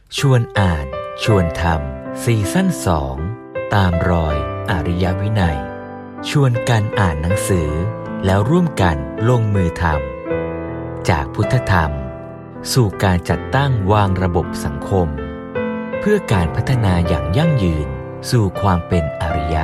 ชวนอ่านชวนทำซีซั่น2ตามรอยอริยวินัยชวนกันอ่านหนังสือแล้วร่วมกันลงมือทำจากพุทธธรรมสู่การจัดตั้งวางระบบสังคมเพื่อการพัฒนาอย่างยั่งยืนสู่ความเป็นอริยะ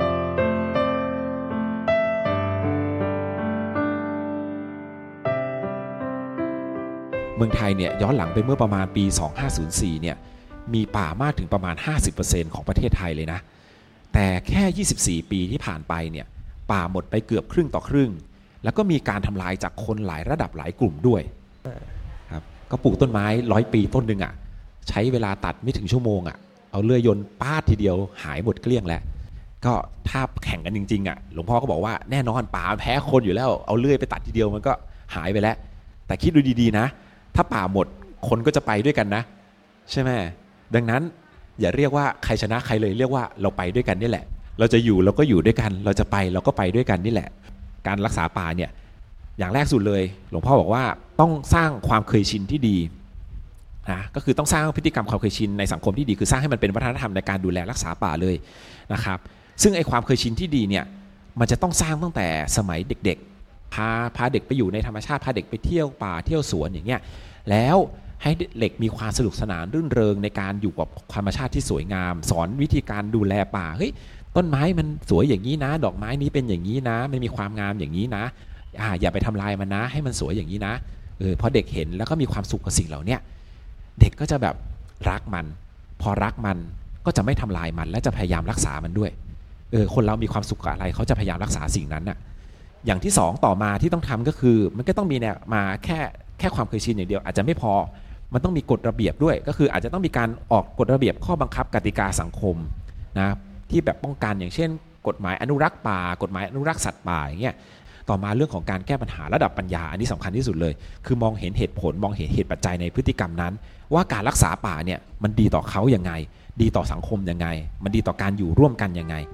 เมืองไทยเนี่ยย้อนหลังไปเมื่อประมาณปี2504เนี่ยมีป่ามากถึงประมาณ 50% ของประเทศไทยเลยนะแต่แค่24ปีที่ผ่านไปเนี่ยป่าหมดไปเกือบครึ่งต่อครึ่งแล้วก็มีการทำลายจากคนหลายระดับหลายกลุ่มด้วยครับก็ปลูกต้นไม้100 ปีต้นหนึ่งอ่ะใช้เวลาตัดไม่ถึงชั่วโมงอ่ะเอาเลื่อยยนต์ปาดทีเดียวหายหมดเกลี้ยงแล้วก็ถ้าแข่งกันจริงๆอ่ะหลวงพ่อก็บอกว่าแน่นอนป่าแพ้คนอยู่แล้วเอาเลื่อยไปตัดทีเดียวมันก็หายไปแล้วแต่คิดดูดีๆนะถ้าป่าหมดคนก็จะไปด้วยกันนะใช่ไหมดังนั้นอย่าเรียกว่าใครชนะใครเลยเรียกว่าเราไปด้วยกันนี่แหละเราจะอยู่เราก็อยู่ด้วยกันเราจะไปเราก็ไปด้วยกันนี่แหละการรักษาป่าเนี่ยอย่างแรกสุดเลยหลวงพ่อบอกว่าต้องสร้างความเคยชินที่ดีนะก็คือต้องสร้างพฤติกรรมความเคยชินในสังคมที่ดีคือสร้างให้มันเป็นวัฒนธรรมในการดูแลรักษาป่าเลยนะครับซึ่งไอ้ความเคยชินที่ดีเนี่ยมันจะต้องสร้างตั้งแต่สมัยเด็กๆพาเด็กไปอยู่ในธรรมชาติพาเด็กไปเที่ยวป่าเที่ยวสวนอย่างเงี้ยแล้วให้เด็กมีความสนุกสนานรื่นเริงในการอยู่กับธรรมชาติที่สวยงามสอนวิธีการดูแลป่าเฮ้ยต้นไม้มันสวยอย่างนี้นะดอกไม้นี้เป็นอย่างนี้นะมันมีความงามอย่างนี้นะอย่าไปทำลายมันนะให้มันสวยอย่างนี้นะพอเด็กเห็นแล้วก็มีความสุขกับสิ่งเหล่านี้เด็กก็จะแบบรักมันพอรักมันก็จะไม่ทำลายมันและจะพยายามรักษามันด้วยคนเรามีความสุขกับอะไรเขาจะพยายามรักษาสิ่งนั้นน่ะอย่างที่2ต่อมาที่ต้องทำก็คือมันก็ต้องมีเนี่ยมาแค่ความเคยชินอย่างเดียวอาจจะไม่พอมันต้องมีกฎระเบียบด้วยก็คืออาจจะต้องมีการออกกฎระเบียบข้อบังคับกติกาสังคมนะที่แบบป้องกันอย่างเช่นกฎหมายอนุรักษ์ป่ากฎหมายอนุรักษ์สัตว์ป่าอย่างเงี้ยต่อมาเรื่องของการแก้ปัญหาระดับปัญญาอันนี้สำคัญที่สุดเลยคือมองเห็นเหตุผลมองเห็นเหตุปัจจัยในพฤติกรรมนั้นว่าการรักษาป่าเนี่ยมันดีต่อเขาอย่างไงดีต่อสังคมยังไงมันดีต่อการอยู่ร่วมกันยังไง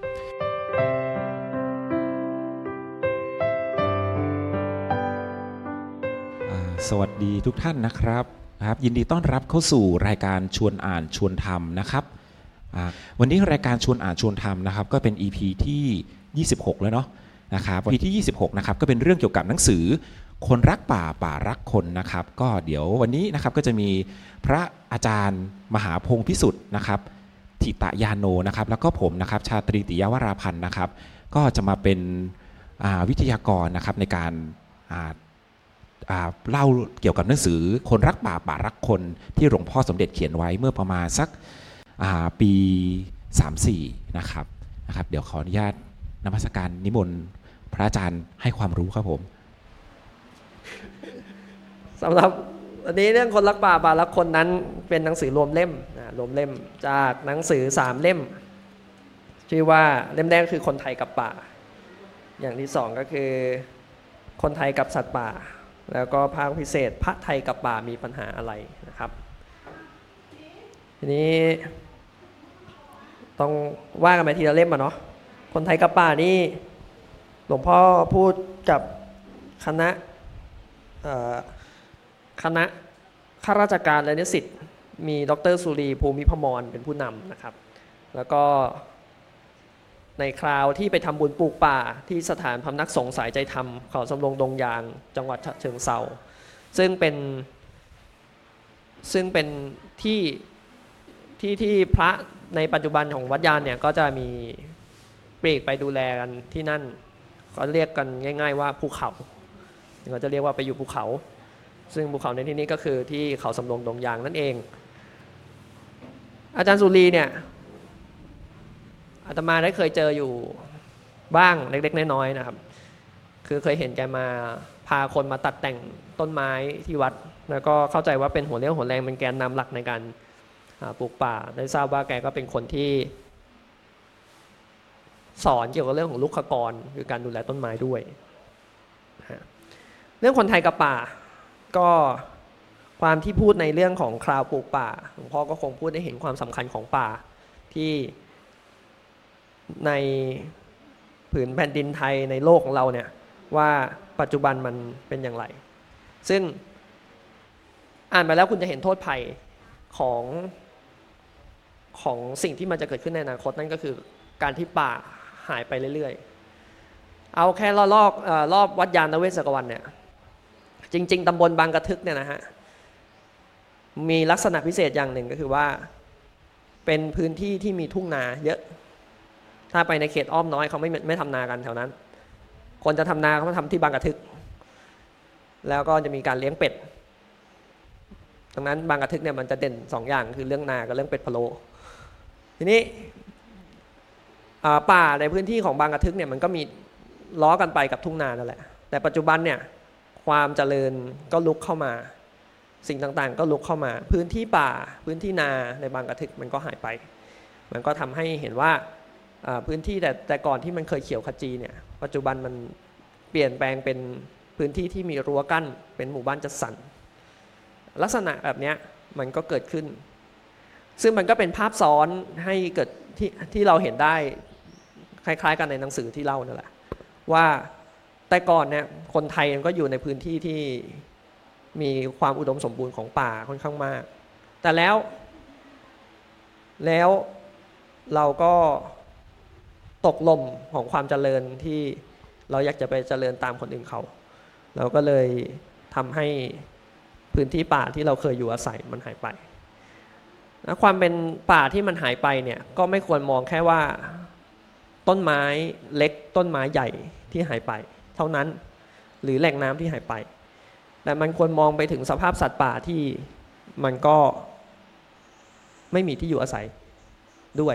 สวัสดีทุกท่านนะครับยินดีต้อนรับเข้าสู่รายการชวนอ่านชวนทำนะครับวันนี้รายการชวนอ่านชวนทำนะครับก็เป็น EP ที่26แล้วเนาะนะครับ EP ที่26นะครับก็เป็นเรื่องเกี่ยวกับหนังสือคนรักป่าป่ารักคนนะครับก็เดี๋ยววันนี้นะครับก็จะมีพระอาจารย์มหาพงษ์พิสุทธิ์นะครับถิตยาโนนะครับแล้วก็ผมนะครับชาตรีติยวราพันธ์นะครับก็จะมาเป็นวิทยากรนะครับในการเล่าเกี่ยวกับหนังสือคนรักป่าป่ารักคนที่หลวงพ่อสมเด็จเขียนไว้เมื่อประมาณสักปี34นะครับเดี๋ยวขออนุญาตนมัสการนิมนต์พระอาจารย์ให้ความรู้ครับผมสำหรับวันนี้เรื่องคนรักป่าป่ารักคนนั้นเป็นหนังสือรวมเล่มจากหนังสือ3เล่มชื่อว่าเล่มแรกคือคนไทยกับป่าอย่างที่2ก็คือคนไทยกับสัตว์ป่าแล้วก็ภาคพิเศษพระไทยกับป่ามีปัญหาอะไรนะครับทีนี้ต้องว่ากันไปทีละเล่มเนาะคนไทยกับป่านี่หลวงพ่อพูดกับคณะข้าราชการและนิสิตมีดร.สุรีภูมิพมรเป็นผู้นำนะครับแล้วก็ในคราวที่ไปทำบุญปลูกป่าที่สถานพำนักสงฆ์สายใจธรรมเขาสำโรงดงยางจังหวัดฉะเชิงเทราซึ่งเป็นที่พระในปัจจุบันของวัดยานเนี่ยก็จะมีปลีกไปดูแลกันที่นั่นก็เรียกกันง่ายๆว่าภูเขาเราจะเรียกว่าไปอยู่ภูเขาซึ่งภูเขาในที่นี้ก็คือที่เขาสำโรงดงยางนั่นเองอาจารย์สุรีเนี่ยอาตมาได้เคยเจออยู่บ้างเล็กๆน้อยๆนะครับคือเคยเห็นแกมาพาคนมาตัดแต่งต้นไม้ที่วัดแล้วก็เข้าใจว่าเป็นหัวเรี่ยวหัวแรงเป็นแกนนำหลักในการปลูกป่าได้ทราบว่าแกก็เป็นคนที่สอนเกี่ยวกับเรื่องของลูกขกรคือการดูแลต้นไม้ด้วยเรื่องคนไทยกับป่าก็ความที่พูดในเรื่องของคราวปลูกป่าหลวงพ่อก็คงพูดได้เห็นความสำคัญของป่าที่ในผืนแผ่นดินไทยในโลกของเราเนี่ยว่าปัจจุบันมันเป็นอย่างไรซึ่งอ่านไปแล้วคุณจะเห็นโทษภัยของสิ่งที่มันจะเกิดขึ้นในอนาคตนั่นก็คือการที่ป่าหายไปเรื่อยๆเอาแค่รอบวัดยานเวศกวันเนี่ยจริงๆตำบลบางกระทึกเนี่ยนะฮะมีลักษณะพิเศษอย่างหนึ่งก็คือว่าเป็นพื้นที่ที่มีทุ่งนาเยอะถ้าไปในเขตอ้อมน้อยเขาไม่ทำนากันแถวนั้นคนจะทำนาเขาทำที่บางกระทึกแล้วก็จะมีการเลี้ยงเป็ดดังนั้นบางกระทึกเนี่ยมันจะเด่น2 อย่างคือเรื่องนากับเรื่องเป็ดพะโล้ทีนี้ป่าในพื้นที่ของบางกระทึกเนี่ยมันก็มีล้อกันไปกับทุ่งนานั่นแหละแต่ปัจจุบันเนี่ยความเจริญก็ลุกเข้ามาสิ่งต่างๆก็ลุกเข้ามาพื้นที่ป่าพื้นที่นาในบางกระทึกมันก็หายไปมันก็ทำให้เห็นว่าพื้นที่แต่ก่อนที่มันเคยเขียวขจีเนี่ยปัจจุบันมันเปลี่ยนแปลงเป็นพื้นที่ที่มีรั้วกั้นเป็นหมู่บ้านจัดสรรลักษณะแบบนี้มันก็เกิดขึ้นซึ่งมันก็เป็นภาพซ้อนให้เกิดที่เราเห็นได้คล้ายๆกันในหนังสือที่เล่านั่นแหละว่าแต่ก่อนเนี่ยคนไทยมันก็อยู่ในพื้นที่ที่มีความอุดมสมบูรณ์ของป่าค่อนข้างมากแต่แล้วเราก็ตกลมของความเจริญที่เราอยากจะไปเจริญตามคนอื่นเขาเราก็เลยทำให้พื้นที่ป่าที่เราเคยอยู่อาศัยมันหายไปและความเป็นป่าที่มันหายไปเนี่ยก็ไม่ควรมองแค่ว่าต้นไม้เล็กต้นไม้ใหญ่ที่หายไปเท่านั้นหรือแหล่งน้ำที่หายไปแต่มันควรมองไปถึงสภาพสัตว์ป่าที่มันก็ไม่มีที่อยู่อาศัยด้วย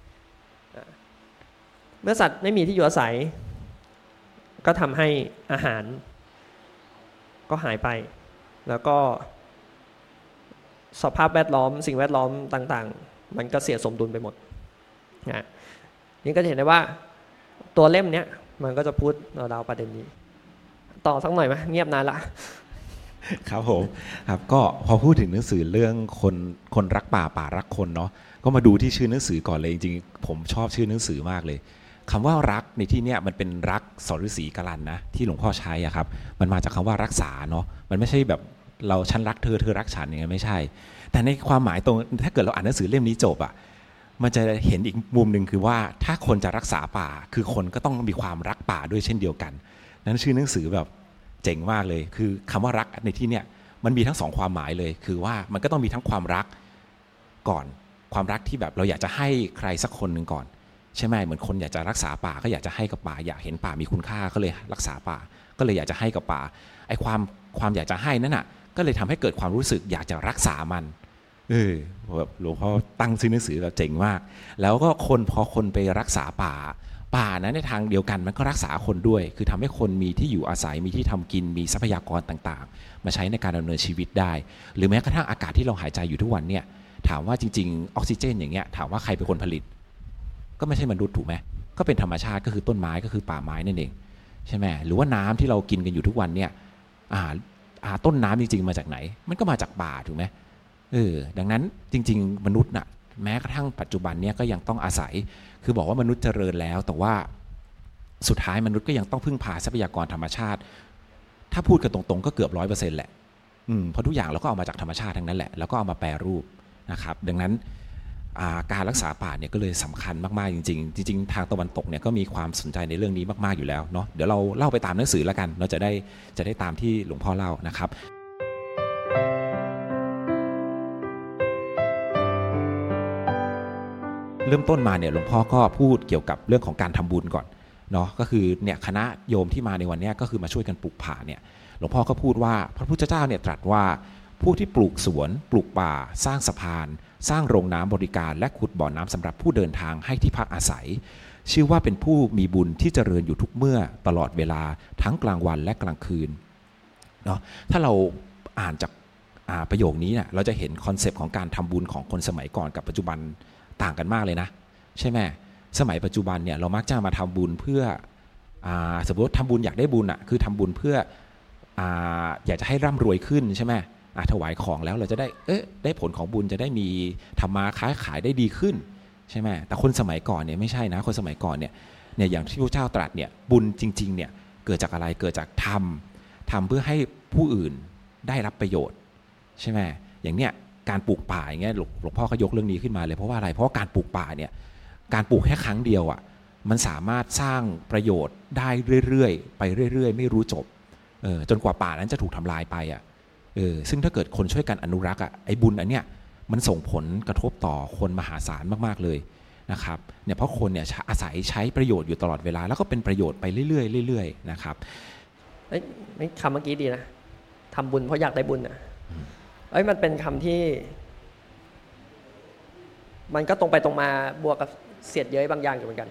เมื่อสัตว์ไม่มีที่อยู่อาศัยก็ทำให้อาหารก็หายไปแล้วก็สภาพแวดล้อมสิ่งแวดล้อมต่างๆมันก็เสียสมดุลไปหมดนะนี่ก็จะเห็นได้ว่าตัวเล่มนี้มันก็จะพูดราวประเด็นนี้ต่อสักหน่อยไหมเงียบนานละครับผมครับก็พอพูดถึงหนังสือเรื่องคนรักป่าป่ารักคนเนาะก็มาดูที่ชื่อหนังสือก่อนเลยจริงๆผมชอบชื่อหนังสือมากเลยคำว่ารักในที่นี้มันเป็นรักสฤษีกลันนะที่หลวงพ่อใช้อ่ะครับมันมาจากคำว่ารักษาเนาะมันไม่ใช่แบบเราฉันรักเธอเธอรักฉันอย่างนั้นไม่ใช่แต่ในความหมายตรงถ้าเกิดเราอ่านหนังสือเล่มนี้จบอ่ะมันจะเห็นอีกมุมหนึ่งคือว่าถ้าคนจะรักษาป่าคือคนก็ต้องมีความรักป่าด้วยเช่นเดียวกันนั้นชื่อหนังสือแบบเจ๋งมากเลยคือคำว่ารักในที่เนี้ยมันมีทั้ง2ความหมายเลยคือว่ามันก็ต้องมีทั้งความรักก่อนความรักที่แบบเราอยากจะให้ใครสักคนหนึ่งก่อนใช่ไหมเหมือนคนอยากจะรักษาป่าก็อยากจะให้กับป่าอยากเห็นป่ามีคุณค่าก็เลยรักษาป่าก็เลยอยากจะให้กับป่าไอ้ความอยากจะให้นั่นน่ะก็เลยทำให้เกิดความรู้สึกอยากจะรักษามันแบบหลวงพ่อตั้งชื่อหนังสือแบบเจ๋งมากแล้วก็พอคนไปรักษาป่านั้นในทางเดียวกันมันก็รักษาคนด้วยคือทำให้คนมีที่อยู่อาศัยมีที่ทำกินมีทรัพยากรต่างๆมาใช้ในการดำเนินชีวิตได้หรือแม้กระทั่งอากาศที่เราหายใจอยู่ทุกวันเนี่ยถามว่าจริงๆออกซิเจนอย่างเงี้ยถามว่าใครเป็นคนผลิตก็ไม่ใช่มนุษย์ถูกไหมก็เป็นธรรมชาติก็คือต้นไม้ก็คือป่าไม้นั่นเองใช่ไหมหรือว่าน้ำที่เรากินกันอยู่ทุกวันเนี่ยต้นน้ำจริงๆมาจากไหนมันก็มาจากป่าถูกไหมดังนั้นจริงๆมนุษย์น่ะแม้กระทั่งปัจจุบันเนี่ยก็ยังต้องอาศัยคือบอกว่ามนุษย์เจริญแล้วแต่ว่าสุดท้ายมนุษย์ก็ยังต้องพึ่งพาทรัพยากรธรรมชาติถ้าพูดกันตรงๆก็เกือบ 100% แหละเพราะทุกอย่างเราก็เอามาจากธรรมชาติทั้งนั้นแหละแล้วก็เอามาแปรรูปนะครับดังนั้นการรักษาป่าเนี่ยก็เลยสำคัญมากๆจริงๆจริงๆทางตะวันตกเนี่ยก็มีความสนใจในเรื่องนี้มากๆอยู่แล้วเนาะเดี๋ยวเราเล่าไปตามหนังสือแล้วกันเราจะได้ตามที่หลวงพ่อเล่านะครับเริ่มต้นมาเนี่ยหลวงพ่อก็พูดเกี่ยวกับเรื่องของการทำบุญก่อนเนาะก็คือเนี่ยคณะโยมที่มาในวันนี้ก็คือมาช่วยกันปลูกป่าเนี่ยหลวงพ่อก็พูดว่าพระพุทธเจ้าเนี่ยตรัสว่าผู้ที่ปลูกสวนปลูกป่าสร้างสะพานสร้างโรงน้ำบริการและขุดบ่อน้ำสำหรับผู้เดินทางให้ที่พักอาศัยชื่อว่าเป็นผู้มีบุญที่เจริญอยู่ทุกเมื่อตลอดเวลาทั้งกลางวันและกลางคืนเนาะถ้าเราอ่านจากประโยคนี้เนี่ยเราจะเห็นคอนเซปต์ของการทำบุญของคนสมัยก่อนกับปัจจุบันต่างกันมากเลยนะใช่ไหมสมัยปัจจุบันเนี่ยเรามักจะมาทำบุญเพื่อสมมติทำบุญอยากได้บุญคือทำบุญเพื่ออยากจะให้ร่ำรวยขึ้นใช่ไหมถวายของแล้วเราจะได้ผลของบุญจะได้มีทำมาค้าขายได้ดีขึ้นใช่ไหมแต่คนสมัยก่อนเนี่ยไม่ใช่นะคนสมัยก่อนเนี่ยอย่างที่พระเจ้าตรัสเนี่ยบุญจริงๆเนี่ยเกิดจากอะไรเกิดจากทำเพื่อให้ผู้อื่นได้รับประโยชน์ใช่ไหมอย่างเนี้ยการปลูกป่าอย่างเงี้ยหลวงพ่อก็ยกเรื่องนี้ขึ้นมาเลยเพราะว่าอะไรเพราะการปลูกป่าเนี่ยการปลูกแค่ครั้งเดียวอ่ะมันสามารถสร้างประโยชน์ได้เรื่อยๆไปเรื่อยๆไม่รู้จบจนกว่าป่านั้นจะถูกทำลายไปอ่ะซึ่งถ้าเกิดคนช่วยกันอนุรักษ์อ่ะไอ้บุญอันเนี้ยมันส่งผลกระทบต่อคนมหาศาลมากๆเลยนะครับเนี่ยเพราะคนเนี่ยอาศัยใช้ประโยชน์อยู่ตลอดเวลาแล้วก็เป็นประโยชน์ไปเรื่อยๆเรื่อยๆนะครับไม่คำเมื่อกี้ดีนะทำบุญเพราะอยากได้บุญอ่ะมันเป็นคำที่มันก็ตรงไปตรงมาบวกกับเสียดเย้ยบางอย่างอยู่เหมือนกัน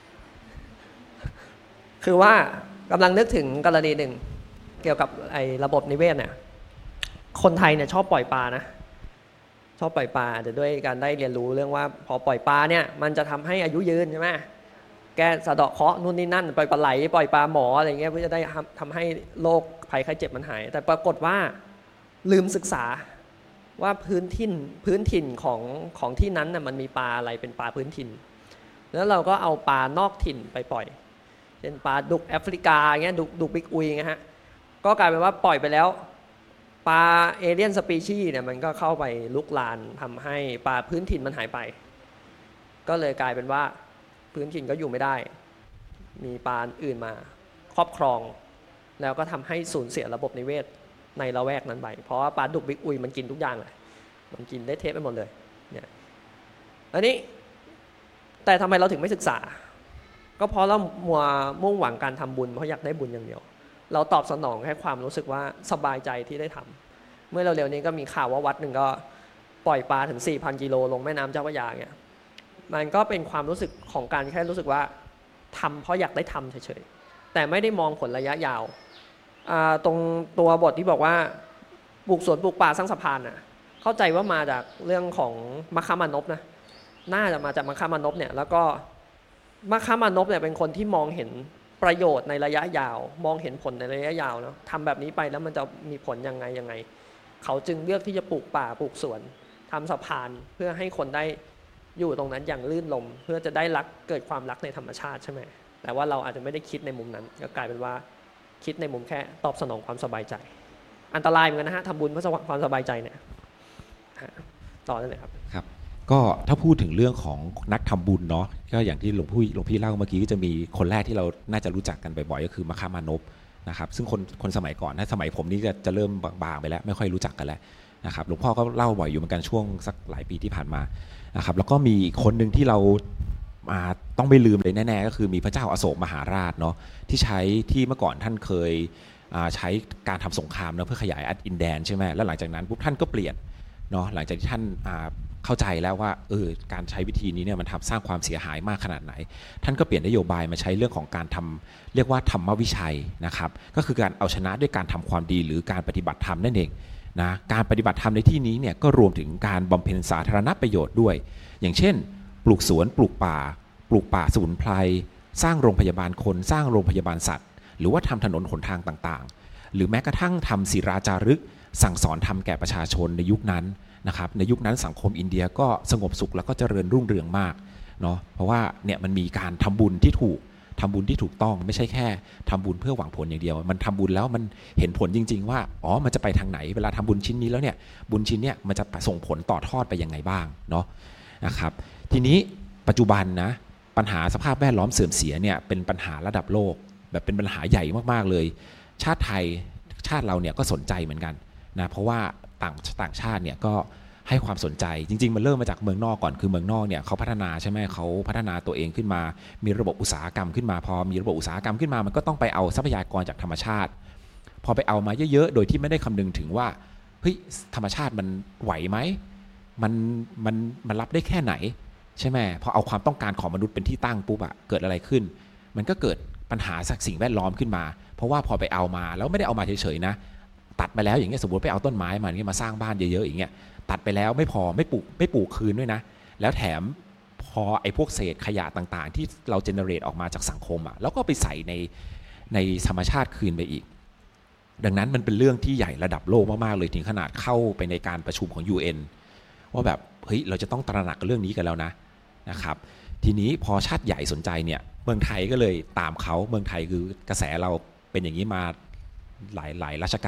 คือว่ากำลังนึกถึงกรณีหนึ่งเกี่ยวกับไอ้ระบบนิเวศเนี่ยคนไทยเนี่ยชอบปล่อยปลานะชอบปล่อยปลาแต่ด้วยการได้เรียนรู้เรื่องว่าพอปล่อยปลาเนี่ยมันจะทำให้อายุยืนใช่ไหมแกสะเดาะเคราะห์นู่นนี่นั่นปล่อยปลาไหลปล่อยปลาหมออะไรเงี้ยเพื่อจะได้ทำให้โรคภัยไข้เจ็บมันหายแต่ปรากฏว่าลืมศึกษาว่าพื้นถิ่นของที่นั้นน่ะมันมีปลาอะไรเป็นปลาพื้นถิ่นแล้วเราก็เอาปลานอกถิ่นไปปล่อยเช่นปลาดุกแอฟริกาเงี้ยดุกบิ๊กอุยเงี้ยฮะก็กลายเป็นว่าปล่อยไปแล้วปลาเอเลียนสปีชีส์เนี่ยมันก็เข้าไปลุกลานทำให้ปลาพื้นถิ่นมันหายไปก็เลยกลายเป็นว่าพื้นถิ่นก็อยู่ไม่ได้มีปลาอื่นมาครอบครองแล้วก็ทำให้สูญเสียระบบนิเวศในละแวกนั้นไปเพราะว่าปลาดุกบิ๊กอุยมันกินทุกอย่างเลยมันกินได้เทปไปหมดเลยเนี่ยอันนี้แต่ทำไมเราถึงไม่ศึกษาก็เพราะเรามัวมุ่งหวังการทำบุญเพราะอยากได้บุญอย่างเดียวเราตอบสนองแค่ความรู้สึกว่าสบายใจที่ได้ทำเมื่อเร็วๆนี้ก็มีข่าวว่าวัดหนึ่งก็ปล่อยปลาถึง 4,000 กิโลลงแม่น้ำเจ้าพระยาเนี่ยมันก็เป็นความรู้สึกของการแค่รู้สึกว่าทำเพราะอยากได้ทำเฉยๆแต่ไม่ได้มองผลระยะยาวตรงตัวบทที่บอกว่าปลูกสวนปลูกป่าสร้างสะพานน่ะเข้าใจว่ามาจากเรื่องของมัคคามานพนะน่าจะมาจากมัคคามานพเนี่ยแล้วก็มัคคามานพเนี่ยเป็นคนที่มองเห็นประโยชน์ในระยะยาวมองเห็นผลในระยะยาวเนาะทำแบบนี้ไปแล้วมันจะมีผลยังไงเขาจึงเลือกที่จะปลูกป่าปลูกสวนทำสะพานเพื่อให้คนได้อยู่ตรงนั้นอย่างลื่นลมเพื่อจะได้เกิดความรักในธรรมชาติใช่ไหมแต่ว่าเราอาจจะไม่ได้คิดในมุมนั้นก็กลายเป็นว่าคิดในมุมแค่ตอบสนองความสบายใจอันตรายเหมือนกันนะฮะทำบุญเพื่อความสบายใจเนี่ยต่อได้เลยครับครับก็ถ้าพูดถึงเรื่องของนักทำบุญเนาะก็อย่างที่หลวงพี่เล่าเมื่อกี้ก็จะมีคนแรกที่เราน่าจะรู้จักกันบ่อยๆก็คือมัคคามานพนะครับซึ่งคนสมัยก่อนถ้าสมัยผมนี่จะเริ่มบางๆไปแล้วไม่ค่อยรู้จักกันแล้วนะครับหลวงพ่อก็เล่าบ่อยอยู่เหมือนกันช่วงสักหลายปีที่ผ่านมานะครับแล้วก็มีคนหนึ่งที่เราต้องไม่ลืมเลยแน่ๆก็คือมีพระเจ้าอโศกมหาราชเนาะที่ใช้ที่เมื่อก่อนท่านเคยใช้การทำสงครามเนาะเพื่อขยายอินแดนใช่ไหมแล้วหลังจากนั้นปุ๊บท่านก็เปลี่ยนเนาะหลังจากที่ท่านเข้าใจแล้วว่าการใช้วิธีนี้เนี่ยมันทำสร้างความเสียหายมากขนาดไหนท่านก็เปลี่ยนนโยบายมาใช้เรื่องของการทำเรียกว่าธรรมวิชัยนะครับก็คือการเอาชนะด้วยการทำความดีหรือการปฏิบัติธรรมนั่นเองนะการปฏิบัติธรรมในที่นี้เนี่ยก็รวมถึงการบำเพ็ญสาธารณประโยชน์ด้วยอย่างเช่นปลูกสวนปลูกป่าสมุนไพรสร้างโรงพยาบาลคนสร้างโรงพยาบาลสัตว์หรือว่าทำถนนหนทางต่างๆหรือแม้กระทั่งทำศิราจารึกสั่งสอนทำแก่ประชาชนในยุคนั้นนะครับในยุคนั้นสังคมอินเดียก็สงบสุขแล้วก็เจริญรุ่งเรืองมากเนาะเพราะว่าเนี่ยมันมีการทำบุญที่ถูกต้องไม่ใช่แค่ทำบุญเพื่อหวังผลอย่างเดียวมันทำบุญแล้วมันเห็นผลจริงๆว่ามันจะไปทางไหนเวลาทำบุญชิ้นนี้แล้วเนี่ยบุญชิ้นเนี่ยมันจะส่งผลต่อทอดไปยังไงบ้างเนาะนะครับทีนี้ปัจจุบันนะปัญหาสภาพแวดล้อมเสื่อมเสียเนี่ยเป็นปัญหาระดับโลกแบบเป็นปัญหาใหญ่มากๆเลยชาติไทยชาติเราเนี่ยก็สนใจเหมือนกันนะเพราะว่าต่างชาติเนี่ยก็ให้ความสนใจจริงๆมันเริ่มมาจากเมืองนอกก่อนคือเมืองนอกเนี่ยเขาพัฒนาใช่ไหมเขาพัฒนาตัวเองขึ้นมามีระบบอุตสาหกรรมขึ้นมาพอมีระบบอุตสาหกรรมขึ้นมามันก็ต้องไปเอาทรัพยากรจากธรรมชาติพอไปเอามาเยอะๆโดยที่ไม่ได้คำนึงถึงว่าเฮ้ยธรรมชาติมันไหวไหมมันรับได้แค่ไหนใช่ไหมพอเอาความต้องการของมนุษย์เป็นที่ตั้งปุ๊บอะเกิดอะไรขึ้นมันก็เกิดปัญหาสิ่งแวดล้อมขึ้นมาเพราะว่าพอไปเอามาแล้วไม่ได้เอามาเฉยๆนะตัดไปแล้วอย่างเงี้ยสมมติไปเอาต้นไม้มาเนี่ยมาสร้างบ้านเยอะๆอย่างเงี้ยตัดไปแล้วไม่พอไม่ปลูกคืนด้วยนะแล้วแถมพอไอ้พวกเศษขยะต่างๆที่เราเจเนเรตออกมาจากสังคมอ่ะแล้วก็ไปใส่ในธรรมชาติคืนไปอีกดังนั้นมันเป็นเรื่องที่ใหญ่ระดับโลกมากๆเลยถึงขนาดเข้าไปในการประชุมของ UN ว่าแบบเฮ้ยเราจะต้องตระหนักกับเรื่องนี้กันแล้วนะครับทีนี้พอชาติใหญ่สนใจเนี่ยเมืองไทยก็เลยตามเขาเมืองไทยคือกระแสเราเป็นอย่างนี้มาหลายราชการแล้ว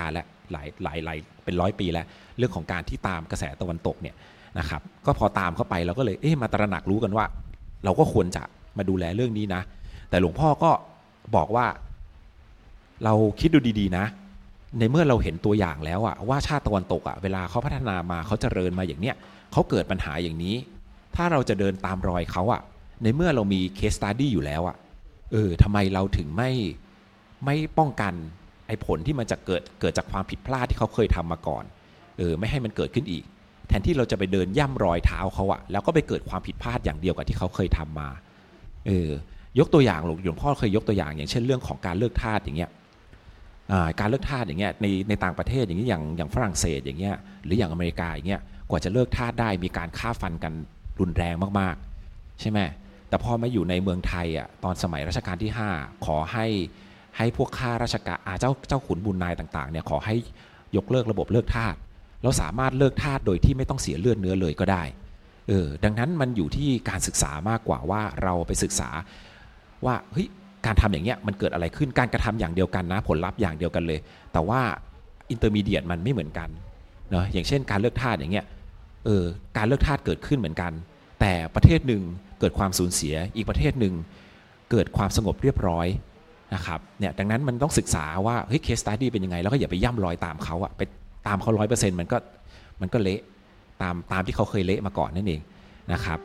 หลายเป็น100 ปีแล้วเรื่องของการที่ตามกระแสตะวันตกเนี่ยนะครับก็พอตามเข้าไปเราก็เลยมาตระหนักรู้กันว่าเราก็ควรจะมาดูแลเรื่องนี้นะแต่หลวงพ่อก็บอกว่าเราคิดดูดีๆนะในเมื่อเราเห็นตัวอย่างแล้วอะว่าชาติตะวันตกอะเวลาเขาพัฒนามาเขาเจริญมาอย่างเนี้ยเขาเกิดปัญหาอย่างนี้ถ้าเราจะเดินตามรอยเขาอะในเมื่อเรามี case study อยู่แล้วอะทำไมเราถึงไม่ป้องกันไอ้ผลที่มันจะเกิดจากความผิดพลาดที่เขาเคยทำมาก่อนไม่ให้มันเกิดขึ้นอีกแทนที่เราจะไปเดินย่ำรอยเท้าเขาอะแล้วก็ไปเกิดความผิดพลาดอย่างเดียวกับที่เขาเคยทำมายกตัวอย่างหลวงพ่อเคยยกตัวอย่างอย่างเช่นเรื่องของการเลิกทาสอย่างเงี้ยการเลิกทาสอย่างเงี้ยในต่างประเทศอย่างนี้อย่างฝรั่งเศสอย่างเงี้ยหรืออย่างอเมริกาอย่างเงี้ยกว่าจะเลิกทาสได้มีการฆ่าฟันกันรุนแรงมากๆใช่ไหมแต่พอมาอยู่ในเมืองไทยอ่ะตอนสมัยรัชกาลที่5ขอให้พวกข้าราชการเจ้าขุนบุญนายต่างๆเนี่ยขอให้ยกเลิกระบบเลิกทาสเราสามารถเลิกทาสโดยที่ไม่ต้องเสียเลือดเนื้อเลยก็ได้ดังนั้นมันอยู่ที่การศึกษามากกว่าว่าเราไปศึกษาว่าเฮ้ยการทำอย่างเงี้ยมันเกิดอะไรขึ้นการกระทำอย่างเดียวกันนะผลลัพธ์อย่างเดียวกันเลยแต่ว่าอินเตอร์มีเดียตมันไม่เหมือนกันเนาะอย่างเช่นการเลิกทาสอย่างเงี้ยการเลิกทาสเกิดขึ้นเหมือนกันแต่ประเทศหนึ่งเกิดความสูญเสียอีกประเทศหนึ่งเกิดความสงบเรียบร้อยนะครับเนี่ยดังนั้นมันต้องศึกษาว่าเฮ้ย case study เป็นยังไงแล้วก็อย่าไปย่ำรอยตามเขาอะไปตามเขา 100% มันก็เละตามที่เขาเคยเละมาก่อนนั่นเองนะครับ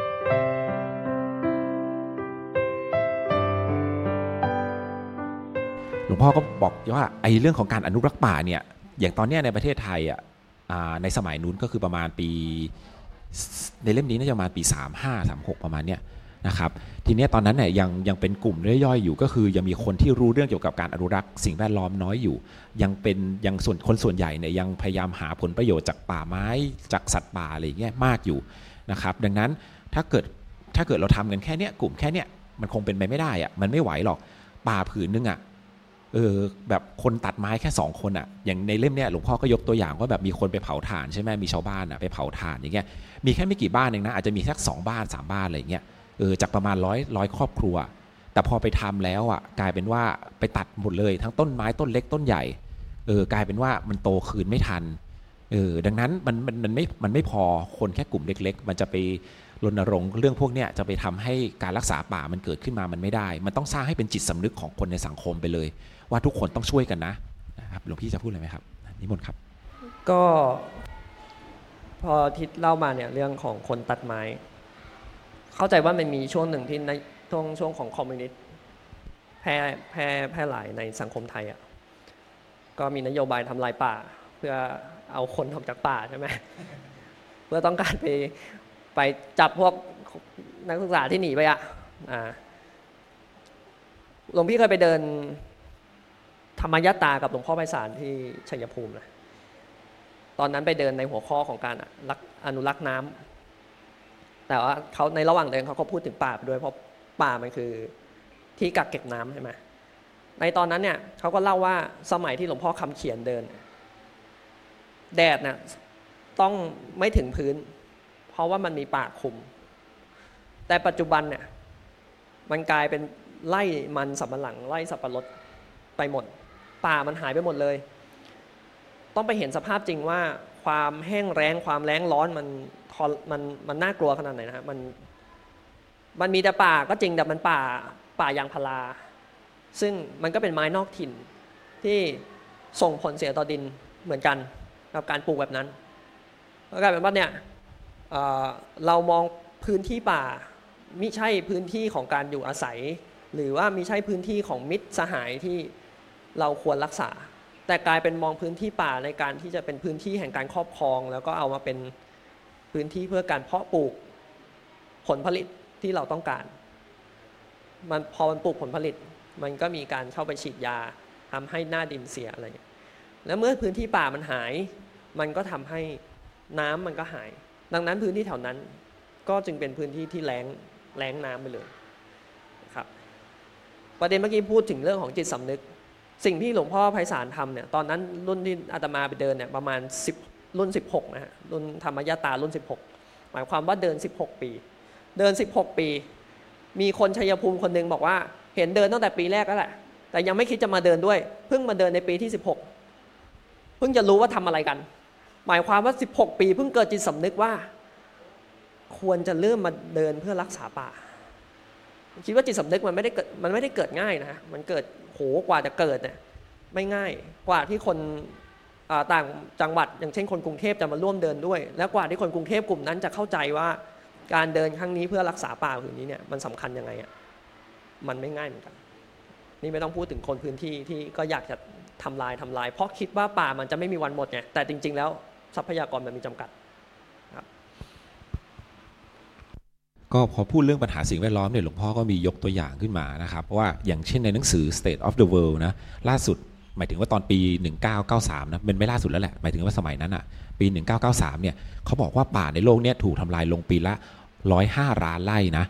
หลวงพ่อก็บอกว่าไอ้เรื่องของการอนุรักษ์ป่าเนี่ยอย่างตอนนี้ในประเทศไทยในสมัยนู้นก็คือประมาณปีในเล่มนี้น่าจะประมาณปี35-36ประมาณเนี้ยนะครับทีนี้ตอนนั้นเนี่ยยังเป็นกลุ่มย่อยๆอยู่ก็คือยังมีคนที่รู้เรื่องเกี่ยวกับการอนุรักษ์สิ่งแวดล้อมน้อยอยู่ยังคนส่วนใหญ่เนี่ยยังพยายามหาผลประโยชน์จากป่าไม้จากสัตว์ป่าอะไรอย่างเงี้ยมากอยู่นะครับดังนั้นถ้าเกิดเราทำกันแค่เนี้ยกลุ่มแค่เนี้ยมันคงเป็นไปไม่ได้อะมันไม่ไหวหรอกป่าผืนนึงอะแบบคนตัดไม้แค่2 คนอ่ะอย่างในเล่มเนี้ยหลวงพ่อก็ยกตัวอย่างว่าแบบมีคนไปเผาถ่านใช่ไหมมีชาวบ้านอ่ะไปเผาถ่านอย่างเงี้ยมีแค่ไม่กี่บ้านเองนะอาจจะมีแค่2 บ้าน 3 บ้านอะไรอย่างเงี้ยจากประมาณ100ครอบครัวแต่พอไปทำแล้วอ่ะกลายเป็นว่าไปตัดหมดเลยทั้งต้นไม้ต้นเล็กต้นใหญ่กลายเป็นว่ามันโตคืนไม่ทันดังนั้นมันไม่พอคนแค่กลุ่มเล็กๆมันจะไปรณรงค์เรื่องพวกเนี้ยจะไปทำให้การรักษาป่ามันเกิดขึ้นมามันไม่ได้มันต้องสร้างให้เป็นจิตสำนึกของคนในสังคมไปเลยว่าทุกคนต้องช่วยกันนะครับหลวงพี่จะพูดอะไรไหมครับนิมนต์ครับก็พอทิศเล่ามาเนี่ยเรื่องของคนตัดไม้เข้าใจว่ามันมีช่วงหนึ่งที่ในช่วงของคอมมิวนิสต์แพร่หลายในสังคมไทยก็มีนโยบายทำลายป่าเพื่อเอาคนออกจากป่าใช่ไหมเพื่อต้องการไปจับพวกนักศึกษาที่หนีไปหลวงพี่เคยไปเดินธรรมยตากับหลวงพ่อไพศาลที่ชัยภูมินะตอนนั้นไปเดินในหัวข้อของการอนุรักษ์น้ำแต่ว่าเขาในระหว่างเดินเขาก็พูดถึงป่าด้วยเพราะป่ามันคือที่กักเก็บน้ำใช่ไหมในตอนนั้นเนี่ยเขาก็เล่าว่าสมัยที่หลวงพ่อคำเขียนเดินแดดเนี่ยต้องไม่ถึงพื้นเพราะว่ามันมีป่าคลุมแต่ปัจจุบันเนี่ยมันกลายเป็นไร่มันสำปะหลังไร่สับปะรดไปหมดป่ามันหายไปหมดเลยต้องไปเห็นสภาพจริงว่าความแห้งแล้งความแล้งร้อนมันน่ากลัวขนาดไหนนะมันมีแต่ป่าก็จริงแต่มันป่ายางพาราซึ่งมันก็เป็นไม้นอกถิ่นที่ส่งผลเสียต่อดินเหมือนกันกับการปลูกแบบนั้นแล้วกลายเป็นว่าเนี่ยเรามองพื้นที่ป่าไม่ใช่พื้นที่ของการอยู่อาศัยหรือว่าไม่ใช่พื้นที่ของมิตรสหายที่เราควรรักษาแต่กลายเป็นมองพื้นที่ป่าในการที่จะเป็นพื้นที่แห่งการครอบครองแล้วก็เอามาเป็นพื้นที่เพื่อการเพาะปลูกผลผลิตที่เราต้องการพอมันปลูกผลผลิตมันก็มีการเข้าไปฉีดยาทำให้หน้าดินเสียอะไรแล้วเมื่อพื้นที่ป่ามันหายมันก็ทำให้น้ำมันก็หายดังนั้นพื้นที่แถวนั้นก็จึงเป็นพื้นที่ที่แล้งน้ำไปเลยครับประเด็นเมื่อกี้พูดถึงเรื่องของจิตสำนึกสิ่งที่หลวงพ่อไพศาลทำเนี่ยตอนนั้นรุ่นที่อาตมาไปเดินเนี่ยประมาณรุ่น16นะฮะรุ่นธรรมยตารุ่น16หมายความว่าเดิน16ปีเดิน16ปีมีคนชัยภูมิคนนึงบอกว่าเห็นเดินตั้งแต่ปีแรกแล้วแหละแต่ยังไม่คิดจะมาเดินด้วยเพิ่งมาเดินในปีที่16 เพิ่งจะรู้ว่าทำอะไรกันหมายความว่า16 ปีเพิ่งเกิดจิตสำนึกว่าควรจะเริ่มมาเดินเพื่อรักษาป่าคิดว่าจิตสำนึกมันไม่ได้เกิดง่ายนะมันเกิดโหกว่าจะเกิดเนี่ยไม่ง่ายกว่าที่คนต่างจังหวัดอย่างเช่นคนกรุงเทพจะมาร่วมเดินด้วยและกว่าที่คนกรุงเทพกลุ่มนั้นจะเข้าใจว่าการเดินครั้งนี้เพื่อรักษาป่าผืนนี้เนี่ยมันสำคัญยังไงอ่ะมันไม่ง่ายเหมือนกันนี่ไม่ต้องพูดถึงคนพื้นที่ที่ก็อยากจะทำลายเพราะคิดว่าป่ามันจะไม่มีวันหมดไงแต่จริงๆแล้วทรัพยากรมันมีจำกัดครับก็พอพูดเรื่องปัญหาสิ่งแวดล้อมเนี่ยหลวงพ่อก็มียกตัวอย่างขึ้นมานะครับเพราะว่าอย่างเช่นในหนังสือ State of the World นะล่าสุดหมายถึงว่าตอนปี1993นะเป็นไม่ล่าสุดแล้วแหละหมายถึงว่าสมัยนั้นอ่ะปี1993เนี่ยเขาบอกว่าป่าในโลกเนี่ยถูกทำลายลงปีละ105 ล้านไร่นะ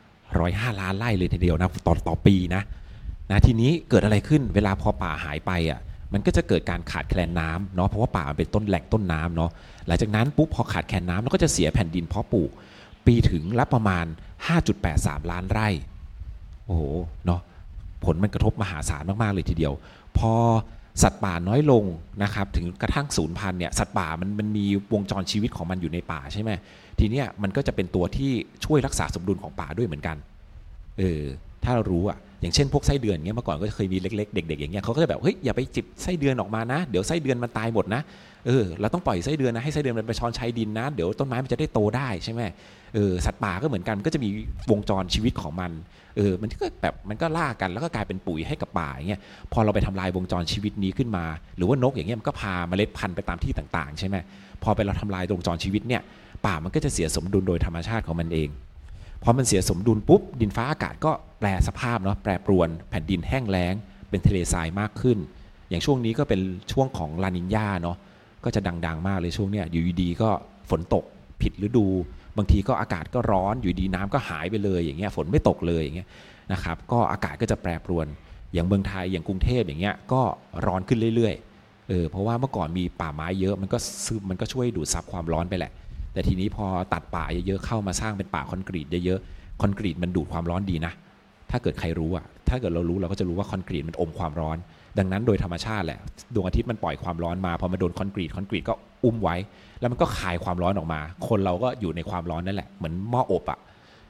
105 ล้านไร่เลยทีเดียวนะต่อปีนะทีนี้เกิดอะไรขึ้นเวลาพอป่าหายไปอ่ะมันก็จะเกิดการขาดแคลนน้ำเนาะเพราะว่าป่ามันเป็นแหล่งต้นน้ำเนาะหลังจากนั้นปุ๊บพอขาดแคลนน้ำแล้วก็จะเสียแผ่นดินเพาะปลูกปีถึงละประมาณ 5.83 ล้านไร่โอ้โหเนาะผลมันกระทบมหาศาลมากๆเลยทีเดียวพอสัตว์ป่าน้อยลงนะครับถึงกระทั่งสูญพันธุ์เนี่ยสัตว์ป่ามันมีวงจรชีวิตของมันอยู่ในป่าใช่ไหมทีเนี้ยมันก็จะเป็นตัวที่ช่วยรักษาสมดุลของป่าด้วยเหมือนกันถ้าเรารู้อ่ะอย่างเช่นพวกไส้เดือนเงี้ยเมื่อก่อนก็เคยมีเล็กๆเด็กๆอย่างเงี้ยเขาก็จะแบบเฮ้ยอย่าไปจิบไส้เดือนออกมานะเดี๋ยวไส้เดือนมันตายหมดนะเราต้องปล่อยไส้เดือนนะให้ไส้เดือนมันไปช้อนชัยดินนะเดี๋ยวต้นไม้มันจะได้โตได้ใช่ไหมสัตว์ป่าก็เหมือนกันก็จะมีวงจรชีวิตของมันมันก็แบบมันก็ล่ากันแล้วก็กลายเป็นปุ๋ยให้กับป่าอย่างเงี้ยพอเราไปทำลายวงจรชีวิตนี้ขึ้นมาหรือว่านกอย่างเงี้ยมันก็พาเมล็ดพันธุ์ไปตามที่ต่างๆใช่ไหมพอไปเราทำลายวงจรชีวิตเนี่ยป่ามันก็จะเสียสมดุลโดยธรรมชาติของมันเองพอมันเสียสมดุลปุ๊บดินฟ้าอากาศก็แปรสภาพเนาะแปรปรวนแผ่นดินแห้งแล้งเป็นทะเลทรายมากขึ้นอย่างช่วงนี้ก็เป็นช่วงของลานิญญาเนาะก็จะดังๆมากเลยช่วงเนี้ยอยู่ดีๆก็ฝนตกผิดฤดูบางทีก็อากาศก็ร้อนอยู่ดีน้ำก็หายไปเลยอย่างเงี้ยฝนไม่ตกเลยอย่างเงี้ยนะครับก็อากาศก็จะแปรปรวนอย่างเมืองไทยอย่างกรุงเทพอย่างเงี้ยก็ร้อนขึ้นเรื่อยๆเพราะว่าเมื่อก่อนมีป่าไม้เยอะมันก็ช่วยดูดซับความร้อนไปแหละแต่ทีนี้พอตัดป่าเยอะๆเข้ามาสร้างเป็นป่าคอนกรีตเยอะๆคอนกรีตมันดูดความร้อนดีนะถ้าเกิดใครรู้อ่ะถ้าเกิดเรารู้เราก็จะรู้ว่าคอนกรีตมันอมความร้อนดังนั้นโดยธรรมชาติแหละดวงอาทิตย์มันปล่อยความร้อนมาพอมาโดนคอนกรีตก็อุ้มไว้แล้วมันก็คายความร้อนออกมาคนเราก็อยู่ในความร้อนนั่นแหละเหมือนหม้ออบอ่ะ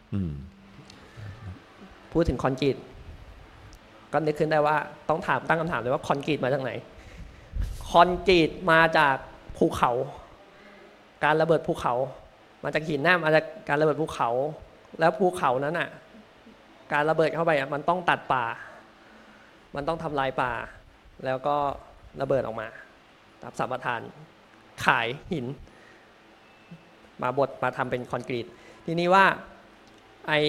พูดถึงคอนกรีตก็นึกขึ้นได้ว่าต้องตั้งคำถามเลยว่าคอนกรีตมาจากไหนคอนกรีตมาจากภูเขาการระเบิดภูเขามาจากหินมาจากการระเบิดภูเขาแล้วภูเขานั้นอ่ะการระเบิดเข้าไปมันต้องตัดป่ามันต้องทำลายป่าแล้วก็ระเบิดออกมาตับสัมปทานขายหินมาบดมาทำเป็นคอนกรีตทีนี้ว่าไอ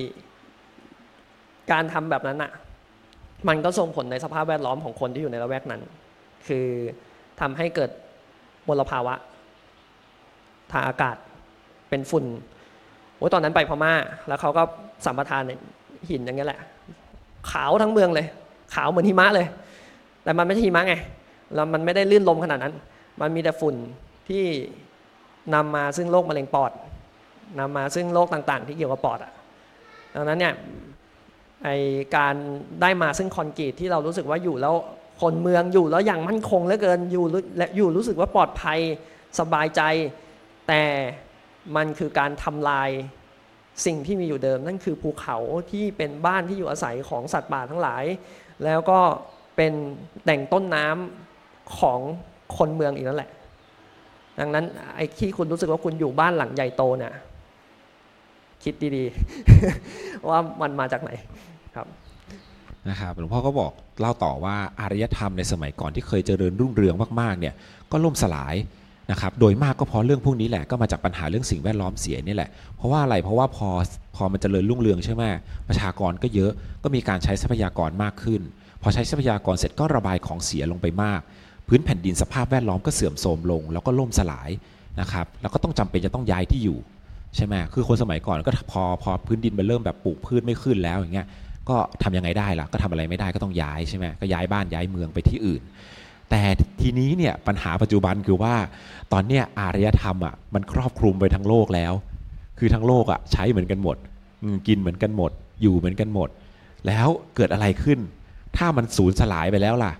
การทำแบบนั้นอ่ะมันก็ส่งผลในสภาพแวดล้อมของคนที่อยู่ในละแวกนั้นคือทำให้เกิดมลภาวะทางอากาศเป็นฝุ่นตอนนั้นไปพม่าแล้วเขาก็สัมปทานหินอย่างเงี้ยแหละขาวทั้งเมืองเลยขาวเหมือนหิมะเลยแต่มันไม่ใช่หิมะไงแล้วมันไม่ได้ลื่นลมขนาดนั้นมันมีแต่ฝุ่นที่นำมาซึ่งโรคมะเร็งปอดนำมาซึ่งโรคต่างๆที่เกี่ยวกับปอดดังนั้นเนี่ยไอการได้มาซึ่งคอนกรีตที่เรารู้สึกว่าอยู่แล้วคนเมืองอยู่แล้วอย่างมั่นคงเหลือเกินอยู่รู้สึกว่าปลอดภัยสบายใจแต่มันคือการทำลายสิ่งที่มีอยู่เดิมนั่นคือภูเขาที่เป็นบ้านที่อยู่อาศัยของสัตว์ป่าทั้งหลายแล้วก็เป็นแหล่งต้นน้ำของคนเมืองอีกนั่นแหละดังนั้นไอ้ที่คุณรู้สึกว่าคุณอยู่บ้านหลังใหญ่โตเนี่ยคิดดีๆ ว่ามันมาจากไหนครับนะครับหลวงพ่อก็บอกเล่าต่อว่าอารยธรรมในสมัยก่อนที่เคยเจริญรุ่งเรืองมากๆเนี่ยก็ล่มสลายนะครับโดยมากก็เพราะเรื่องพวกนี้แหละก็มาจากปัญหาเรื่องสิ่งแวดล้อมเสียนี่แหละเพราะว่าอะไรเพราะว่าพอมันเจริญรุ่งเรืองใช่ไหมประชากรก็เยอะก็มีการใช้ทรัพยากรมากขึ้นพอใช้ทรัพยากรเสร็จก็ระบายของเสียลงไปมากพื้นแผ่นดินสภาพแวดล้อมก็เสื่อมโทรมลงแล้วก็ล่มสลายนะครับแล้วก็ต้องจำเป็นจะต้องย้ายที่อยู่ใช่ไหมคือคนสมัยก่อนก็พอพื้นดินมันเริ่มแบบปลูกพืชไม่ขึ้นแล้วอย่างเงี้ยก็ทำยังไงได้ล่ะก็ทำอะไรไม่ได้ก็ต้องย้ายใช่ไหมก็ย้ายบ้านย้ายเมืองไปที่อื่นแต่ทีนี้เนี่ยปัญหาปัจจุบันคือว่าตอนเนี้ยอารยธรรมอ่ะมันครอบคลุมไปทั้งโลกแล้วคือทั้งโลกอ่ะใช้เหมือนกันหมดกินเหมือนกันหมดอยู่เหมือนกันหมดแล้วเกิดอะไรขึ้นถ้ามันสูญสลายไปแล้วล่ะ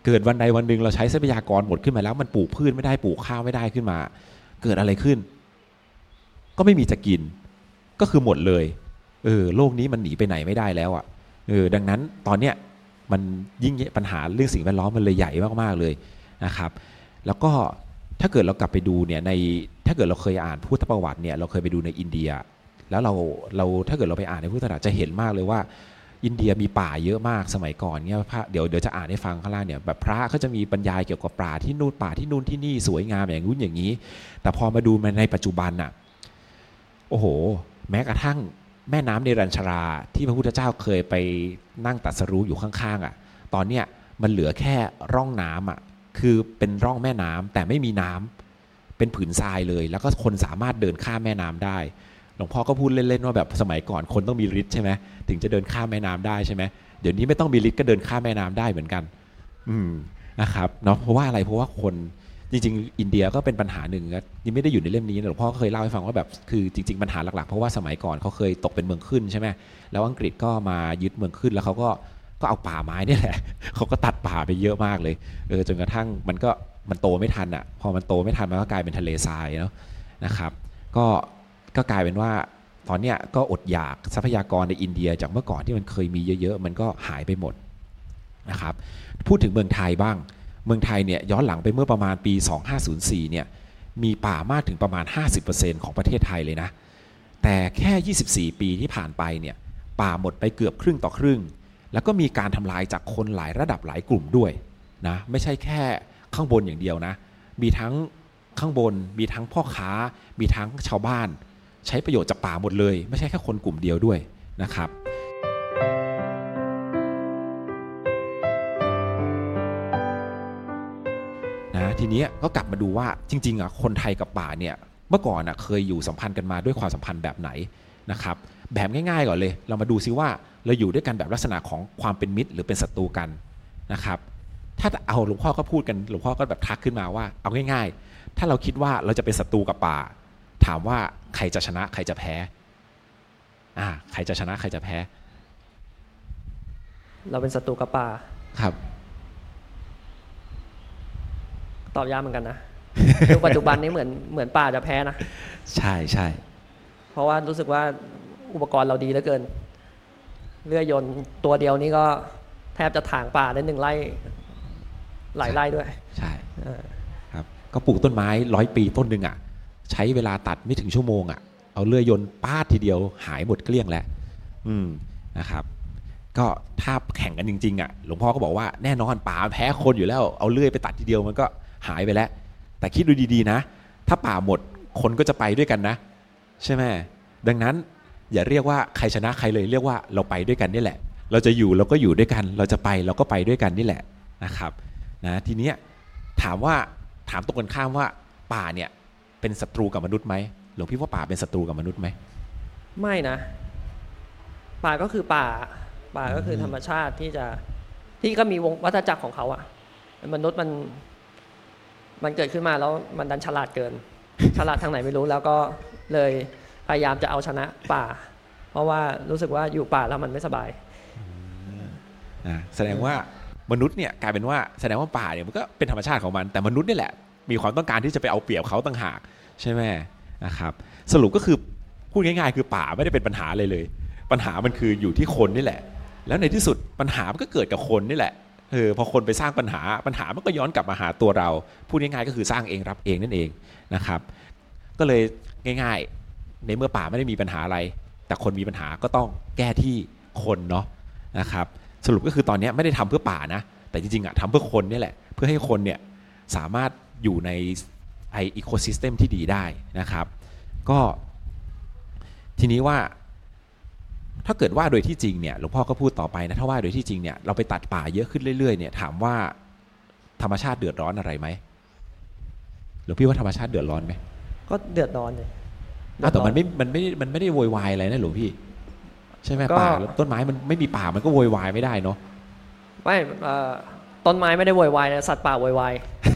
เกิดวันใดวันหนึ่งเราใช้ทรัพยากรหมดขึ้นมาแล้วมันปลูกพืชไม่ได้ปลูกข้าวไม่ได้ขึ้นมาเกิดอะไรขึ้นก็ไม่มีจะกินก็คือหมดเลยโลกนี้มันหนีไปไหนไม่ได้แล้วอ่ะดังนั้นตอนเนี้ยมันยิ่งปัญหาเรื่องสิ่งแวดล้อมมันเลยใหญ่มากๆเลยนะครับแล้วก็ถ้าเกิดเรากลับไปดูเนี่ยถ้าเกิดเราเคยอ่านพุทธประวัติเนี่ยเราเคยไปดูในอินเดียแล้วเราถ้าเกิดเราไปอ่านในพุทธศาสนาจะเห็นมากเลยว่าอินเดียมีป่าเยอะมากสมัยก่อนเนี่ยเดี๋ยวจะอ่านให้ฟังข้างล่างเนี่ยแบบพระเขาจะมีบรรยายเกี่ยวกับป่าที่นู่นที่นี่สวยงามอย่างนู้นอย่างนี้แต่พอมาดูในปัจจุบันน่ะโอ้โหแม้กระทั่งแม่น้ำเนรัญชราที่พระพุทธเจ้าเคยไปนั่งตรัสรู้อยู่ข้างๆอ่ะตอนเนี้ยมันเหลือแค่ร่องน้ำอ่ะคือเป็นร่องแม่น้ำแต่ไม่มีน้ำเป็นผืนทรายเลยแล้วก็คนสามารถเดินข้ามแม่น้ำได้หลวงพ่อก็พูดเล่นๆว่าแบบสมัยก่อนคนต้องมีฤทธิ์ใช่ไหมถึงจะเดินข้ามแม่น้ำได้ใช่ไหมเดี๋ยวนี้ไม่ต้องมีฤทธิ์ก็เดินข้ามแม่น้ำได้เหมือนกันนะครับเนาะเพราะว่าอะไรเพราะว่าคนจริงๆอินเดียก็เป็นปัญหาหนึ่งนี่ไม่ได้อยู่ในเล่มนี้หลวงพ่อก็เคยเล่าให้ฟังว่าแบบคือจริงๆปัญหาหลักๆเพราะว่าสมัยก่อนเขาเคยตกเป็นเมืองขึ้นใช่ไหมแล้วอังกฤษก็มายึดเมืองขึ้นแล้วเขาก็เอาป่าไม้นี่แหละเขาก็ตัดป่าไปเยอะมากเลยจนกระทั่งมันโตไม่ทันอ่ะพอมันโตไม่ทันมันก็กลายเป็นทะเลทรายเนาะนะครับก็กลายเป็นว่าตอนเนี้ยก็อดอยากทรัพยากรในอินเดียจากเมื่อก่อนที่มันเคยมีเยอะๆมันก็หายไปหมดนะครับพูดถึงเมืองไทยบ้างเมืองไทยเนี่ยย้อนหลังไปเมื่อประมาณปี2504เนี่ยมีป่ามากถึงประมาณ 50% ของประเทศไทยเลยนะแต่แค่24ปีที่ผ่านไปเนี่ยป่าหมดไปเกือบครึ่งต่อครึ่งแล้วก็มีการทำลายจากคนหลายระดับหลายกลุ่มด้วยนะไม่ใช่แค่ข้างบนอย่างเดียวนะมีทั้งข้างบนมีทั้งพ่อค้ามีทั้งชาวบ้านใช้ประโยชน์จากป่าหมดเลยไม่ใช่แค่คนกลุ่มเดียวด้วยนะครับนะทีนี้ก็กลับมาดูว่าจริงๆอ่ะคนไทยกับป่าเนี่ยเมื่อก่อนอ่ะเคยอยู่สัมพันธ์กันมาด้วยความสัมพันธ์แบบไหนนะครับแบบง่ายๆก่อนเลยเรามาดูซิว่าเราอยู่ด้วยกันแบบลักษณะของความเป็นมิตรหรือเป็นศัตรูกันนะครับถ้าเอาหลวงพ่อก็พูดกันหลวงพ่อก็แบบทักขึ้นมาว่าเอาง่ายๆถ้าเราคิดว่าเราจะเป็นศัตรูกับป่าถามว่าใครจะชนะใครจะแพ้ใครจะชนะใครจะแพ้เราเป็นศัตรูกับป่าครับตอบยากเหมือนกันนะ ปัจจุบันนี้เหมือนป่าจะแพ้นะใช่ใช่เพราะว่ารู้สึกว่าอุปกรณ์เราดีเหลือเกินเลื่อยยนต์ตัวเดียวนี้ก็แทบจะถางป่าได้1 ไร่หลายไร่ด้วยใช่ครับก็ปลูกต้นไม้100 ปีต้นหนึ่งอ่ะใช้เวลาตัดไม่ถึงชั่วโมงอ่ะเอาเลื่อยยนต์ปาดทีเดียวหายหมดเกลี้ยงแล้วนะครับก็ถ้าแข่งกันจริงๆอ่ะหลวงพ่อก็บอกว่าแน่นอนป่าแพ้คนอยู่แล้วเอาเลื่อยไปตัดทีเดียวมันก็หายไปแล้วแต่คิดดูดีๆนะถ้าป่าหมดคนก็จะไปด้วยกันนะใช่ไหมดังนั้นอย่าเรียกว่าใครชนะใครเลยเรียกว่าเราไปด้วยกันนี่แหละเราจะอยู่เราก็อยู่ด้วยกันเราจะไปเราก็ไปด้วยกันนี่แหละนะครับนะทีนี้ถามตรงกันข้ามว่าป่าเนี่ยเป็นศัตรูกับมนุษย์ไหมหลวงพี่ว่าป่าเป็นศัตรูกับมนุษย์ไหมไม่นะป่าก็คือป่าก็คือธรรมชาติที่ก็มีวงวัฏจักรของเขาอะมนุษย์มันเกิดขึ้นมาแล้วมันดันฉลาดเกิน ฉลาดทางไหนไม่รู้แล้วก็เลยพยายามจะเอาชนะป่าเพราะว่ารู้สึกว่าอยู่ป่าแล้วมันไม่สบายแสดงว่ามนุษย์เนี่ยกลายเป็นว่าแสดงว่าป่าเนี่ยมันก็เป็นธรรมชาติของมันแต่มนุษย์นี่แหละมีความต้องการที่จะไปเอาเปรียบเขาต่างหากใช่ไหมนะครับสรุปก็คือพูดง่ายๆคือป่าไม่ได้เป็นปัญหาเลยปัญหามันคืออยู่ที่คนนี่แหละแล้วในที่สุดปัญหามันก็เกิดกับคนนี่แหละพอคนไปสร้างปัญหามันก็ย้อนกลับมาหาตัวเราพูดง่ายๆก็คือสร้างเองรับเองนั่นเองนะครับก็เลยง่ายๆในเมื่อป่าไม่ได้มีปัญหาอะไรแต่คนมีปัญหาก็ต้องแก้ที่คนเนาะนะครับสรุปก็คือตอนนี้ไม่ได้ทำเพื่อป่านะแต่จริงๆทำเพื่อคนนี่แหละเพื่อให้คนเนี่ยสามารถอยู่ในอีโคซิสเต็มที่ดีได้นะครับก็ทีนี้ว่าถ้าเกิดว่าโดยที่จริงเนี่ยหลวงพ่อก็พูดต่อไปนะถ้าว่าโดยที่จริงเนี่ยเราไปตัดป่าเยอะขึ้นเรื่อยๆเนี่ยถามว่าธรรมชาติเดือดร้อนอะไรไหมหรือพี่ว่าธรรมชาติเดือดร้อนไหมก็เดือดร้อนเลยแต่มันไม่ได้โวยวายอะไรนะหลวงพี่ใช่ไหมป่าต้นไม้มันไม่มีป่ามันก็โวยวายไม่ได้เนาะไม่ต้นไม้ไม่ได้โวยวายนะสัตว์ป่าโวยวาย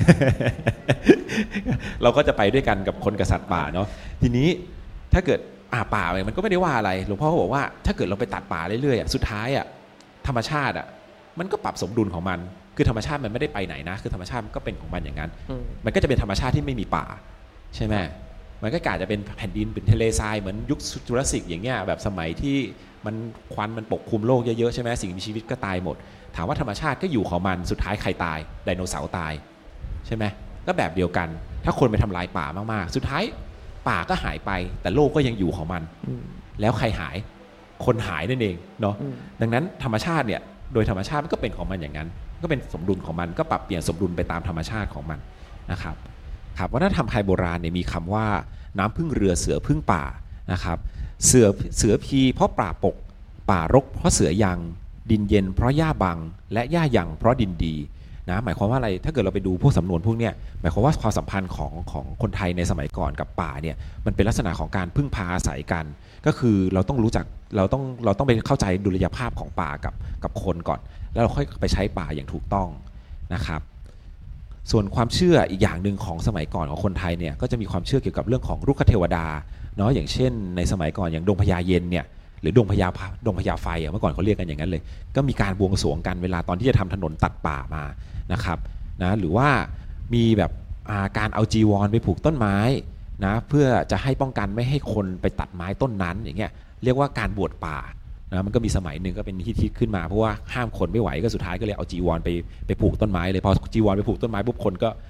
เราก็จะไปด้วยกันกับคนกับสัตว์ป่าเนาะทีนี้ถ้าเกิดป่ามันก็ไม่ได้ว่าอะไรหลวงพ่อก็บอกว่าถ้าเกิดเราไปตัดป่าเรื่อยๆสุดท้ายธรรมชาติมันก็ปรับสมดุลของมันคือธรรมชาติมันไม่ได้ไปไหนนะคือธรรมชาติมันก็เป็นของมันอย่างนั้นมันก็จะเป็นธรรมชาติที่ไม่มีป่าใช่ไหมมันก็กลายจะเป็นแผ่นดินเป็นทะเลทรายเหมือนยุคจูราสสิกอย่างเงี้ยแบบสมัยที่มันควันมันปกคลุมโลกเยอะๆใช่ไหมสิ่งมีชีวิตก็ตายหมดถามว่าธรรมชาติก็อยู่ของมันสุดท้ายใครตายไดโนเสาร์ตายใช่ไหมก็แบบเดียวกันถ้าคนไปทำลายป่ามากๆสุดท้ายป่าก็หายไปแต่โลกก็ยังอยู่ของมันแล้วใครหายคนหายนั่นเองเนาะดังนั้นธรรมชาติเนี่ยโดยธรรมชาติมันก็เป็นของมันอย่างนั้นก็เป็นสมดุลของมันก็ปรับเปลี่ยนสมดุลไปตามธรรมชาติของมันนะครับครับวัฒนธรรมไทยโบราณเนี่ยมีคำว่าน้ำพึ่งเรือเสือพึ่งป่านะครับเสือพีเพราะป่าปกป่ารกเพราะเสือยังดินเย็นเพราะหญ้าบังและหญ้ายังเพราะดินดีนะหมายความว่าอะไรถ้าเกิดเราไปดูพวกสำนวนพวกเนี้ยหมายความว่าความสัมพันธ์ของคนไทยในสมัยก่อนกับป่าเนี่ยมันเป็นลักษณะของการพึ่งพาอาศัยกันก็คือเราต้องรู้จักเราต้องไปเข้าใจดุลยภาพของป่ากับคนก่อนแล้วเราค่อยไปใช้ป่าอย่างถูกต้องนะครับส่วนความเชื่ออีกอย่างหนึ่งของสมัยก่อนของคนไทยเนี่ยก็จะมีความเชื่อเกี่ยวกับเรื่องของรุกขเทวดาเนาะอย่างเช่นในสมัยก่อนอย่างดงพญาเย็นเนี่ยหรือดงพญาไฟเมื่อก่อนเขาเรียกกันอย่างนั้นเลยก็มีการบวงสรวงกันเวลาตอนที่จะทำถนนตัดป่ามานะครับนะหรือว่ามีแบบการเอาจีวรไปผูกต้นไม้นะเพื่อจะให้ป้องกันไม่ให้คนไปตัดไม้ต้นนั้นอย่างเงี้ยเรียกว่าการบวชป่านะมันก็มีสมัยหนึ่งก็เป็นฮิตขึ้นมาเพราะว่าห้ามคนไม่ไหวก็สุดท้ายก็เลยเอาจีวรไปผูกต้นไม้เลยพอจีวรไปผูกต้นไม้ปุ๊บคนก็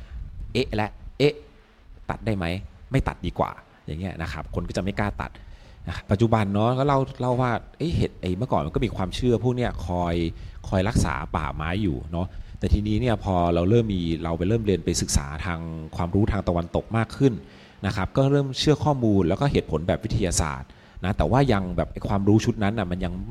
ตัดได้ไหมไม่ตัดดีกว่าอย่างเงี้ยนะครับคนก็จะไม่กล้าตัดปัจจุบันเนาะก็เล่าว่าเมื่อก่อนมันก็มีความเชื่อพวกเนี้ยคอยรักษาป่าไม้อยู่เนาะแต่ทีนี้เนี่ยพอเราไปเริ่มเรียนไปศึกษาทางความรู้ทางตะวันตกมากขึ้นนะครับก็เริ่มเชื่อข้อมูลแล้วก็เหตุผลแบบวิทยาศาสตร์นะแต่ว่ายังแบบความรู้ชุดนั้นมันยัง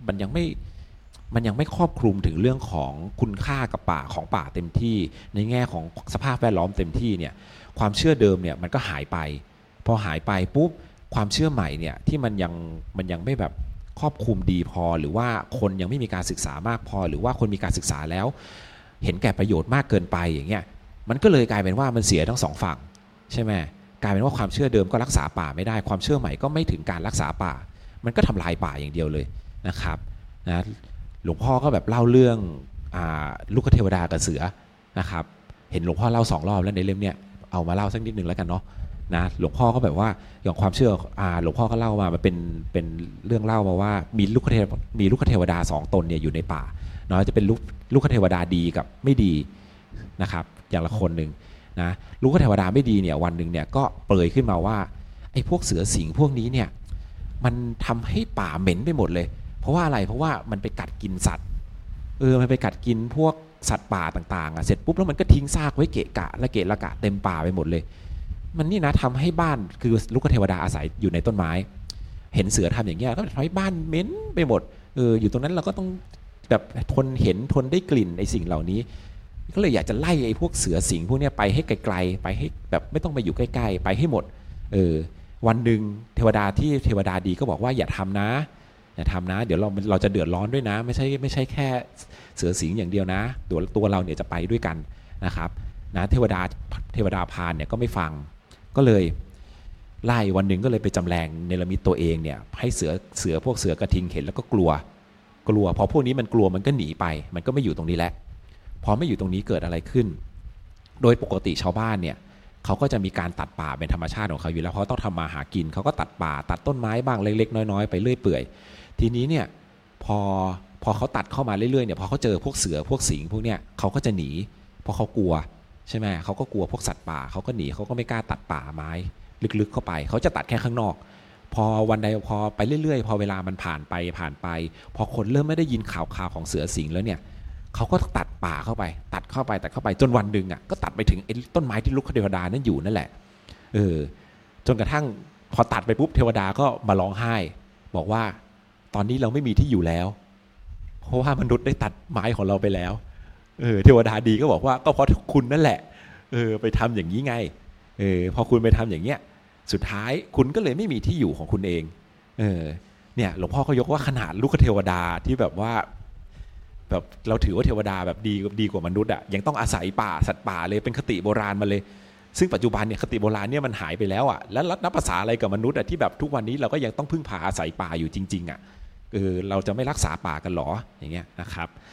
ไม่ครอบคลุมถึงเรื่องของคุณค่ากับป่าของป่าเต็มที่ในแง่ของสภาพแวดล้อมเต็มที่เนี่ยความเชื่อเดิมเนี่ยมันก็หายไปพอหายไปปุ๊บความเชื่อใหม่เนี่ยที่มันยังไม่แบบครอบคลุมดีพอหรือว่าคนยังไม่มีการศึกษามากพอหรือว่าคนมีการศึกษาแล้วเห็นแก่ประโยชน์มากเกินไปอย่างเงี้ยมันก็เลยกลายเป็นว่ามันเสียทั้งสองฝั่งใช่ไหมกลายเป็นว่าความเชื่อเดิมก็รักษาป่าไม่ได้ความเชื่อใหม่ก็ไม่ถึงการรักษาป่ามันก็ทำลายป่าอย่างเดียวเลยนะครับนะหลวงพ่อก็แบบเล่าเรื่องลูกเทวดากับเสือนะครับเห็นหลวงพ่อเล่า2 รอบแล้วในเล่มเนี้ยเอามาเล่าสักนิดนึงแล้วกันเนาะนะหลวงพ่อก็แบบว่าอย่างความเชื่อหลวงพ่อก็เล่ามามันเป็นเรื่องเล่ามาว่ามีลูกเทวดา2 ตนเนี่ยอยู่ในป่าเนาะจะเป็นลูกเทวดาดีกับไม่ดีนะครับอย่างละคนหนึ่งนะลูกเทวดาไม่ดีเนี่ยวันหนึ่งเนี่ยก็เปรยขึ้นมาว่าไอ้พวกเสือสิงห์พวกนี้เนี่ยมันทำให้ป่าเหม็นไปหมดเลยเพราะว่าอะไรเพราะว่ามันไปกัดกินสัตว์มันไปกัดกินพวกสัตว์ป่าต่างๆเสร็จปุ๊บแล้วมันก็ทิ้งซากไว้เกะกะเต็มป่าไปหมดเลยมันนี่นะทำให้บ้านคือลูกเทวดาอาศัยอยู่ในต้นไม้เห็นเสือทำอย่างเงี้ยก็ทำให้บ้านเหม็นไปหมดอยู่ตรงนั้นเราก็ต้องแบบทนได้กลิ่นไอ้สิ่งเหล่านี้ก็เลยอยากจะไล่ไอ้พวกเสือสิงห์พวกนี้ไปให้ไกลๆไปให้แบบไม่ต้องไปอยู่ใกล้ๆไปให้หมดวันหนึ่งเทวดาดีก็บอกว่าอย่าทำนะเดี๋ยวเราจะเดือดร้อนด้วยนะไม่ใช่แค่เสือสิงห์อย่างเดียวนะตัวเราเนี่ยจะไปด้วยกันนะครับนะเทวดาพาลเนี่ยก็ไม่ฟังก็เลยไล่วันหนึ่งก็เลยไปจำแรงเนรมิตตัวเองเนี่ยให้เสือพวกเสือกระทิงเห็นแล้วก็กลัวพอพวกนี้มันกลัวมันก็หนีไปมันก็ไม่อยู่ตรงนี้แล้วพอไม่อยู่ตรงนี้เกิดอะไรขึ้นโดยปกติชาวบ้านเนี่ยเขาก็จะมีการตัดป่าเป็นธรรมชาติของเขาอยู่แล้วเพราะต้องทำมาหากินเขาก็ตัดป่าตัดต้นไม้บ้างเล็กๆน้อยๆไปเรื่อยเปื่อยทีนี้เนี่ยพอเขาตัดเข้ามาเรื่อยๆเนี่ยพอเขาเจอพวกเสือพวกสิงห์พวกเนี้ยเขาก็จะหนีเพราะเขากลัวใช่ไหมเขาก็กลัวพวกสัตว์ป่าเขาก็หนีเขาก็ไม่กล้าตัดป่าไม้ลึกๆเข้าไปเขาจะตัดแค่ข้างนอกพอวันใดพอไปเรื่อยๆพอเวลามันผ่านไปพอคนเริ่มไม่ได้ยินข่าวของเสือสิงห์แล้วเนี่ยเขาก็ตัดป่าเข้าไปจนวันหนึ่งอ่ะก็ตัดไปถึงไอ้ต้นไม้ที่ลูกเทวดานั่นอยู่นั่นแหละจนกระทั่งพอตัดไปปุ๊บเทวดาก็มาร้องไห้บอกว่าตอนนี้เราไม่มีที่อยู่แล้วเพราะว่ามนุษย์ได้ตัดไม้ของเราไปแล้วเทวดาดีก็บอกว่าก็เพราะคุณนั่นแหละไปทำอย่างนี้ไงพอคุณไปทำอย่างเงี้ยสุดท้ายคุณก็เลยไม่มีที่อยู่ของคุณเองเนี่ยหลวงพ่อก็ยกว่าขนาดลูกเทวดาที่แบบว่าแบบเราถือว่าเทวดาแบบดีกว่ามนุษย์อ่ะยังต้องอาศัยป่าสัตว์ป่าเลยเป็นคติโบราณมาเลยซึ่งปัจจุบันเนี่ยคติโบราณเนี่ยมันหายไปแล้วอ่ะแล้วนับภาษาอะไรกับมนุษย์อ่ะที่แบบทุกวันนี้เราก็ยังต้องพึ่งพาอาศัยป่าอยู่จริงๆอ่ะเราจะไม่รักษาป่ากันหรออย่างเงี้ยนะครับ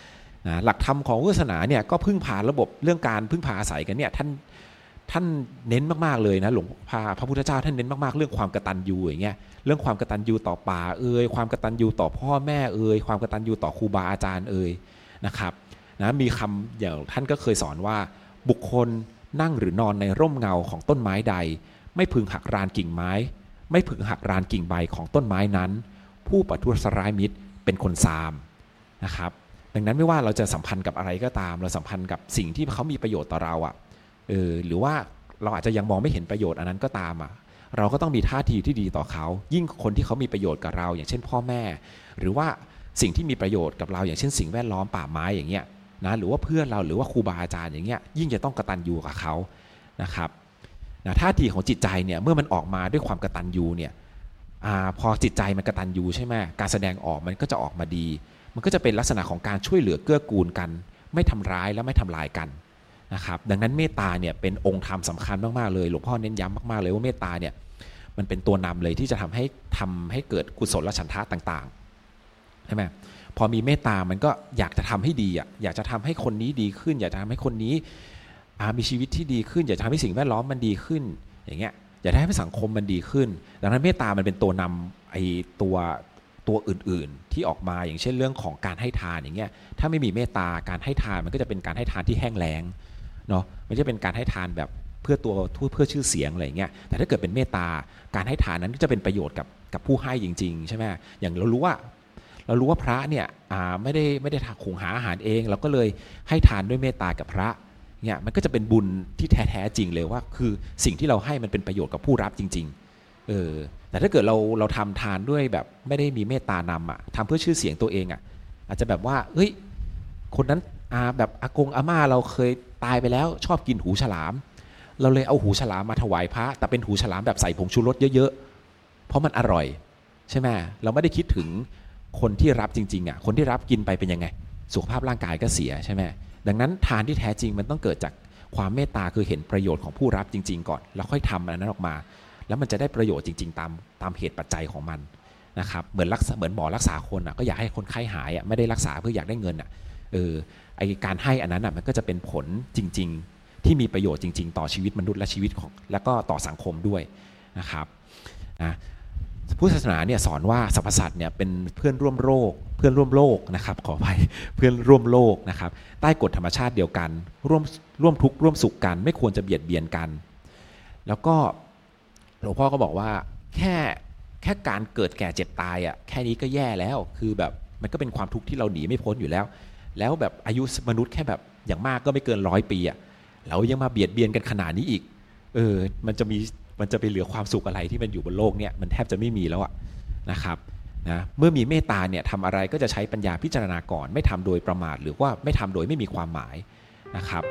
หลักธรรมของพุทธศาสนาเนี่ยก็พึ่งพาระบบเรื่องการพึ่งพาอาศัยกันเนี่ยท่านเน้นมากๆเลยนะหลวงพระพุทธเจ้าท่านเน้นมากๆเรื่องความกตัญญูอย่างเงี้ยเรื่องความกตัญญูต่อป่าความกตัญญูต่อพ่อแม่ความกตัญญูต่อครูบาอาจารย์นะครับนะมีคำอย่างท่านก็เคยสอนว่าบุคคลนั่งหรือนอนในร่มเงาของต้นไม้ใดไม่พึงหักรานกิ่งไม้ไม่พึงหักรานกิ่งใบของต้นไม้นั้นผู้ประทุษร้ายมิตรเป็นคนซามนะครับดังนั้นไม่ว่าเราจะสัมพันธ์กับอะไรก็ตามเราสัมพันธ์กับสิ่งที่เขามีประโยชน์ต่อเราหรือว่าเราอาจจะยังมองไม่เห็นประโยชน์อันนั้นก็ตามเราก็ต้องมีท่าทีที่ดีต่อเขายิ่งคนที่เขามีประโยชน์กับเราอย่างเช่นพ่อแม่หรือว่าสิ่งที่มีประโยชน์กับเราอย่างเช่นสิ่งแวดล้อมป่าไม้อย่างเงี้ยนะหรือว่าเพื่อนเราหรือว่าครูบาอาจารย์อย่างเงี้ยยิ่งจะต้องกตัญญูกับเขานะครับท่าทีของจิตใจเนี่ยเมื่อมันออกมาด้วยความกตัญญูเนี่ยพอจิตใจมันกตัญญูใช่ไหมการแสดงออกมันก็จะออกมาดีมันก็จะเป็นลักษณะของการช่วยเหลือเกื้อกูลกันไม่ทำร้ายและไม่ทำลายกันนะครับดังนั้นเมตตาเนี่ยเป็นองค์ธรรมสำคัญมากๆเลยหลวงพ่อเน้นย้ำมากๆเลยว่าเมตตาเนี่ยมันเป็นตัวนำเลยที่จะทำให้เกิดกุศลฉันทะต่างๆใช่ไหมพอมีเมตตามันก็อยากจะทำให้ดีอยากจะทำให้คนนี้ดีขึ้นอยากจะทำให้คนนี้มีชีวิตที่ดีขึ้นอยากจะทำให้สิ่งแวดล้อมมันดีขึ้นอย่างเงี้ยอยากให้สังคมมันดีขึ้นดังนั้นเมตตามันเป็นตัวนำตัวอื่นๆที่ออกมาอย่างเช่นเรื่องของการให้ทานอย่างเงี้ยถ้าไม่มีเมตตาการให้ทานมันก็จะเป็นการให้ทานที่แห้งแล้งเนาะไม่ใช่เป็นการให้ทานแบบเพื่อชื่อเสียงอะไรอย่างเงี้ยแต่ถ้าเกิดเป็นเมตตาการให้ทานนั้นก็จะเป็นประโยชน์กับผู้ให้จริงๆใช่ไหมอย่างเรารู้ว่าพระเนี่ยไม่ได้หุงหาอาหารเองเราก็เลยให้ทานด้วยเมตตากับพระเนี่ยมันก็จะเป็นบุญที่แท้จริงเลยว่าคือสิ่งที่เราให้มันเป็นประโยชน์กับผู้รับจริงๆแต่ถ้าเกิดเราทำทานด้วยแบบไม่ได้มีเมตตานำทำเพื่อชื่อเสียงตัวเองอาจจะแบบว่าเฮ้ยคนนั้นแบบอากงอาม่าเราเคยตายไปแล้วชอบกินหูฉลามเราเลยเอาหูฉลามมาถวายพระแต่เป็นหูฉลามแบบใส่ผงชูรสเยอะๆเพราะมันอร่อยใช่ไหมเราไม่ได้คิดถึงคนที่รับจริงๆคนที่รับกินไปเป็นยังไงสุขภาพร่างกายก็เสียใช่ไหมดังนั้นทานที่แท้จริงมันต้องเกิดจากความเมตตาคือเห็นประโยชน์ของผู้รับจริงๆก่อนแล้วค่อยทำอันนั้นออกมาแล้วมันจะได้ประโยชน์จริงๆตามเหตุปัจจัยของมันนะครับเหมือนหมอรักษาคนก็อยากให้คนไข้หายไม่ได้รักษาเพื่ออยากได้เงินไอการให้อันนั้นมันก็จะเป็นผลจริงๆที่มีประโยชน์จริงๆต่อชีวิตมนุษย์และชีวิตของแล้วก็ต่อสังคมด้วยนะครับพุทธศาสนาเนี่ยสอนว่าสรรพสัตว์เนี่ยเป็นเพื่อนร่วมโลกนะครับขออภัยเพื่อนร่วมโลกนะครับใต้กฎธรรมชาติเดียวกันร่วมทุกข์ร่วมสุขกันไม่ควรจะเบียดเบียนกันแล้วก็หลวงพ่อก็บอกว่าแค่การเกิดแก่เจ็บตายแค่นี้ก็แย่แล้วคือแบบมันก็เป็นความทุกข์ที่เราหนีไม่พ้นอยู่แล้วแบบอายุมนุษย์แค่แบบอย่างมากก็ไม่เกิน100 ปีเรายังมาเบียดเบียนกันขนาดนี้อีกมันจะไปเหลือความสุขอะไรที่มันอยู่บนโลกเนี่ยมันแทบจะไม่มีแล้วนะครับนะเมื่อมีเมตตาเนี่ยทำอะไรก็จะใช้ปัญญาพิจารณาก่อนไม่ทำโดยประมาทหรือว่าไม่ทำโดยไม่มีความหมายนะครับ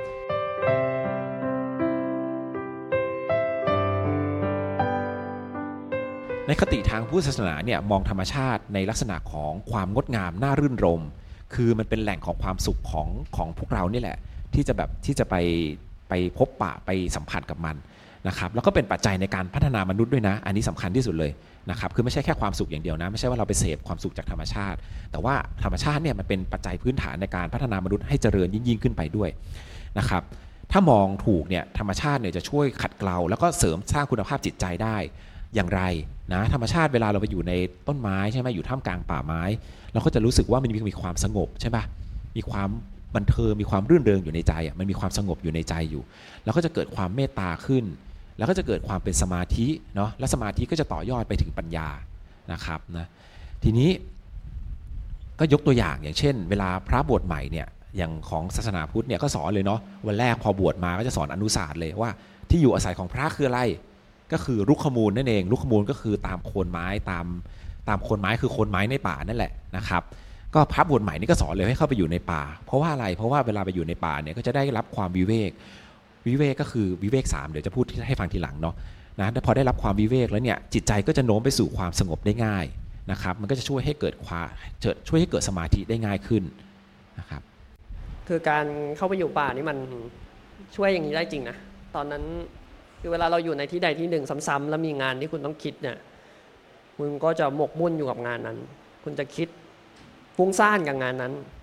ในคติทางพุทธศาสนาเนี่ยมองธรรมชาติในลักษณะของความงดงามน่ารื่นรมคือมันเป็นแหล่งของความสุขของพวกเรานี่แหละที่จะไปพบปะไปสัมผัสกับมันนะครับแล้วก็เป็นปัจจัยในการพัฒนามนุษย์ด้วยนะอันนี้สำคัญที่สุดเลยนะครับคือไม่ใช่แค่ความสุขอย่างเดียวนะไม่ใช่ว่าเราไปเสพความสุขจากธรรมชาติแต่ว่าธรรมชาติเนี่ยมันเป็นปัจจัยพื้นฐานในการพัฒนามนุษย์ให้เจริญยิ่งขึ้นไปด้วยนะครับถ้ามองถูกเนี่ยธรรมชาติเนี่ยจะช่วยขัดเกลาแล้วก็เสริมสร้างคุณภาพจิตใจได้อย่างไรนะธรรมชาติเวลาเราไปอยู่ในต้นไม้ใช่ไหมอยู่ท่ามกลางป่าไม้เราก็จะรู้สึกว่ามันมีความสงบใช่ป่ะมีความบันเทิงมีความรื่นเริงอยู่ในใจมันมีความสงบอยู่ในใจอยู่แล้วก็จะเกิดความเมตตาขึ้นแล้วก็จะเกิดความเป็นสมาธิเนาะและสมาธิก็จะต่อยอดไปถึงปัญญานะครับนะทีนี้ก็ยกตัวอย่างเช่นเวลาพระบวชใหม่เนี่ยอย่างของศาสนาพุทธเนี่ยก็สอนเลยเนาะวันแรกพอบวชมาก็จะสอนอนุศาสตร์เลยว่าที่อยู่อาศัยของพระคืออะไรก็คือรุกขมูลนั่นเองรุกขมูลก็คือตามโคนไม้ตามโคนไม้คือโคนไม้ในป่านั่นแหละนะครับก็พระบวชใหม่นี่ก็สอนเลยให้เข้าไปอยู่ในป่าเพราะว่าอะไรเพราะว่าเวลาไปอยู่ในป่าเนี่ยก็จะได้รับความวิเวกก็คือวิเวก3เดี๋ยวจะพูดให้ฟังทีหลังเนาะนะพอได้รับความวิเวกแล้วเนี่ยจิตใจก็จะโน้มไปสู่ความสงบได้ง่ายนะครับมันก็จะช่วยให้เกิดสมาธิได้ง่ายขึ้นนะครับคือการเข้าไปอยู่ป่านี่มันช่วยอย่างนี้ได้จริงนะตอนนั้นคือเวลาเราอยู่ในที่ใดที่หนึ่งซ้ำๆแล้วมีงานที่คุณต้องคิดเนี่ยคุณก็จะหมกมุ่นอยู่กับงานนั้นคุณจะคิดฟุ้งซ่านกับงานนั้น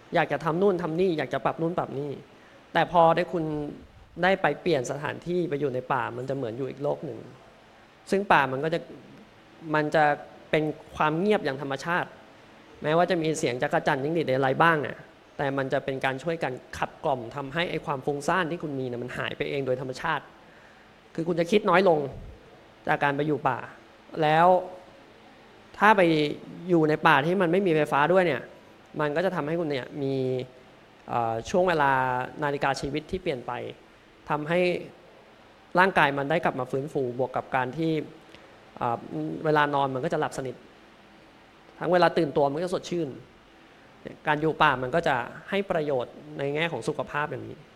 อยากจะทำนู่นทำนี่อยากจะปรับนู่นปรับนี่แต่พอได้คุณได้ไปเปลี่ยนสถานที่ไปอยู่ในป่ามันจะเหมือนอยู่อีกโลกหนึ่งซึ่งป่ามันจะเป็นความเงียบอย่างธรรมชาติแม้ว่าจะมีเสียงจักรจั่นจิ้งหรีดอะไรบ้างเนี่ยแต่มันจะเป็นการช่วยกันขับกล่อมทำให้ไอ้ความฟุ้งซ่านที่คุณมีเนี่ยมันหายไปเองโดยธรรมชาติคือคุณจะคิดน้อยลงจากการไปอยู่ป่าแล้วถ้าไปอยู่ในป่าที่มันไม่มีไฟฟ้าด้วยเนี่ยมันก็จะทำให้คุณเนี่ยมีช่วงเวลานาฬิกาชีวิตที่เปลี่ยนไปทำให้ร่างกายมันได้กลับมาฟื้นฟูบวกกับการที่เวลานอนมันก็จะหลับสนิททั้งเวลาตื่นตัวมันก็สดชื่นการอยู่ป่ามันก็จะให้ประโยชน์ในแง่ของสุขภาพอย่างนี้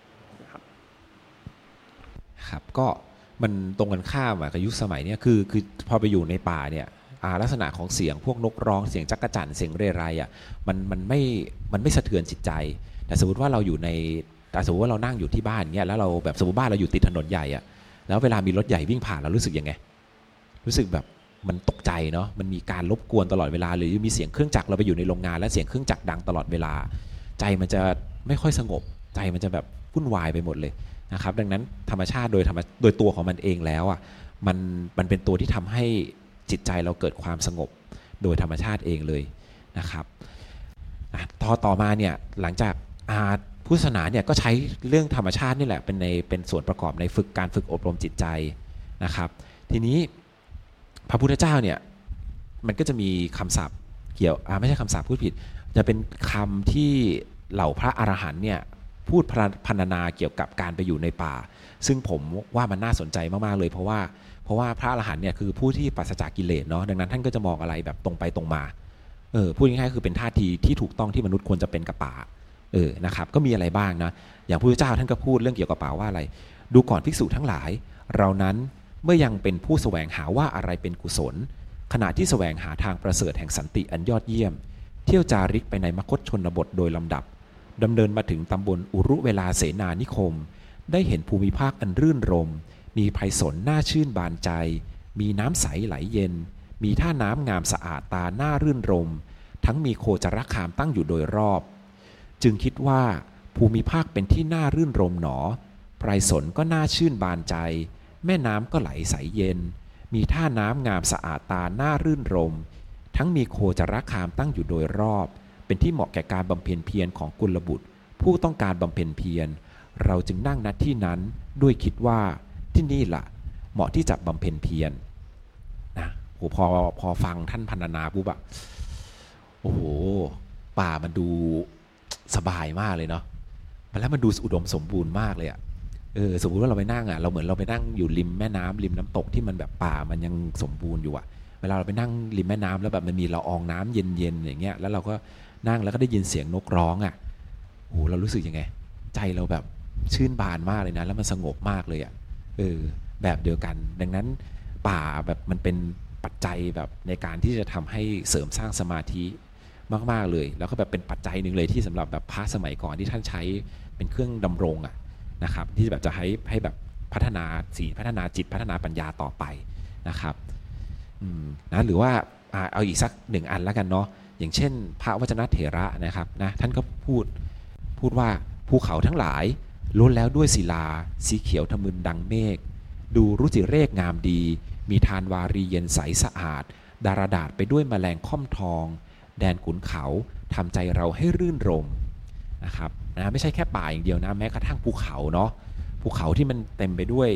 ครับก็มันตรงกันข้ามกับยุคสมัยนี้คือพอไปอยู่ในป่าเนี่ยลักษณะของเสียงพวกนกร้องเสียงจักจั่นเสียงเรไรอ่ะมันไม่สะเทือนจิตใจแต่สมมติว่าเราอยู่ในแต่สมมติว่าเรานั่งอยู่ที่บ้านเงี้ยแล้วเราแบบสมมติบ้านเราอยู่ติดถนนใหญ่อ่ะแล้วเวลามีรถใหญ่วิ่งผ่านเรารู้สึกยังไงรู้สึกแบบมันตกใจเนาะมันมีการรบกวนตลอดเวลาหรือมีเสียงเครื่องจักรเราไปอยู่ในโรงงานและเสียงเครื่องจักรดังตลอดเวลาใจมันจะไม่ค่อยสงบใจมันจะแบบวุ่นวายไปหมดเลยนะครับดังนั้นธรรมชาติโดยตัวของมันเองแล้วอ่ะมันเป็นตัวที่ทำให้จิตใจเราเกิดความสงบโดยธรรมชาติเองเลยนะครับต่อมาเนี่ยหลังจากพุทธศาสนาเนี่ยก็ใช้เรื่องธรรมชาตินี่แหละเป็นส่วนประกอบในการฝึกอบรมจิตใจนะครับทีนี้พระพุทธเจ้าเนี่ยมันก็จะมีคำศัพท์เกี่ยวไม่ใช่คำศัพท์พูดผิดจะเป็นคำที่เหล่าพระอรหันต์เนี่ยพูดพรรณนาเกี่ยวกับการไปอยู่ในป่าซึ่งผมว่ามันน่าสนใจมากๆเลยเพราะว่าพระอรหันต์เนี่ยคือผู้ที่ปราศจากกิเลสเนาะดังนั้นท่านก็จะมองอะไรแบบตรงไปตรงมาพูดง่ายๆคือเป็นท่าทีที่ถูกต้องที่มนุษย์ควรจะเป็นกับป่านะครับก็มีอะไรบ้างนะอย่างพระพุทธเจ้าท่านก็พูดเรื่องเกี่ยวกับป่าว่าอะไรดูก่อนภิกษุทั้งหลายเรานั้นเมื่อยังเป็นผู้แสวงหาว่าอะไรเป็นกุศลขณะที่แสวงหาทางประเสริฐแห่งสันติอันยอดเยี่ยมเที่ยวจาริกไปในมคธชนบทโดยลำดับดำเนินมาถึงตำบลอุรุเวลาเสนานิคมได้เห็นภูมิภาคอันรื่นรมมีไพศาลน่าชื่นบานใจมีน้ำใสไหลเย็นมีท่าน้ำงามสะอาดตาน่ารื่นรมทั้งมีโคจรคามตั้งอยู่โดยรอบจึงคิดว่าภูมิภาคเป็นที่น่ารื่นรมหนอไพศาลก็น่าชื่นบานใจแม่น้ำก็ไหลใสเย็นมีท่าน้ำงามสะอาดตาน่ารื่นรมทั้งมีโคจรคามตั้งอยู่โดยรอบเป็นที่เหมาะแก่การบำเพ็ญเพียรของกุลบุตรผู้ต้องการบำเพ็ญเพียรเราจึงนั่งณที่นั้นด้วยคิดว่าที่นี่ล่ะเหมาะที่จะบำเพ็ญเพียรนะพอฟังท่านพรรณนาปุ๊บอะโอ้โหป่ามันดูสบายมากเลยเนาะแล้วมันดูอุดมสมบูรณ์มากเลยอะสมมติว่าเราไปนั่งอะเราเหมือนเราไปนั่งอยู่ริมแม่น้ำริมน้ำตกที่มันแบบป่ามันยังสมบูรณ์อยู่อะเวลาเราไปนั่งริมแม่น้ำแล้วแบบมันมีละอองน้ำเย็นๆอย่างเงี้ยแล้วเราก็นั่งแล้วก็ได้ยินเสียงนกร้องอะโอ้เรารู้สึกยังไงใจเราแบบชื่นบานมากเลยนะแล้วมันสงบมากเลยอะแบบเดียวกันดังนั้นป่าแบบมันเป็นปัจจัยแบบในการที่จะทำให้เสริมสร้างสมาธิมากๆเลยแล้วก็แบบเป็นปัจจัยหนึ่งเลยที่สำหรับแบบพระสมัยก่อนที่ท่านใช้เป็นเครื่องดำรงอะนะครับที่แบบจะให้แบบพัฒนาศีลพัฒนาจิตพัฒนาปัญญาต่อไปนะครับนะหรือว่าเอาอีกสักหนึ่งอันแล้วกันเนาะอย่างเช่นพระวจนะเถระนะครับนะท่านก็พูดว่าภูเขาทั้งหลายล้วนแล้วด้วยศิลาสีเขียวทะมึนดังเมฆดูรุจิเรกงามดีมีทานวารีเย็นใสสะอาดดารดาษไปด้วยแมลงค่อมทองแดนขุนเขาทำใจเราให้รื่นรมนะครับนะไม่ใช่แค่ป่าอย่างเดียวนะแม้กระทั่งภูเขาเนาะภูเขาที่มันเต็มไปด้วย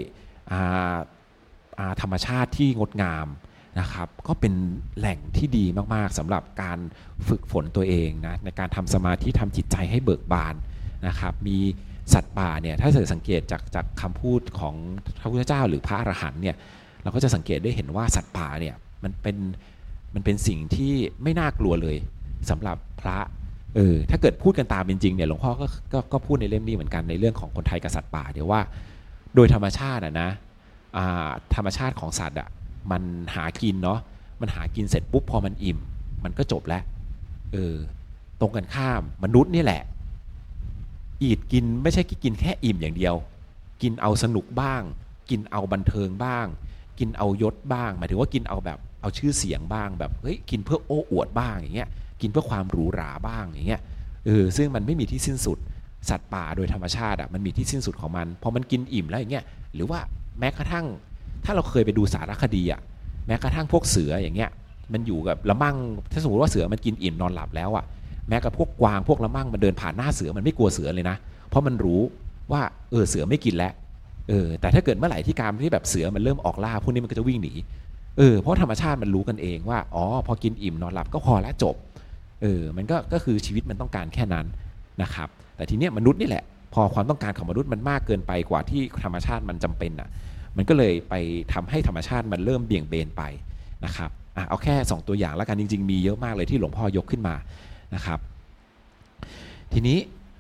ธรรมชาติที่งดงามนะครับก็เป็นแหล่งที่ดีมากๆสำหรับการฝึกฝนตัวเองนะในการทำสมาธิทำจิตใจให้เบิกบานนะครับมีสัตว์ป่าเนี่ยถ้าสังเกตจากคำพูดของพระพุทธเจ้าหรือพระอรหันต์เนี่ยเราก็จะสังเกตได้เห็นว่าสัตว์ป่าเนี่ยมันเป็นสิ่งที่ไม่น่ากลัวเลยสำหรับพระถ้าเกิดพูดกันตามเป็นจริงเนี่ยหลวงพ่อก็พูดในเล่มนี้เหมือนกันในเรื่องของคนไทยกับสัตว์ป่าเดี๋ยวว่าโดยธรรมชาตินะธรรมชาติของสัตว์มันหากินเนาะมันหากินเสร็จปุ๊บพอมันอิ่มมันก็จบแล้วตรงกันข้ามมนุษย์นี่แหละกินไม่ใช่กินแค่อิ่มอย่างเดียวกินเอาสนุกบ้างกินเอาบันเทิงบ้างกินเอายศบ้างหมายถึงว่ากินเอาแบบเอาชื่อเสียงบ้างแบบเฮ้ยกินเพื่อโอ้อวดบ้างอย่างเงี้ยกินเพื่อความหรูหราบ้างอย่างเงี้ยซึ่งมันไม่มีที่สิ้นสุดสัตว์ป่าโดยธรรมชาติมันมีที่สิ้นสุดของมันพอมันกินอิ่มแล้วอย่างเงี้ยหรือว่าแม้กระทั่งถ้าเราเคยไปดูสารคดีแม้กระทั่งพวกเสืออย่างเงี้ยมันอยู่กับละมั่งถ้าสมมติว่าเสือมันกินอิ่มนอนหลับแล้วแม้กับพวกกวางพวกละมั่งมันเดินผ่านหน้าเสือมันไม่กลัวเสือเลยนะเพราะมันรู้ว่าเสือไม่กินแล้วแต่ถ้าเกิดเมื่อไหร่ที่การที่แบบเสือมันเริ่มออกล่าพวกนี้มันก็จะวิ่งหนีเพราะธรรมชาติมันรู้กันเองว่าพอกินอิ่มนอนหลับก็พอแล้วจบมันก็คือชีวิตมันต้องการแค่นั้นนะครับแต่ทีเนี้ยมนุษย์นี่แหละพอความต้องการของมนุษย์มันมากเกินไปกว่าที่ธรรมชาติมันจำเป็นมันก็เลยไปทำให้ธรรมชาติมันเริ่มเบี่ยงเบนไปนะครับเอาแค่2ตัวอย่างแล้วกันจริงๆมีเยอะมากเลยที่หลวงพ่อยกขึ้นมานะครับทีนี้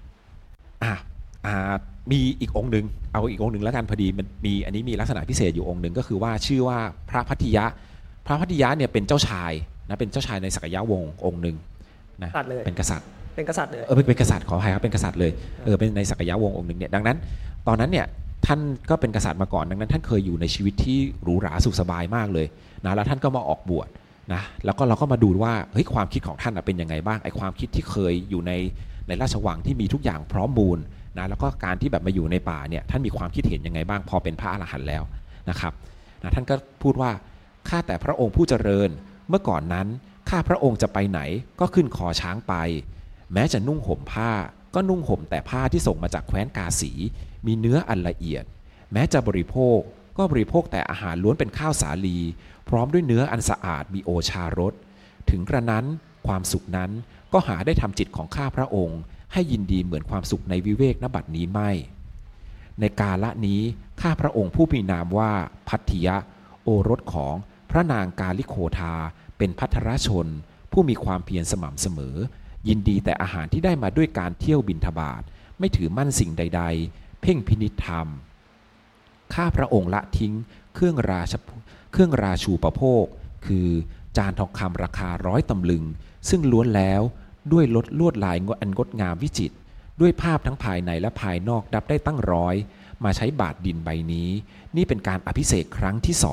มีอีกองค์นึงเอาอีกองค์นึงแล้วกันพอดีมันมีอันนี้มีลักษณะพิเศษอยู่องค์นึงก็คือว่าชื่อว่าพระพัทธิยะเนี่ยเป็นเจ้าชายนะเป็นเจ้าชายในสักยะวงศ์องค์นึงนะเป็นกษัตริย์เลยเป็นกษัตริย์ขออภัยครับเป็นกษัตริย์เลยเป็นในสักยะวงศ์องค์นึงเนี่ยดังนั้นตอนนั้นเนี่ยท่านก็เป็นกษัตริย์มาก่อนดังนั้นท่านเคยอยู่ในชีวิตที่หรูหราสุขสบายมากเลยนะแล้วท่านก็มาออกบวชนะแล้วก็เราก็มาดูว่าเฮ้ยความคิดของท่านเป็นยังไงบ้างไอ้ความคิดที่เคยอยู่ในราชวังที่มีทุกอย่างพร้อมบูรณ์นะแล้วก็การที่แบบมาอยู่ในป่าเนี่ยท่านมีความคิดเห็นยังไงบ้างพอเป็นพระอรหันต์แล้วนะครับนะท่านก็พูดว่าข้าแต่พระองค์ผู้เจริญเมื่อก่อนนั้นข้าพระองค์จะไปไหนก็ขึ้นคอช้างไปแม้จะนุ่งห่มผ้าก็นุ่งห่มแต่ผ้าที่ส่งมาจากแคว้นกาสีมีเนื้ออันละเอียดแม้จะบริโภคก็บริโภคแต่อาหารล้วนเป็นข้าวสาลีพร้อมด้วยเนื้ออันสะอาดมีโอชารสถึงกระนั้นความสุขนั้นก็หาได้ทำจิตของข้าพระองค์ให้ยินดีเหมือนความสุขในวิเวกณบัดนี้ไม่ในกาลนี้ข้าพระองค์ผู้มีนามว่าพัทธิยะโอรสของพระนางกาลิโคทาเป็นภัทรชนผู้มีความเพียรสม่ำเสมอยินดีแต่อาหารที่ได้มาด้วยการเที่ยวบิณฑบาตไม่ถือมั่นสิ่งใดๆเพ่งพินิจธรรมข้าพระองค์ละทิ้งเครื่องราชูปโภคคือจานทองคำราคา100 ตำลึงซึ่งล้วนแล้วด้วยลวดลายอันงดงามวิจิตรด้วยภาพทั้งภายในและภายนอกดับได้ตั้ง100มาใช้บาทดินใบนี้นี่เป็นการอภิเษกครั้งที่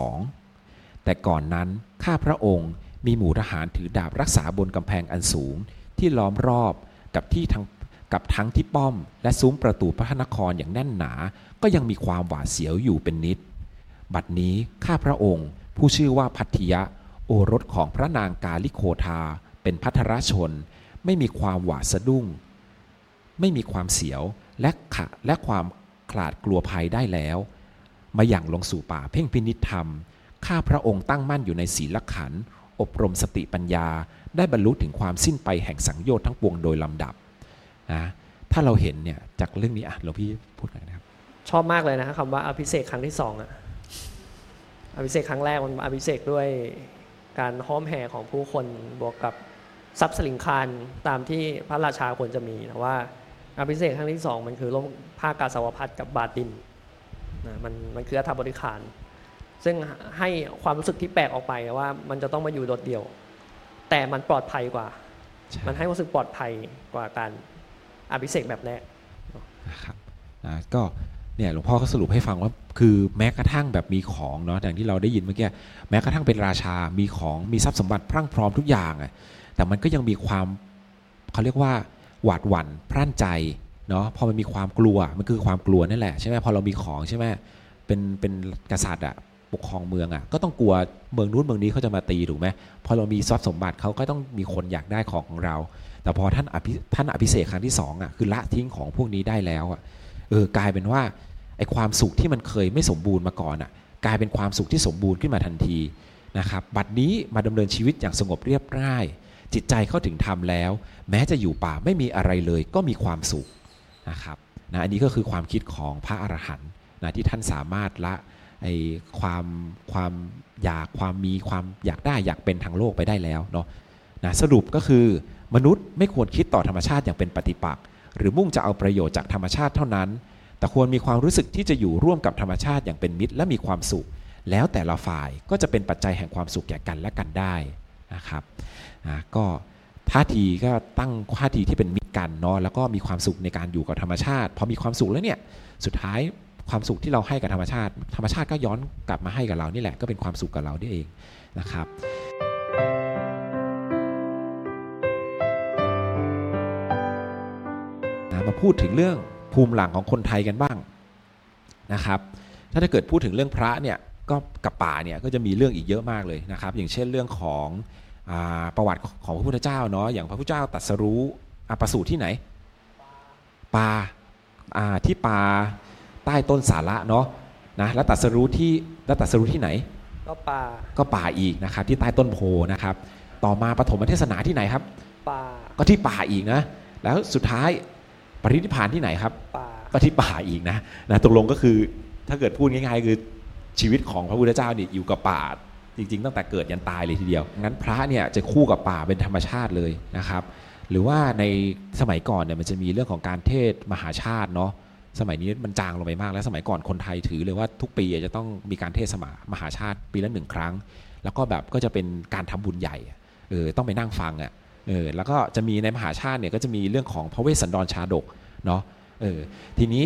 2แต่ก่อนนั้นข้าพระองค์มีหมู่ทหารถือดาบรักษาบนกำแพงอันสูงที่ล้อมรอบกับทั้งที่ป้อมและซุ้มประตูพระนครอย่างแน่นหนาก็ยังมีความหวาดเสียวอยู่เป็นนิดบัดนี้ข้าพระองค์ผู้ชื่อว่าพัทธิยะโอรสของพระนางกาลิโคทาเป็นภัทรชนไม่มีความหวาดสะดุ้งไม่มีความเสียวและความขลาดกลัวภัยได้แล้วมาอย่างลงสู่ป่าเพ่งพินิจธรรมข้าพระองค์ตั้งมั่นอยู่ในศีลขันธ์อบรมสติปัญญาได้บรรลุถึงความสิ้นไปแห่งสังโยชน์ทั้งปวงโดยลำดับนะถ้าเราเห็นเนี่ยจากเรื่องนี้หลวงพี่พูดหน่อยนะครับชอบมากเลยนะคำว่าอภิเษกครั้งที่2อภิเษกครั้งแรกมันอภิเษกด้วยการห้อมแห่ของผู้คนบวกกับทรัพย์สลิงคารตามที่พระราชาควรจะมีแต่ว่าอภิเษกครั้งที่2มันคือร่มผ้ากาสาวพัสกับบาทดินนะมันคืออัฐบริขารซึ่งให้ความรู้สึกที่แปลกออกไปว่ามันจะต้องมาอยู่โดดเดี่ยวแต่มันปลอดภัยกว่ามันให้รู้สึกปลอดภัยกว่าการอภิเษกแบบแรกนะครับก็เนี่ยหลวงพ่อก็สรุปให้ฟังว่าคือแม้กระทั่งแบบมีของเนาะอย่างที่เราได้ยินเมื่อกี้แม้กระทั่งเป็นราชามีของมีทรัพย์สมบัติพรั่งพร้อมทุกอย่างแต่มันก็ยังมีความเขาเรียกว่าหวาดหวั่นพรั่นใจเนาะพอมันมีความกลัวมันคือความกลัวนั่นแหละใช่ไหมพอเรามีของใช่ไหมเป็นกษัตริย์ปกครองเมืองก็ต้องกลัวเมืองนู้นเมืองนี้เขาจะมาตีถูกไหมพอเรามีทรัพย์สมบัติเขาก็ต้องมีคนอยากได้ของเราแต่พอท่านอภิเษกครั้งที่2คือละทิ้งของพวกนี้ได้แล้วกลายเป็นว่าไอ้ความสุขที่มันเคยไม่สมบูรณ์มาก่อนกลายเป็นความสุขที่สมบูรณ์ขึ้นมาทันทีนะครับบัดนี้มาดำเนินชีวิตอย่างสงบเรียบง่ายจิตใจเข้าถึงธรรมแล้วแม้จะอยู่ป่าไม่มีอะไรเลยก็มีความสุขนะครับอันนี้ก็คือความคิดของพระอรหันต์ที่ท่านสามารถละไอ้ความอยากความมีความอยากได้อยากเป็นทางโลกไปได้แล้วเนาะสรุปก็คือมนุษย์ไม่ควรคิดต่อธรรมชาติอย่างเป็นปฏิปักษ์หรือมุ่งจะเอาประโยชน์จากธรรมชาติเท่านั้นแต่ควรมีความรู้สึกที่จะอยู่ร่วมกับธรรมชาติอย่างเป็นมิตรและมีความสุขแล้วแต่ละฝ่ายก็จะเป็นปัจจัยแห่งความสุขแก่กันและกันได้นะครับก็ท่าทีก็ตั้งท่าทีที่เป็นมิตรกันเนาะแล้วก็มีความสุขในการอยู่กับธรรมชาติพอมีความสุขแล้วเนี่ยสุดท้ายความสุขที่เราให้กับธรรมชาติก็ย้อนกลับมาให้กับเรานี่แหละก็เป็นความสุขกับเราได้เองนะครับมาพูดถึงเรื่องภูมิหลังของคนไทยกันบ้างนะครับถ้าเกิดพูดถึงเรื่องพระเนี่ยก็กับป่าเนี่ยก็จะมีเรื่องอีกเยอะมากเลยนะครับอย่างเช่นเรื่องของประวัติของพระพุทธเจ้าเนาะอย่างพระพุทธเจ้าตรัสรู้ประสูติที่ไหนป่าที่ป่าใต้ต้นสาระเนาะนะแล้วตรัสรู้ที่ไหนก็ป่าอีกนะครับที่ใต้ต้นโพนะครับต่อมาปฐมเทศนาที่ไหนครับป่าก็ที่ป่าอีกนะแล้วสุดท้ายปรินิพพานที่ไหนครับป่าก็ที่ป่าอีกนะตกลงก็คือถ้าเกิดพูดง่ายๆคือชีวิตของพระพุทธเจ้าเนี่ยอยู่กับป่าจริงๆตั้งแต่เกิดยันตายเลยทีเดียวงั้นพระเนี่ยจะคู่กับป่าเป็นธรรมชาติเลยนะครับหรือว่าในสมัยก่อนเนี่ยมันจะมีเรื่องของการเทศมหาชาติเนาะสมัยนี้มันจางลงไปมากแล้วสมัยก่อนคนไทยถือเลยว่าทุกปีจะต้องมีการเทศมหาชาติปีละ1 ครั้งแล้วก็แบบก็จะเป็นการทำบุญใหญ่ต้องไปนั่งฟังแล้วก็จะมีในมหาชาติเนี่ยก็จะมีเรื่องของพระเวสสันดรชาดกเนาะทีนี้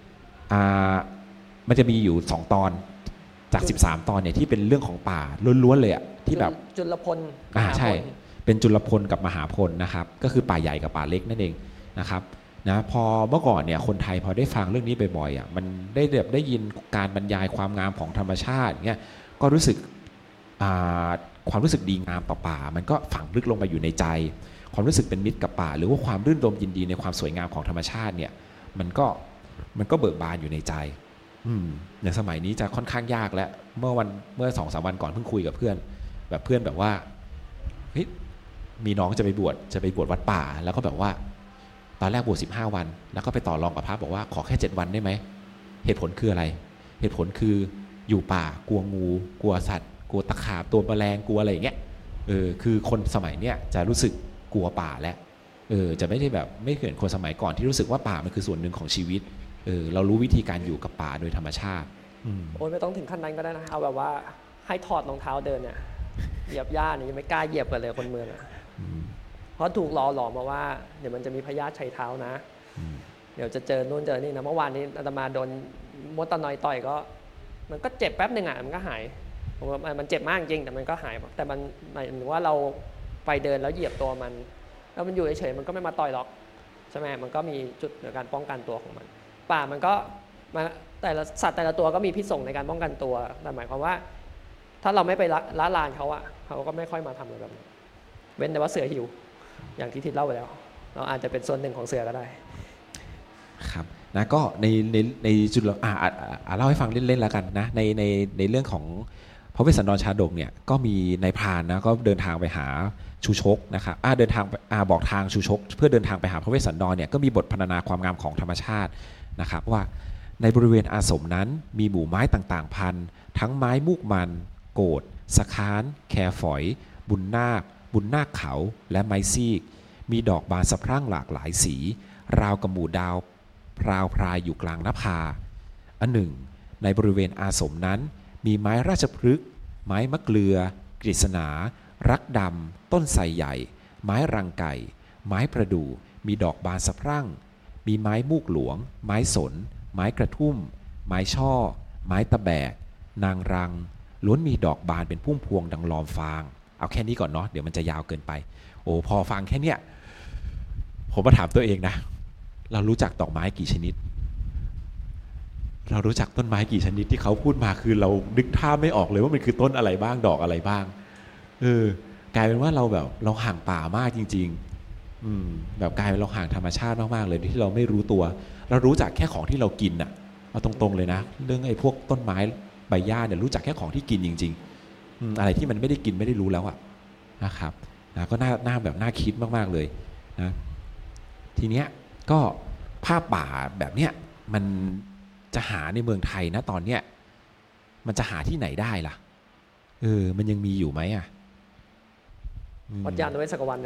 มันจะมีอยู่2 ตอนจาก13 ตอนเนี่ยที่เป็นเรื่องของป่าล้วนๆเลยที่แบบจุลพลใช่เป็นจุลพลกับมหาพลนะครับก็คือป่าใหญ่กับป่าเล็กนั่นเองนะครับนะพอเมื่อก่อนเนี่ยคนไทยพอได้ฟังเรื่องนี้บ่อยๆมันได้ยินการบรรยายความงามของธรรมชาติเงี้ยก็รู้สึกความรู้สึกดีงามต่อป่ามันก็ฝังลึกลงไปอยู่ในใจความรู้สึกเป็นมิตรกับป่าหรือว่าความรื่นรมยินดีในความสวยงามของธรรมชาติเนี่ยมันก็เบิกบานอยู่ในใจในสมัยนี้จะค่อนข้างยากแล้วเมื่อ 2-3 วันก่อนเพิ่งคุยกับเพื่อนแบบว่าเฮ้ยมีน้องจะไปบวชวัดป่าแล้วก็แบบว่าตอนแรกบวช15 วันแล้วก็ไปต่อรองกับพระบอกว่าขอแค่7 วันได้ไหมเหตุผลคืออะไรเหตุผลคืออยู่ป่ากลัวงูกลัวสัตว์กลัวตะขาบตัวแมลงกลัวอะไรอย่างเงี้ยคือคนสมัยเนี้ยจะรู้สึกกลัวป่าแล้วจะไม่ได้แบบไม่เหมือนคนสมัยก่อนที่รู้สึกว่าป่ามันคือส่วนหนึ่งของชีวิตเรารู้วิธีการอยู่กับป่าโดยธรรมชาติโอ้ยไม่ต้องถึงขั้นนั้นก็ได้นะเอาแบบว่าให้ถอดรองเท้าเดินเนี่ยเหยียบหญ้านี่ยังไม่กล้าเหยียบกันเลยคนเมืองเพราะถูกหลอมมาว่าเดี๋ยวมันจะมีพยาธิชัยเท้านะเดี๋ยวจะเจอนู่นเจอนี่นะเมื่อวานนี้อาตมาโดนมดตะนอยต่อยก็มันก็เจ็บแป๊บนึงมันก็หายมันเจ็บมากจริงแต่มันก็หายแต่มันหมายถึงว่าเราไปเดินแล้วเหยียบตัวมันแล้วมันอยู่เฉยๆมันก็ไม่มาต่อยหรอกใช่ไหมมันก็มีจุดในการป้องกันตัวของมันป่ามันก็แต่ละสัตว์แต่ละตัวก็มีพิษสงในการป้องกันตัวแต่หมายความว่าถ้าเราไม่ไปละลานเขาเขาก็ไม่ค่อยมาทำอะไรแบบนี้เว้นแต่ว่าเสือหิวอย่างที่ทิศเล่าไปแล้วเราอาจจะเป็นส่วนหนึ่งของเสือก็ได้ครับนะก็ในจุดเล่าให้ฟังเล่นๆแล้วกันนะในเรื่องของพระเวสสันดรชาดกเนี่ยก็มีนายพรานนะก็เดินทางไปหาชูชกนะครับเดินทางบอกทางชูชกเพื่อเดินทางไปหาพระเวสสันดรเนี่ยก็มีบทพรรณนาความงามของธรรมชาตินะครับว่าในบริเวณอาสมนั้นมีหมู่ไม้ต่างๆพันทั้งไม้มูกมันโกดสะค้านแคฝอยบุญนาคเขาและไม้ซีกมีดอกบานสะพรั่งหลากหลายสีราวกับหมู่ดาวพราวพรายอยู่กลางนภาอันหนึ่งในบริเวณอาสมนั้นมีไม้ราชพฤกษ์ไม้มะเกลือกฤษณารักดำต้นไทรใหญ่ไม้รังไก่ไม้ประดู่มีดอกบานสะพรั่งมีไม้มูกหลวงไม้สนไม้กระทุ่มไม้ช่อไม้ตะแบกนางรังล้วนมีดอกบานเป็นพุ่มพวงดังลอมฟางเอาแค่นี้ก่อนเนาะเดี๋ยวมันจะยาวเกินไปโอ้พอฟังแค่เนี้ยผมมาถามตัวเองนะเรารู้จักดอกไม้กี่ชนิดเรารู้จักต้นไม้กี่ชนิดที่เขาพูดมาคือเรานึกภาพไม่ออกเลยว่ามันคือต้นอะไรบ้างดอกอะไรบ้างกลายเป็นว่าเราห่างป่ามากจริงๆแบบกลายเป็นเราห่างธรรมชาติมากๆเลยที่เราไม่รู้ตัวเรารู้จักแค่ของที่เรากินน่ะเอาตรงๆเลยนะเรื่องไอ้พวกต้นไม้ใบหญ้าเนี่ยรู้จักแค่ของที่กินจริงๆอะไรที่มันไม่ได้กินไม่ได้รู้แล้วนะครับนะก็น่าคิดมากๆเลยนะทีเนี้ยก็ภาพป่าแบบเนี้ยมันจะหาในเมืองไทยนะตอนเนี้ยมันจะหาที่ไหนได้ล่ะมันยังมีอยู่ไหมวัดยานเวศกวันเนี่ย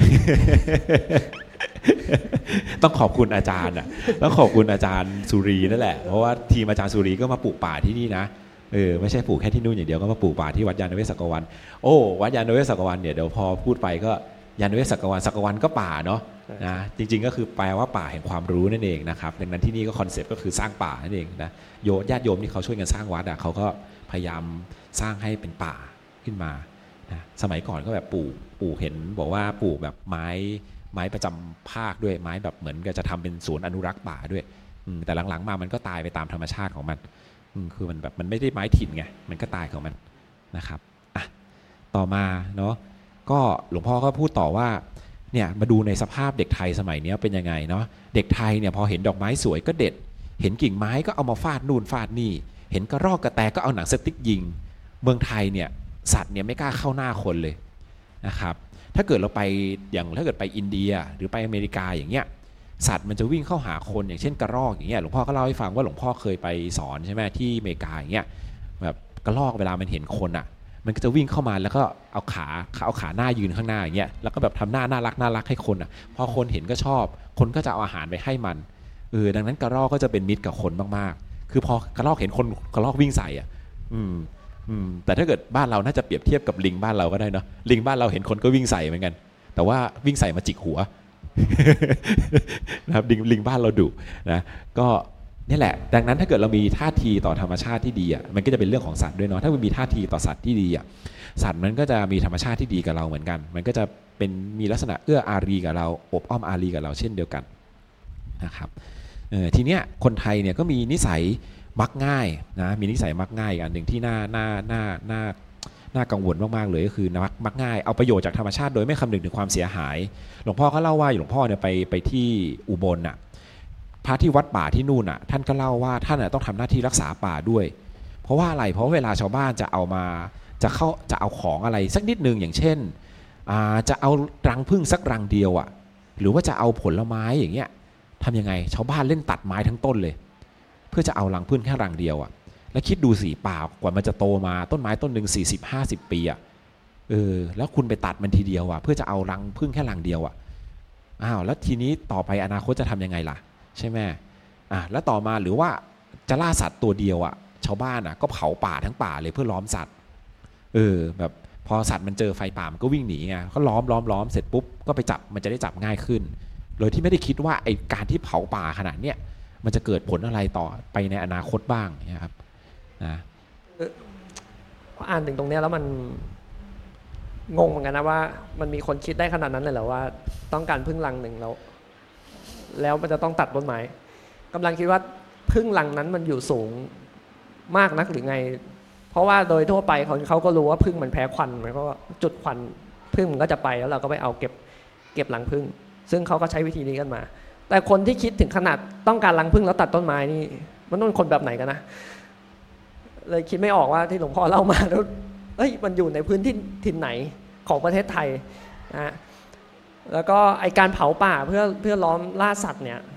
ต้องขอบคุณอาจารย์ต้องขอบคุณอาจารย์สุรีนั่นแหละเพราะว่าทีมอาจารย์สุรีก็มาปลูกป่าที่นี่นะไม่ใช่ปลูกแค่ที่นู่นอย่างเดียวก็มาปลูกป่าที่วัดยานเวศกวันวัดยานเวศกวันเนี่ยเดี๋ยวพอพูดไปก็ยานเวศกวันก็ป่าเนาะนะจริงๆก็คือแปลว่าป่าแห่งความรู้นั่นเองนะครับดังนั้นที่นี่ก็คอนเซ็ปต์ก็คือสร้างป่านั่นเองนะญาติโยมที่เขาช่วยกันสร้างวัดเขาก็พยายามสร้างให้เป็นป่าขึ้นมานะสมัยก่อนก็แบบปลูกเห็นบอกว่าปลูกแบบไม้ไม้ประจำภาคด้วยไม้แบบเหมือนกับจะทำเป็นศูนย์อนุรักษ์ป่าด้วยแต่หลังๆมามันก็ตายไปตามธรรมชาติของมันคือมันแบบมันไม่ได้ไม้ถิ่นไงมันก็ตายของมันนะครับต่อมาเนาะก็หลวงพ่อก็พูดต่อว่าเนี่ยมาดูในสภาพเด็กไทยสมัยนี้เป็นยังไงเนาะเด็กไทยเนี่ยพอเห็นดอกไม้สวยก็เด็ดเห็นกิ่งไม้ก็เอามาฟาดนู่นฟาดนี่เห็นกระรอกกระแตก็เอาหนังสติ๊กยิงเมืองไทยเนี่ยสัตว์เนี่ยไม่กล้าเข้าหน้าคนเลยนะครับถ้าเกิดเราไปอย่างถ้าเกิดไปอินเดียหรือไปอเมริกาอย่างเงี้ยสัตว์มันจะวิ่งเข้าหาคนอย่างเช่นกระรอกอย่างเงี้ยหลวงพ่อก็เล่าให้ฟังว่าหลวงพ่อเคยไปสอนใช่ไหมที่อเมริกาอย่างเงี้ยแบบกระรอกเวลามันเห็นคนอ่ะมันก็จะวิ่งเข้ามาแล้วก็เอาขาหน้ายืนข้างหน้าอย่างเงี้ยแล้วก็แบบทำหน้าน่ารักให้คนอ่ะพอคนเห็นก็ชอบคนก็จะเอาอาหารไปให้มันดังนั้นกระรอกก็จะเป็นมิตรกับคนมากๆคือพอกระรอกเห็นคนกระรอกวิ่งใส่อ่ะแต่ถ้าเกิดบ้านเราน่าจะเปรียบเทียบกับลิงบ้านเราก็ได้เนาะลิงบ้านเราเห็นคนก็วิ่งใส่เหมือนกันแต่ว่าวิ่งใส่มาจิกหัว นะครับลิงบ้านเราดุนะก็นี่แหละดังนั้นถ้าเกิดเรามีท่าทีต่อธรรมชาติที่ดีอ่ะมันก็จะเป็นเรื่องของสัตว์ด้วยเนาะถ้ามันมีท่าทีต่อสัตว์ที่ดีอ่ะสัตว์มันก็จะมีธรรมชาติที่ดีกับเราเหมือนกันมันก็จะเป็นมีลักษณะเอื้ออารีกับเราอบอ้อมอารีกับเราเช่นเดียวกันนะครับทีเนี้ยคนไทยเนี่ยก็มีนิสัยมักง่ายนะมีนิสัยมักง่ายอันหนึ่งที่น่ากังวลมากๆเลยก็คือมักง่ายเอาประโยชน์จากธรรมชาติโดยไม่คำนึงถึงความเสียหายหลวงพ่อก็เล่าว่าหลวงพ่อเนี่ยไปที่อุบลน่ะพระที่วัดป่าที่นู่นน่ะท่านก็เล่าว่าท่านต้องทำหน้าที่รักษาป่าด้วยเพราะว่าอะไรเพราะเวลาชาวบ้านจะเอาของอะไรสักนิดนึงอย่างเช่นจะเอารังผึ้งสักรังเดียวอ่ะหรือว่าจะเอาผลไม้อย่างเงี้ยทำยังไงชาวบ้านเล่นตัดไม้ทั้งต้นเลยเพื่อจะเอารังผึ้งแค่รังเดียวอ่ะแล้วคิดดูสิป่ากว่ามันจะโตมาต้นไม้ต้นหนึ่ง40-50 ปีอ่ะแล้วคุณไปตัดมันทีเดียวอ่ะเพื่อจะเอารังผึ้งแค่รังเดียวอ่ะแล้วทีนี้ต่อไปอนาคตจะทำยังไงล่ะใช่ไหมแล้วต่อมาหรือว่าจะล่าสัตว์ตัวเดียวอ่ะชาวบ้านอ่ะก็เผาป่าทั้งป่าเลยเพื่อล้อมสัตว์แบบพอสัตว์มันเจอไฟป่ามันก็วิ่งหนีไงก็ล้อมเสร็จปุ๊บก็ไปจับมันจะได้จับง่ายขึ้นโดยที่ไม่ได้คิดว่าไอ้การที่เผาป่าขนาดเนี้ยมันจะเกิดผลอะไรต่อไปในอนาคตบ้างนะครับนะพออ่านถึงตรงนี้แล้วมันงงเหมือนกันนะว่ามันมีคนคิดได้ขนาดนั้นเลยเหรอว่าต้องการพึ่งรังหนึ่งแล้วมันจะต้องตัดต้นไม้กำลังคิดว่าพึ่งรังนั้นมันอยู่สูงมากนักหรือไงเพราะว่าโดยทั่วไปเขาก็รู้ว่าพึ่งมันแพ้ควันมันก็จุดควันพึ่งมันก็จะไปแล้วเราก็ไปเอาเก็บรังพึ่งซึ่งเขาก็ใช้วิธีนี้กันมาแต่คนที่คิดถึงขนาดต้องการรังผึ้งแล้วตัดต้นไม้นี่มันต้องเป็นคนแบบไหนกันนะเลยคิดไม่ออกว่าที่หลวงพ่อเล่ามาแล้วมันอยู่ในพื้นที่ถิ่นไหนของประเทศไทยนะแล้วก็ไอการเผาป่าเพื่อล้อมล่าสัตว์เนี่ย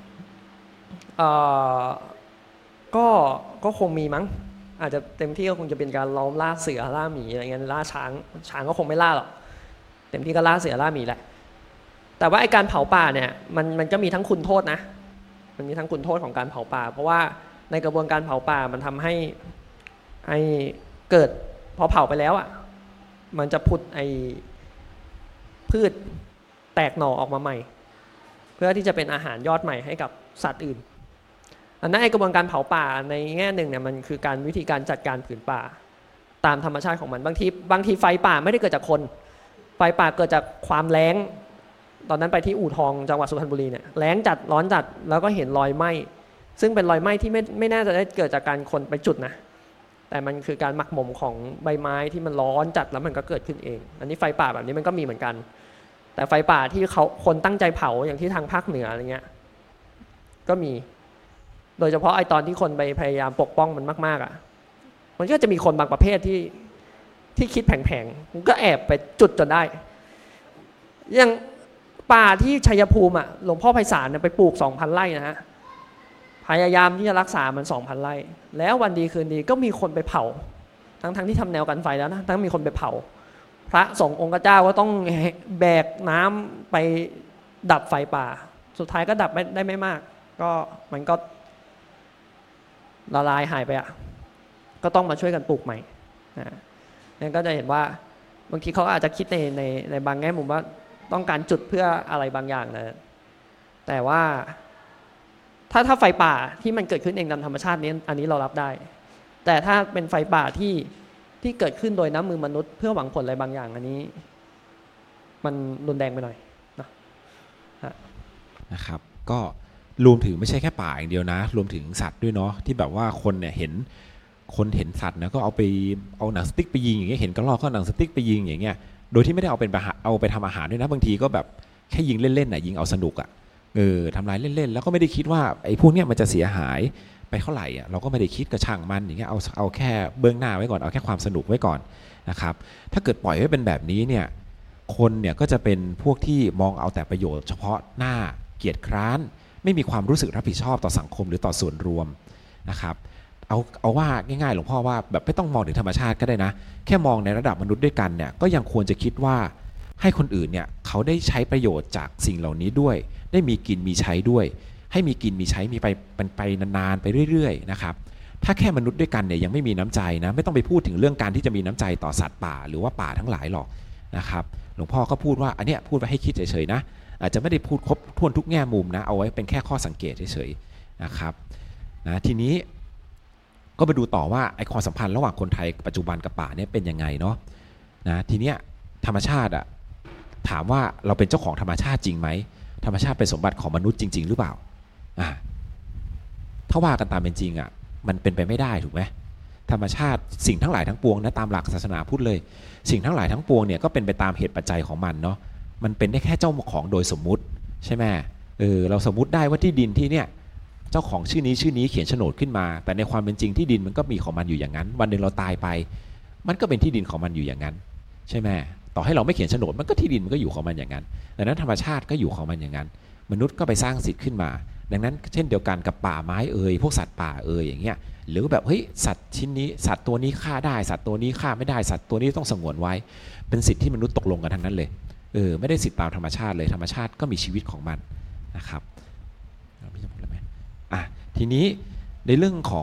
ก็คงมีมั้งอาจจะเต็มที่ก็คงจะเป็นการล้อมล่าเสือล่าหมีอะไรเงี้ยล่าช้างก็คงไม่ล่าหรอกเต็มที่ก็ล่าเสือล่าหมีแหละแต่ว่าไอการเผาป่าเนี่ยมันก็มีทั้งคุณโทษนะมันมีทั้งคุณโทษของการเผาป่าเพราะว่าในกระบวนการเผาป่ามันทำให้เกิดพอเผาไปแล้วอ่ะมันจะผุดไอพืชแตกหน่อออกมาใหม่เพื่อที่จะเป็นอาหารยอดใหม่ให้กับสัตว์อื่นอันนั้นไอกระบวนการเผาป่าในแง่หนึ่งเนี่ยมันคือการวิธีการจัดการผืนป่าตามธรรมชาติของมันบางทีไฟป่าไม่ได้เกิดจากคนไฟป่าเกิดจากความแล้งตอนนั้นไปที่อู่ทองจังหวัดสุพรรณบุรีเนี่ยแล้งจัดร้อนจัดแล้วก็เห็นรอยไหม้ซึ่งเป็นรอยไหม้ที่ไม่น่าจะได้เกิดจากการคนไปจุดนะแต่มันคือการหมักหมมของใบไม้ที่มันร้อนจัดแล้วมันก็เกิดขึ้นเองอันนี้ไฟป่าแบบนี้มันก็มีเหมือนกันแต่ไฟป่าที่คนตั้งใจเผาอย่างที่ทางภาคเหนืออะไรเงี้ยก็มีโดยเฉพาะไอตอนที่คนไปพยายามปกป้องมันมากๆอ่ะมันก็จะมีคนบางประเภทที่คิดแผงๆมันก็แอบไปจุดจนได้อย่างป่าที่ชัยภูมิอ่ะหลวงพ่อไพศาลไปปลูก 2,000 ไร่นะฮะพยายามที่จะรักษามัน 2,000 ไร่แล้ววันดีคืนดีก็มีคนไปเผาทั้งที่ทำแนวกันไฟแล้วนะทั้งมีคนไปเผาพระสงฆ์องค์เจ้าก็ต้องแบกน้ำไปดับไฟป่าสุดท้ายก็ดับได้ไม่มากก็มันก็ละลายหายไปอ่ะก็ต้องมาช่วยกันปลูกใหม่นั่นก็จะเห็นว่าบางทีเขาอาจจะคิดในบางแง่มุมว่าต้องการจุดเพื่ออะไรบางอย่างนะแต่ว่าถ้าไฟป่าที่มันเกิดขึ้นเองตามธรรมชาตินี้อันนี้เรารับได้แต่ถ้าเป็นไฟป่าที่เกิดขึ้นโดยน้ำมือมนุษย์เพื่อหวังผลอะไรบางอย่างอันนี้มันรุนแรงไปหน่อยนะนะครับก็รวมถึงไม่ใช่แค่ป่าอย่างเดียวนะรวมถึงสัตว์ด้วยเนาะที่แบบว่าคนเนี่ยเห็นสัตว์นะก็เอาหนังสติ๊กไปยิงอย่างเงี้ยเห็นกระรอกก็หนังสติ๊กไปยิงอย่างเงี้ยโดยที่ไม่ได้เอาไปทำอาหารด้วยนะบางทีก็แบบแค่ยิงเล่นๆน่ะยิงเอาสนุกอ่ะทำลายเล่นๆแล้วก็ไม่ได้คิดว่าไอ้พวกเนี้ยมันจะเสียหายไปเท่าไหร่อ่ะเราก็ไม่ได้คิดกระช่างมันอย่างเงี้ยเอาแค่เบื้องหน้าไว้ก่อนเอาแค่ความสนุกไว้ก่อนนะครับถ้าเกิดปล่อยไว้เป็นแบบนี้เนี่ยคนเนี่ยก็จะเป็นพวกที่มองเอาแต่ประโยชน์เฉพาะหน้าเกียจคร้านไม่มีความรู้สึกรับผิดชอบต่อสังคมหรือต่อส่วนรวมนะครับเอาว่าง่ายๆหลวงพ่อว่าแบบไม่ต้องมองถึงธรรมชาติก็ได้นะแค่มองในระดับมนุษย์ด้วยกันเนี่ยก็ยังควรจะคิดว่าให้คนอื่นเนี่ยเขาได้ใช้ประโยชน์จากสิ่งเหล่านี้ด้วยได้มีกินมีใช้ด้วยให้มีกินมีใช้มีไปนานๆไปเรื่อยๆนะครับถ้าแค่มนุษย์ด้วยกันเนี่ยยังไม่มีน้ำใจนะไม่ต้องไปพูดถึงเรื่องการที่จะมีน้ำใจต่อสัตว์ป่าหรือว่าป่าทั้งหลายหรอกนะครับหลวงพ่อก็พูดว่าอันเนี้ยพูดไว้ให้คิดเฉยๆนะอาจจะไม่ได้พูดครบถ้วนทุกแง่มุมนะเอาไว้เป็นแค่ข้อสังเกตเฉยๆนะครับนะทีนี้ก็ไปดูต่อว่าไอ้ความสัมพันธ์ระหว่างคนไทยปัจจุบันกับป่าเนี่ยเป็นยังไงเนาะนะทีเนี้ยธรรมชาติอะถามว่าเราเป็นเจ้าของธรรมชาติจริงไหมธรรมชาติเป็นสมบัติของมนุษย์จริงๆหรือเปล่าถ้าว่ากันตามเป็นจริงอะมันเป็นไปไม่ได้ถูกไหมธรรมชาติสิ่งทั้งหลายทั้งปวงนะตามหลักศาสนาพุทธเลยสิ่งทั้งหลายทั้งปวงเนี่ยก็เป็นไปตามเหตุปัจจัยของมันเนาะมันเป็นได้แค่เจ้าของโดยสมมุติใช่ไหมเราสมมุติได้ว่าที่ดินที่เนี่ยเจ้าของชื่อนี้เขียนโฉนดขึ้นมาแต่ในความเป็นจริงที่ดินมันก็มีของมันอยู่อย่างนั้นวันหนึ่งเราตายไปมันก็เป็นที่ดินของมันอยู่อย่างนั้นใช่ไหมต่อให้เราไม่เขียนโฉนดมันก็ที่ดินมันก็อยู่ของมันอย่างนั้นดังนั้นธรรมชาติก็อยู่ของมันอย่างนั้นมนุษย์ก็ไปสร้างสิทธิ์ขึ้นมาดังนั้นเช่นเดียวกันกับป่าไม้พวกสัตว์ป่าอย่างเงี้ยหรือแบบเฮ้ยสัตว์ชิ้นนี้สัตว์ตัวนี้ฆ่าได้สัตว์ตัวนี้ฆ่าไม่ได้สัตว์ตัวนี้ต้องสงวนไว้เป็นสิทธิที่มนุษย์ตกลงกันทั้งนั้นเลยไม่ได้สิทธิตามธรรมชาติเลยธรรมชาติก็มีชีวิตของมันนะครับพี่จะพูดอะไรไหมทีนี้ในเรื่องของ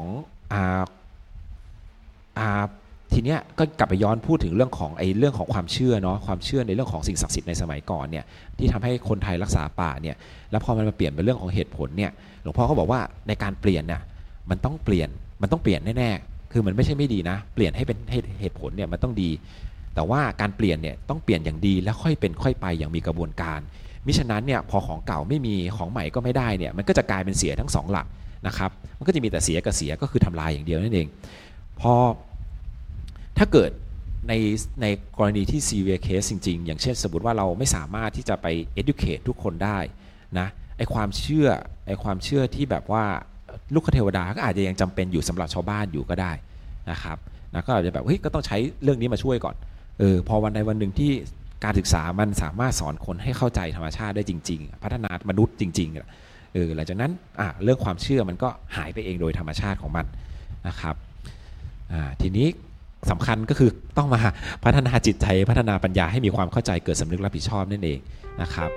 ทีเนี้ยก็กลับไปย้อนพูดถึงเรื่องของความเชื่อเนาะความเชื่อในเรื่องของสิ่งศักดิ์สิทธิ์ในสมัยก่อนเนี่ยที่ทำให้คนไทยรักษาป่าเนี่ยแล้วพอมันมาเปลี่ยนเป็นเรื่องของเหตุผลเนี่ยหลวงพ่อเขาบอกว่าในการเปลี่ยนเนี่ยมันต้องเปลี่ยนแน่ๆคือมันไม่ใช่ไม่ดีนะเปลี่ยนให้เป็นเหตุผลเนี่ยมันต้องดีแต่ว่าการเปลี่ยนเนี่ยต้องเปลี่ยนอย่างดีแล้วค่อยเป็นค่อยไปอย่างมีกระบวนการมิฉะนั้นเนี่ยพอของเก่าไม่มีของใหม่ก็ไม่ได้เนี่ยมันก็จะกลายเป็นเสียทั้ง2หลักนะครับมันก็จะมีแต่เสียกับเสียก็คือทำลายอย่างเดียวนั่นเองพอถ้าเกิดในกรณีที่ severe case จริงๆอย่างเช่นสมมติว่าเราไม่สามารถที่จะไป educate ทุกคนได้นะไอความเชื่อที่แบบว่าลูกเทวดาก็อาจจะยังจำเป็นอยู่สำหรับชาวบ้านอยู่ก็ได้นะครับนะก็อาจจะแบบเฮ้ยก็ต้องใช้เรื่องนี้มาช่วยก่อนพอวันใดวันหนึ่งที่การศึกษามันสามารถสอนคนให้เข้าใจธรรมชาติได้จริงๆพัฒนามนุษย์จริงๆหลังจากนั้นเรื่องความเชื่อมันก็หายไปเองโดยธรรมชาติของมันนะครับทีนี้สำคัญก็คือต้องมาพัฒนาจิตใจพัฒนาปัญญาให้มีความเข้าใจเกิดสำนึกรับผิดชอบนั่นเองนะครับ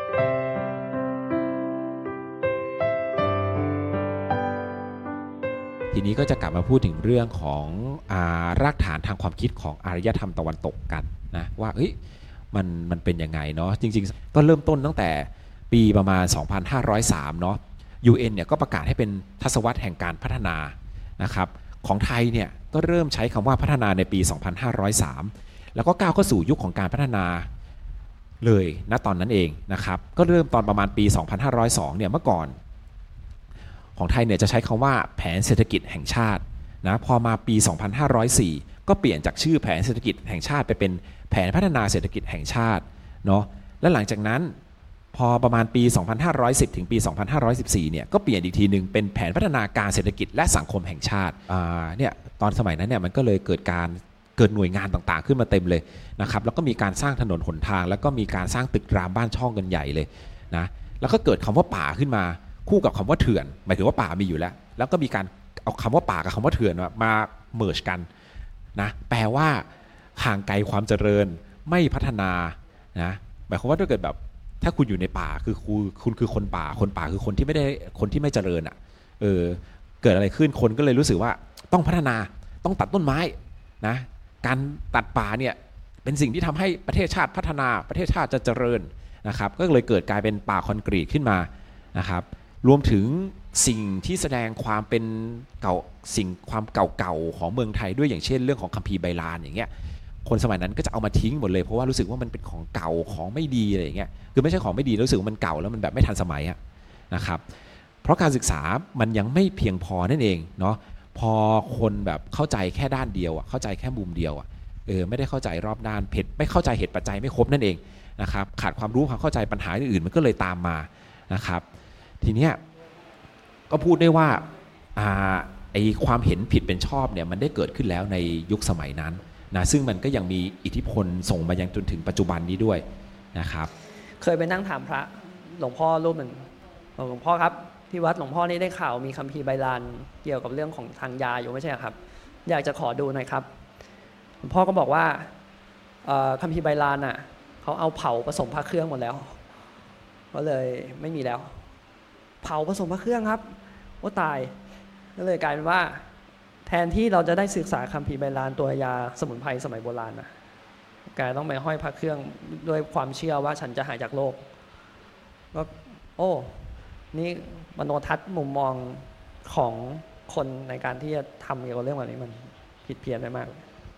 ทีนี้ก็จะกลับมาพูดถึงเรื่องของรากฐานทางความคิดของอารยธรรมตะวันตกกันนะว่ามันเป็นยังไงเนาะจริงๆก็เริ่มต้นตั้งแต่ปีประมาณ 2503 เนาะ UN เนี่ยก็ประกาศให้เป็นทศวรรษแห่งการพัฒนานะครับของไทยเนี่ยก็เริ่มใช้คำว่าพัฒนาในปี 2503 แล้วก็ก้าวเข้าสู่ยุคของการพัฒนาเลยณตอนนั้นเองนะครับก็เริ่มตอนประมาณปี 2502 เนี่ยเมื่อก่อนของไทยเนี่ยจะใช้คำว่าแผนเศรษฐกิจแห่งชาตินะพอมาปี 2504 ก็เปลี่ยนจากชื่อแผนเศรษฐกิจแห่งชาติไปเป็นแผนพัฒนาเศรษฐกิจแห่งชาติเนาะและหลังจากนั้นพอประมาณปี 2510 ถึงปี 2514 เนี่ยก็เปลี่ยนอีกทีนึงเป็นแผนพัฒนาการเศรษฐกิจและสังคมแห่งชาติเนี่ยตอนสมัยนั้นเนี่ยมันก็เลยเกิดหน่วยงานต่างๆขึ้นมาเต็มเลยนะครับแล้วก็มีการสร้างถนนหนทางแล้วก็มีการสร้างตึกรามบ้านช่องกันใหญ่เลยนะแล้วก็เกิดคำว่าป่าขึ้นมาคู่กับคำว่าเถื่อนหมายถึงว่าป่ามีอยู่แล้วก็มีการเอาคำว่าป่ากับคำว่าเถื่อนมาเมิร์จกันนะแปลว่าห่างไกลความเจริญไม่พัฒนานะหมายความว่าถ้าเกิดแบบถ้าคุณอยู่ในป่าคือคุณคือคนป่าคือคนที่ไม่เจริญเกิดอะไรขึ้นคนก็เลยรู้สึกว่าต้องพัฒนาต้องตัดต้นไม้นะการตัดป่าเนี่ยเป็นสิ่งที่ทำให้ประเทศชาติพัฒนาประเทศชาติจะเจริญนะครับก็เลยเกิดกลายเป็นป่าคอนกรีตขึ้นมานะครับรวมถึงสิ่งที่แสดงความเป็นความเก่าๆของเมืองไทยด้วยอย่างเช่นเรื่องของคัมภีร์ไบลานอย่างเงี้ยคนสมัยนั้นก็จะเอามาทิ้งหมดเลยเพราะว่ารู้สึกว่ามันเป็นของเก่าของไม่ดีอะไรอย่างเงี้ยคือไม่ใช่ของไม่ดีรู้สึกว่ามันเก่าแล้วมันแบบไม่ทันสมัยนะครับเพราะการศึกษามันยังไม่เพียงพอนั่นเองเนาะพอคนแบบเข้าใจแค่ด้านเดียวเข้าใจแค่มุมเดียวไม่ได้เข้าใจรอบด้านไม่เข้าใจเหตุปัจจัยไม่ครบนั่นเองนะครับขาดความรู้ความเข้าใจปัญหาอื่นๆมันก็เลยตามมานะครับทีเนี้ยก็พูดได้ว่าไอ้ความเห็นผิดเป็นชอบเนี่ยมันได้เกิดขึ้นแล้วในยุคสมัยนั้นนะซึ่งมันก็ยังมีอิทธิพลส่งมายังจนถึงปัจจุบันนี้ด้วยนะครับเคยไปนั่งถามพระหลวงพ่อรูปหนึ่งหลวงพ่อครับที่วัดหลวงพ่อนี่ได้ข่าวมีคัมภีร์ไบลานเกี่ยวกับเรื่องของทางยาอยู่ไม่ใช่ครับอยากจะขอดูหน่อยครับหลวงพ่อก็บอกว่าคัมภีร์ไบลานเขาเอาเผาผสมพระเครื่องหมดแล้วก็เลยไม่มีแล้วเผาผสมพระเครื่องครับว่าตายก็เลยกลายเป็นว่าแทนที่เราจะได้ศึกษาคัมภีร์ไบลานตัวยาสมุนไพรสมัยโบราณกลายต้องไปห้อยพระเครื่องด้วยความเชื่อว่าฉันจะหายจากโรคก็โอ้นี่มโนทัศน์มุมมองของคนในการที่จะทำเกี่ยวกับเรื่องแบบนี้มันผิดเพี้ยนไปมาก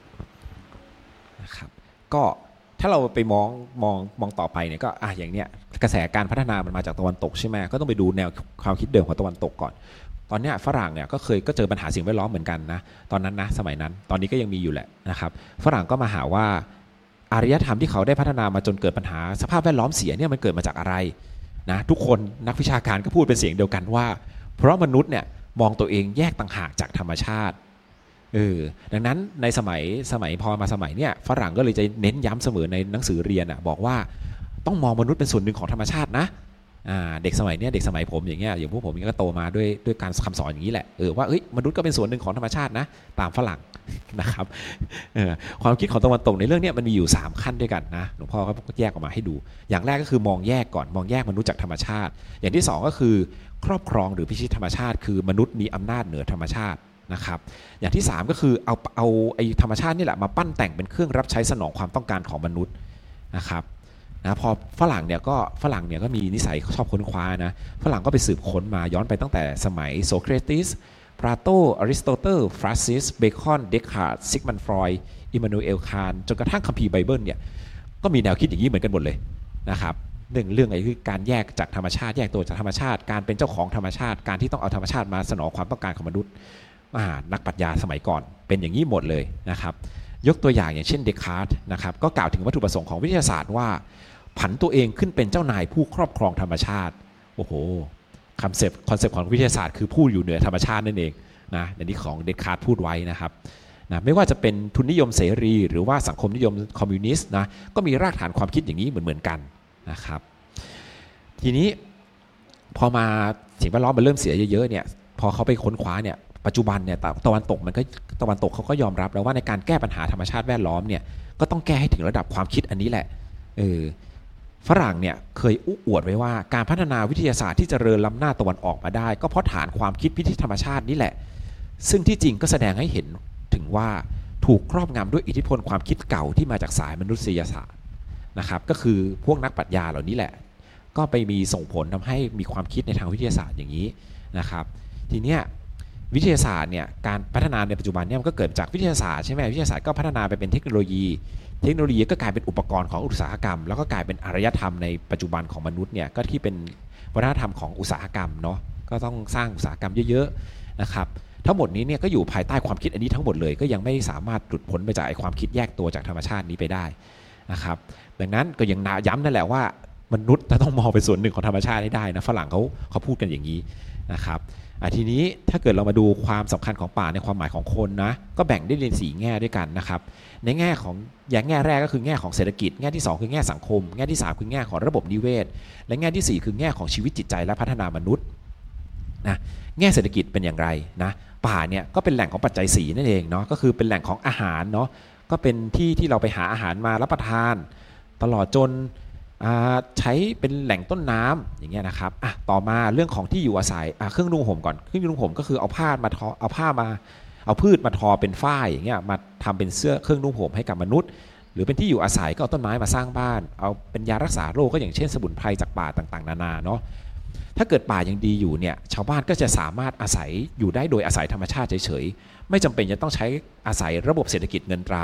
นะครับก็ถ้าเราไปมองต่อไปเนี่ยก็อย่างเนี้ยกระแสการพัฒนามันมาจากตะวันตกใช่ไหมก็ต้องไปดูแนวความคิดเดิมของตะวันตกก่อนตอนนี้ฝรั่งเนี่ยก็เจอปัญหาสิ่งแวดล้อมเหมือนกันนะตอนนั้นนะสมัยนั้นตอนนี้ก็ยังมีอยู่แหละนะครับฝรั่งก็มาหาว่าอารยธรรมที่เขาได้พัฒนามาจนเกิดปัญหาสภาพแวดล้อมเสียเนี่ยมันเกิดมาจากอะไรนะทุกคนนักวิชาการก็พูดเป็นเสียงเดียวกันว่าเพราะมนุษย์เนี่ยมองตัวเองแยกต่างหากจากธรรมชาติดังนั้นในสมัยพอมาสมัยเนี่ยฝรั่งก็เลยจะเน้นย้ำเสมอในหนังสือเรียนบอกว่าต้องมองมนุษย์เป็นส่วนหนึ่งของธรรมชาตินะเด็กสมัยเนี้ยเด็กสมัยผมอย่างเงี้ยอย่างพวกผมก็โตมาด้วยการคำสอนอย่างนี้แหละว่ามนุษย์ก็เป็นส่วนหนึ่งของธรรมชาตินะตามฝรั่งนะครับความคิดของตะวันตกในเรื่องนี้มันมีอยู่3ขั้นด้วยกันนะหลวงพ่อก็แยกออกมาให้ดูอย่างแรกก็คือมองแยกก่อนมองแยกมนุษย์จากธรรมชาติอย่างที่2ก็คือครอบครองหรือพิชิตธรรมชาติคือมนุษย์มีอำนาจเหนือธรรมชาตินะครับอย่างที่3ก็คือเอาไอ้ธรรมชาตินี่แหละมาปั้นแต่งเป็นเครื่องรับใช้สนองความต้องการของมนุษย์นะครับนะพอฝรั่งเนี่ยก็มีนิสัยชอบค้นคว้านะฝรั่งก็ไปสืบค้นมาย้อนไปตั้งแต่สมัยโซเครติสพลาโตอริสโตเติลฟรานซิสเบคอนเดคาร์ตซิกมันฟรอยด์อิมมานูเอลคานจนกระทั่งคัมภีร์ไบเบิลเนี่ยก็มีแนวคิดอย่างนี้เหมือนกันหมดเลยนะครับเรื่องอะไรคือการแยกจากธรรมชาติแยกตัวจากธรรมชาติการเป็นเจ้าของธรรมชาติการที่ต้องเอาธรรมชาติมาสนองความต้องการของมนุษย์นักปรัชญาสมัยก่อนเป็นอย่างนี้หมดเลยนะครับยกตัวอย่างเช่นเดคาร์ตนะครับก็กล่าวถึงวัตถุประสงค์ของวิทยาศาสตร์ว่าผันตัวเองขึ้นเป็นเจ้านายผู้ครอบครองธรรมชาติโอ้โหคอนเซปต์ของวิทยาศาสตร์คือผู้อยู่เหนือธรรมชาตินั่นเองนะในนี้ของเดคาร์ตพูดไว้นะครับนะไม่ว่าจะเป็นทุนนิยมเสรีหรือว่าสังคมนิยมคอมมิวนิสต์นะก็มีรากฐานความคิดอย่างนี้เหมือนกันนะครับทีนี้พอมาสิ่งแวดล้อมมันเริ่มเสียเยอะๆเนี่ยพอเขาไปค้นคว้าเนี่ยปัจจุบันเนี่ยตะวันตกเขาก็ยอมรับแล้วว่าในการแก้ปัญหาธรรมชาติแวดล้อมเนี่ยก็ต้องแก้ให้ถึงระดับความคิดอันนี้แหละฝรั่งเนี่ยเคยอวดไว้ว่าการพัฒนาวิทยาศาสตร์ที่เจริญล้ำหน้าตะวันออกมาได้ก็เพราะฐานความคิดพิธีธรรมชาตินี่แหละซึ่งที่จริงก็แสดงให้เห็นถึงว่าถูกครอบงำด้วยอิทธิพลความคิดเก่าที่มาจากสายมนุษยศาสตร์นะครับก็คือพวกนักปรัชญาเหล่านี้แหละก็ไปมีส่งผลทำให้มีความคิดในทางวิทยาศาสตร์อย่างนี้นะครับทีเนี้ยวิทยาศาสตร์เนี่ยการพัฒนาในปัจจุบันเนี่ยมันก็เกิดจากวิทยาศาสตร์ใช่ไหมวิทยาศาสตร์ก็พัฒนาไปเป็นเทคโนโลยีก็กลายเป็นอุปกรณ์ของอุตสาหกรรมแล้วก็กลายเป็นอารยธรรมในปัจจุบันของมนุษย์เนี่ยก็ที่เป็นวัฒนธรรมของอุตสาหกรรมเนาะก็ต้องสร้างอุตสาหกรรมเยอะๆนะครับทั้งหมดนี้เนี่ยก็อยู่ภายใต้ความคิดอันนี้ทั้งหมดเลยก็ยังไม่สามารถหลุดพ้นไปจากความคิดแยกตัวจากธรรมชาตินี้ไปได้นะครับดังนั้นก็ยังย้ำนั่นแหละว่ามนุษย์จะต้องมองเป็นส่วนหนึ่งของธรรมชาติให้ได้นะฝรั่งเขาพูดกันอย่างนี้นะครับทีนี้ถ้าเกิดเรามาดูความสำคัญของป่าในความหมายของคนนะก็แบ่งได้เป็น4แง่ด้วยกันนะครับในแง่ของแง่แรกก็คือแง่ของเศรษฐกิจแง่ที่2คือแง่สังคมแง่ที่3คือแง่ของระบบนิเวศและแง่ที่4คือแง่ของชีวิตจิตใจและพัฒนามนุษย์นะแง่เศรษฐกิจเป็นอย่างไรนะป่าเนี่ยก็เป็นแหล่งของปัจจัย4นั่นเองเนาะก็คือเป็นแหล่งของอาหารเนาะก็เป็นที่เราไปหาอาหารมารับประทานตลอดจนใช้เป็นแหล่งต้นน้ำอย่างเงี้ยนะครับต่อมาเรื่องของที่อยู่อาศัยเครื่องนุ่งห่มก่อนเครื่องนุ่งห่มก็คือเอาพืชมาทอเป็นฝ้ายอย่างเงี้ยมาทำเป็นเสื้อเครื่องนุ่งห่มให้กับมนุษย์หรือเป็นที่อยู่อาศัยก็เอาต้นไม้มาสร้างบ้านเอาเป็นยารักษาโรคก็อย่างเช่นสมุนไพรจากป่าต่างๆนานาเนาะถ้าเกิดป่ายังดีอยู่เนี่ยชาวบ้านก็จะสามารถอาศัยอยู่ได้โดยอาศัยธรรมชาติเฉยๆไม่จำเป็นจะต้องใช้อาศัยระบบเศรษฐกิจเงินตรา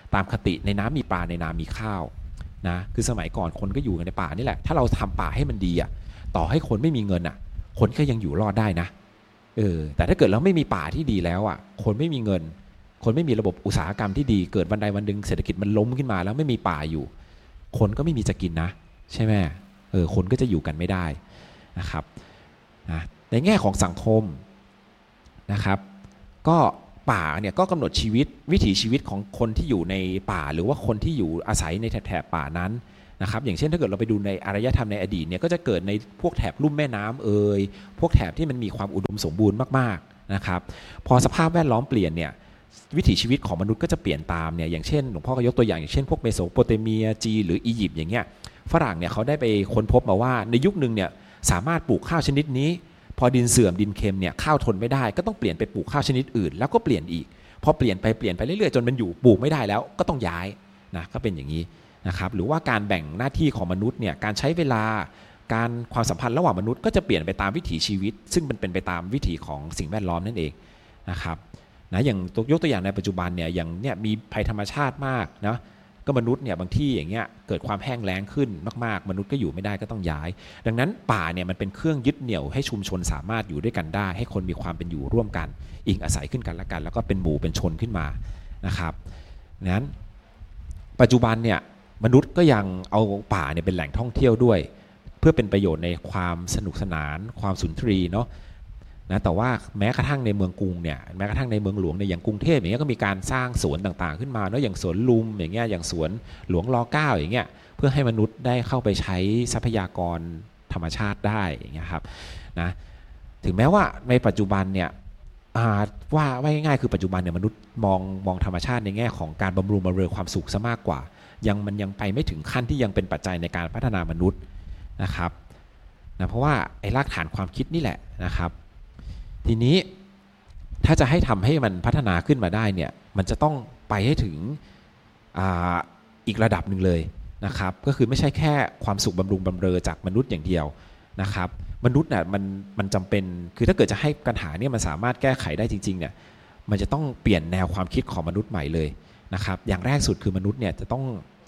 ตามคติในน้ำมีปลาในนามีข้าวนะคือสมัยก่อนคนก็อยู่กันในป่านี่แหละถ้าเราทำป่าให้มันดีอ่ะต่อให้คนไม่มีเงินอ่ะคนก็ยังอยู่รอดได้นะแต่ถ้าเกิดเราไม่มีป่าที่ดีแล้วอ่ะคนไม่มีเงินคนไม่มีระบบอุตสาหกรรมที่ดีเกิดวันใดวันหนึ่งเศรษฐกิจมันล้มขึ้นมาแล้วไม่มีป่าอยู่คนก็ไม่มีจะกินนะใช่ไหมคนก็จะอยู่กันไม่ได้นะครับนะในแง่ของสังคมนะครับก็ป่าเนี่ยก็กำหนดชีวิตวิถีชีวิตของคนที่อยู่ในป่าหรือว่าคนที่อยู่อาศัยในแถบป่านั้นนะครับอย่างเช่นถ้าเกิดเราไปดูในอารยธรรมในอดีตเนี่ยก็จะเกิดในพวกแถบลุ่มแม่น้ำพวกแถบที่มันมีความอุดมสมบูรณ์มากๆนะครับพอสภาพแวดล้อมเปลี่ยนเนี่ยวิถีชีวิตของมนุษย์ก็จะเปลี่ยนตามเนี่ยอย่างเช่นหลวงพ่อก็ยกตัวอย่างเช่นพวกเมโสโปเตเมียจีนหรืออียิปต์อย่างเงี้ยฝรั่งเนี่ยเขาได้ไปค้นพบมาว่าในยุคนึงเนี่ยสามารถปลูกข้าวชนิดนี้พอดินเสื่อมดินเค็มเนี่ยข้าวทนไม่ได้ก็ต้องเปลี่ยนไปปลูกข้าวชนิดอื่นแล้วก็เปลี่ยนอีกพอเปลี่ยนไปเรื่อยๆจนมันอยู่ปลูกไม่ได้แล้วก็ต้องย้ายนะก็เป็นอย่างนี้นะครับหรือว่าการแบ่งหน้าที่ของมนุษย์เนี่ยการใช้เวลาการความสัมพันธ์ระหว่างมนุษย์ก็จะเปลี่ยนไปตามวิถีชีวิตซึ่งมันเป็นไปตามวิถีของสิ่งแวดล้อมนั่นเองนะครับนะอย่างยกตัวอย่างในปัจจุบันเนี่ยอย่างเนี่ยมีภัยธรรมชาติมากนะก็มนุษย์เนี่ยบางที่อย่างเงี้ยเกิดความแห้งแล้งขึ้นมากๆมนุษย์ก็อยู่ไม่ได้ก็ต้องย้ายดังนั้นป่าเนี่ยมันเป็นเครื่องยึดเหนี่ยวให้ชุมชนสามารถอยู่ด้วยกันได้ให้คนมีความเป็นอยู่ร่วมกันอิงอาศัยขึ้นกันและกันแล้วก็เป็นหมู่เป็นชนขึ้นมานะครับนั้นปัจจุบันเนี่ยมนุษย์ก็ยังเอาป่าเนี่ยเป็นแหล่งท่องเที่ยวด้วยเพื่อเป็นประโยชน์ในความสนุกสนานความสุนทรีเนาะนะแต่ว่าแม้กระทั่งในเมืองกรุงเนี่ยแม้กระทั่งในเมืองหลวงเนี่ยอย่างกรุงเทพอย่างเงี้ยก็มีการสร้างสวนต่างๆขึ้นมาเนาะอย่างสวนลุมอย่างเงี้ยอย่างสวนหลวงร.9 อย่างเงี้ยเพื่อให้มนุษย์ได้เข้าไปใช้ทรัพยากรธรรมชาติได้อย่างเงี้ยครับนะถึงแม้ว่าในปัจจุบันเนี่ยว่าง่ายๆคือปัจจุบันเนี่ยมนุษย์มองธรรมชาติในแง่ของการบำรุงบำเรอความสุขซะมากกว่ามันยังไปไม่ถึงขั้นที่ยังเป็นปัจจัยในการพัฒนามนุษย์นะครับนะเพราะว่าไอ้รากฐานความคิดนี่แหละนะครับทีนี้ถ้าจะให้ทำให้มันพัฒนาขึ้นมาได้เนี่ยมันจะต้องไปให้ถึงอีกระดับหนึ่งเลยนะครับก็คือไม่ใช่แค่ความสุขบำรุงบำเรอจากมนุษย์อย่างเดียวนะครับมนุษย์เนี่ยมันจำเป็นคือถ้าเกิดจะให้ปัญหาเนี่ยมันสามารถแก้ไขได้จริงๆเนี่ยมันจะต้องเปลี่ยนแนวความคิดของมนุษย์ใหม่เลยนะครับอย่างแรกสุดคือมนุษย์เนี่ยจะต้อง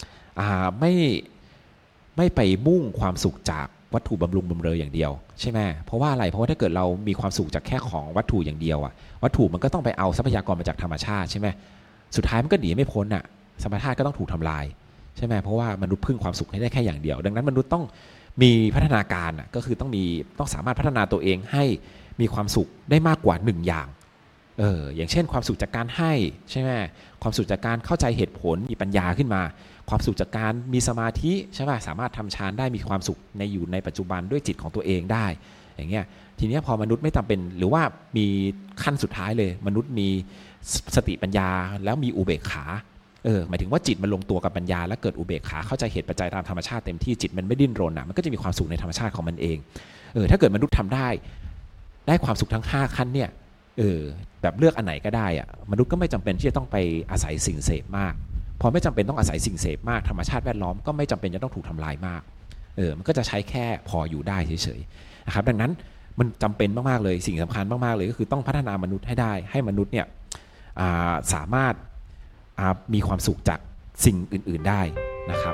ไม่ไปมุ่งความสุขจากวัตถุบำรุงบำเรออย่างเดียวใช่ไหมเพราะว่าอะไรเพราะว่าถ้าเกิดเรามีความสุขจากแค่ของวัตถุอย่างเดียวอะวัตถุมันก็ต้องไปเอาทรัพยากรมาจากธรรมชาติใช่ไหมสุดท้ายมันก็หนีไม่พ้นอะธรรมชาติก็ต้องถูกทำลายใช่ไหมเพราะว่ามนุษย์พึ่งความสุขให้ได้แค่อย่างเดียวดังนั้นมนุษย์ต้องมีพัฒนาการอะก็คือต้องสามารถพัฒนาตัวเองให้มีความสุขได้มากกว่า1อย่างอย่างเช่นความสุขจากการให้ใช่ไหมความสุขจากการเข้าใจเหตุผลมีปัญญาขึ้นมาความสุขจากการมีสมาธิใช่ไหมสามารถทำฌานได้มีความสุขอยู่ในปัจจุบันด้วยจิตของตัวเองได้อย่างเงี้ยทีนี้พอมนุษย์ไม่จำเป็นหรือว่ามีขั้นสุดท้ายเลยมนุษย์มีสติปัญญาแล้วมีอุเบกขาหมายถึงว่าจิตมันลงตัวกับปัญญาแล้วเกิดอุเบกขาเข้าใจเหตุปัจจัยตามธรรมชาติเต็มที่จิตมันไม่ดิ้นรนมันก็จะมีความสุขในธรรมชาติของมันเองถ้าเกิดมนุษย์ทำได้ความสุขทั้ง5ขั้นเนี่ยแบบเลือกอันไหนก็ได้มนุษย์ก็ไม่จำเป็นที่จะต้องไปอาศัยสิ่งเสพมากพอไม่จำเป็นต้องอาศัยสิ่งเสพมากธรรมชาติแวดล้อมก็ไม่จำเป็นจะต้องถูกทำลายมากมันก็จะใช้แค่พออยู่ได้เฉยๆนะครับดังนั้นมันจำเป็นมากๆเลยสิ่งสำคัญมากๆเลยก็คือต้องพัฒนามนุษย์ให้ได้ให้มนุษย์เนี่ยสามารถมีความสุขจากสิ่งอื่นๆได้นะครับ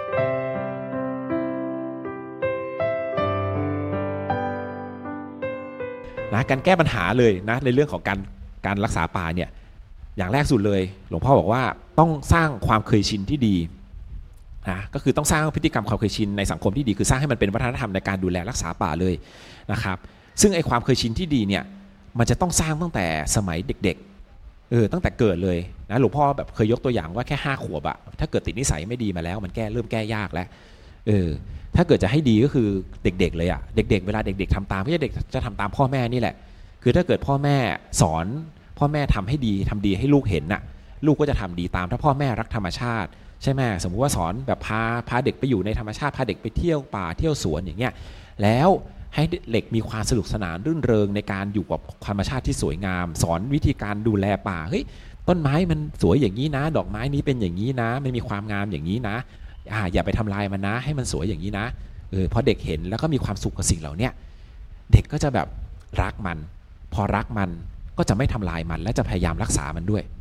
นะการแก้ปัญหาเลยนะในเรื่องของการรักษาป่าเนี่ยอย่างแรกสุดเลยหลวงพ่อบอกว่าต้องสร้างความเคยชินที่ดีนะก็คือต้องสร้างพฤติกรรมความเคยชินในสังคมที่ดีคือสร้างให้มันเป็นวัฒนธรรมในการดูแลรักษาป่าเลยนะครับซึ่งไอ้ความเคยชินที่ดีเนี่ยมันจะต้องสร้างตั้งแต่สมัยเด็กๆตั้งแต่เกิดเลยนะหลวงพ่อแบบเคยยกตัวอย่างว่าแค่5 ขวบอะถ้าเกิดติดนิสัยไม่ดีมาแล้วมันเริ่มแก้ยากแล้วถ้าเกิดจะให้ดีก็คือเด็กๆเลยอะเด็กๆเวลาเด็กๆทำตามก็จะทำตามพ่อแม่นี่แหละคือถ้าเกิดพ่อแม่สอนพ่อแม่ทำให้ดีทำดีให้ลูกเห็นน่ะลูกก็จะทำดีตามถ้าพ่อแม่รักธรรมชาติใช่ไหมสมมุติว่าสอนแบบพาเด็กไปอยู่ในธรรมชาติพาเด็กไปเที่ยวป่าเที่ยวสวนอย่างเงี้ยแล้วให้เด็กมีความสนุกสนานรื่นเริงในการอยู่กับธรรมชาติที่สวยงามสอนวิธีการดูแลป่าเฮ้ยต้นไม้มันสวยอย่างนี้นะดอกไม้นี้เป็นอย่างนี้นะมันมีความงามอย่างนี้นะอย่าไปทำลายมันนะให้มันสวยอย่างนี้นะพอเด็กเห็นแล้วก็มีความสุขกับสิ่งเหล่านี้เด็กก็จะแบบรักมันพอรักมันก็จะไม่ทำลายมันและจะพยายามรักษามันด้วย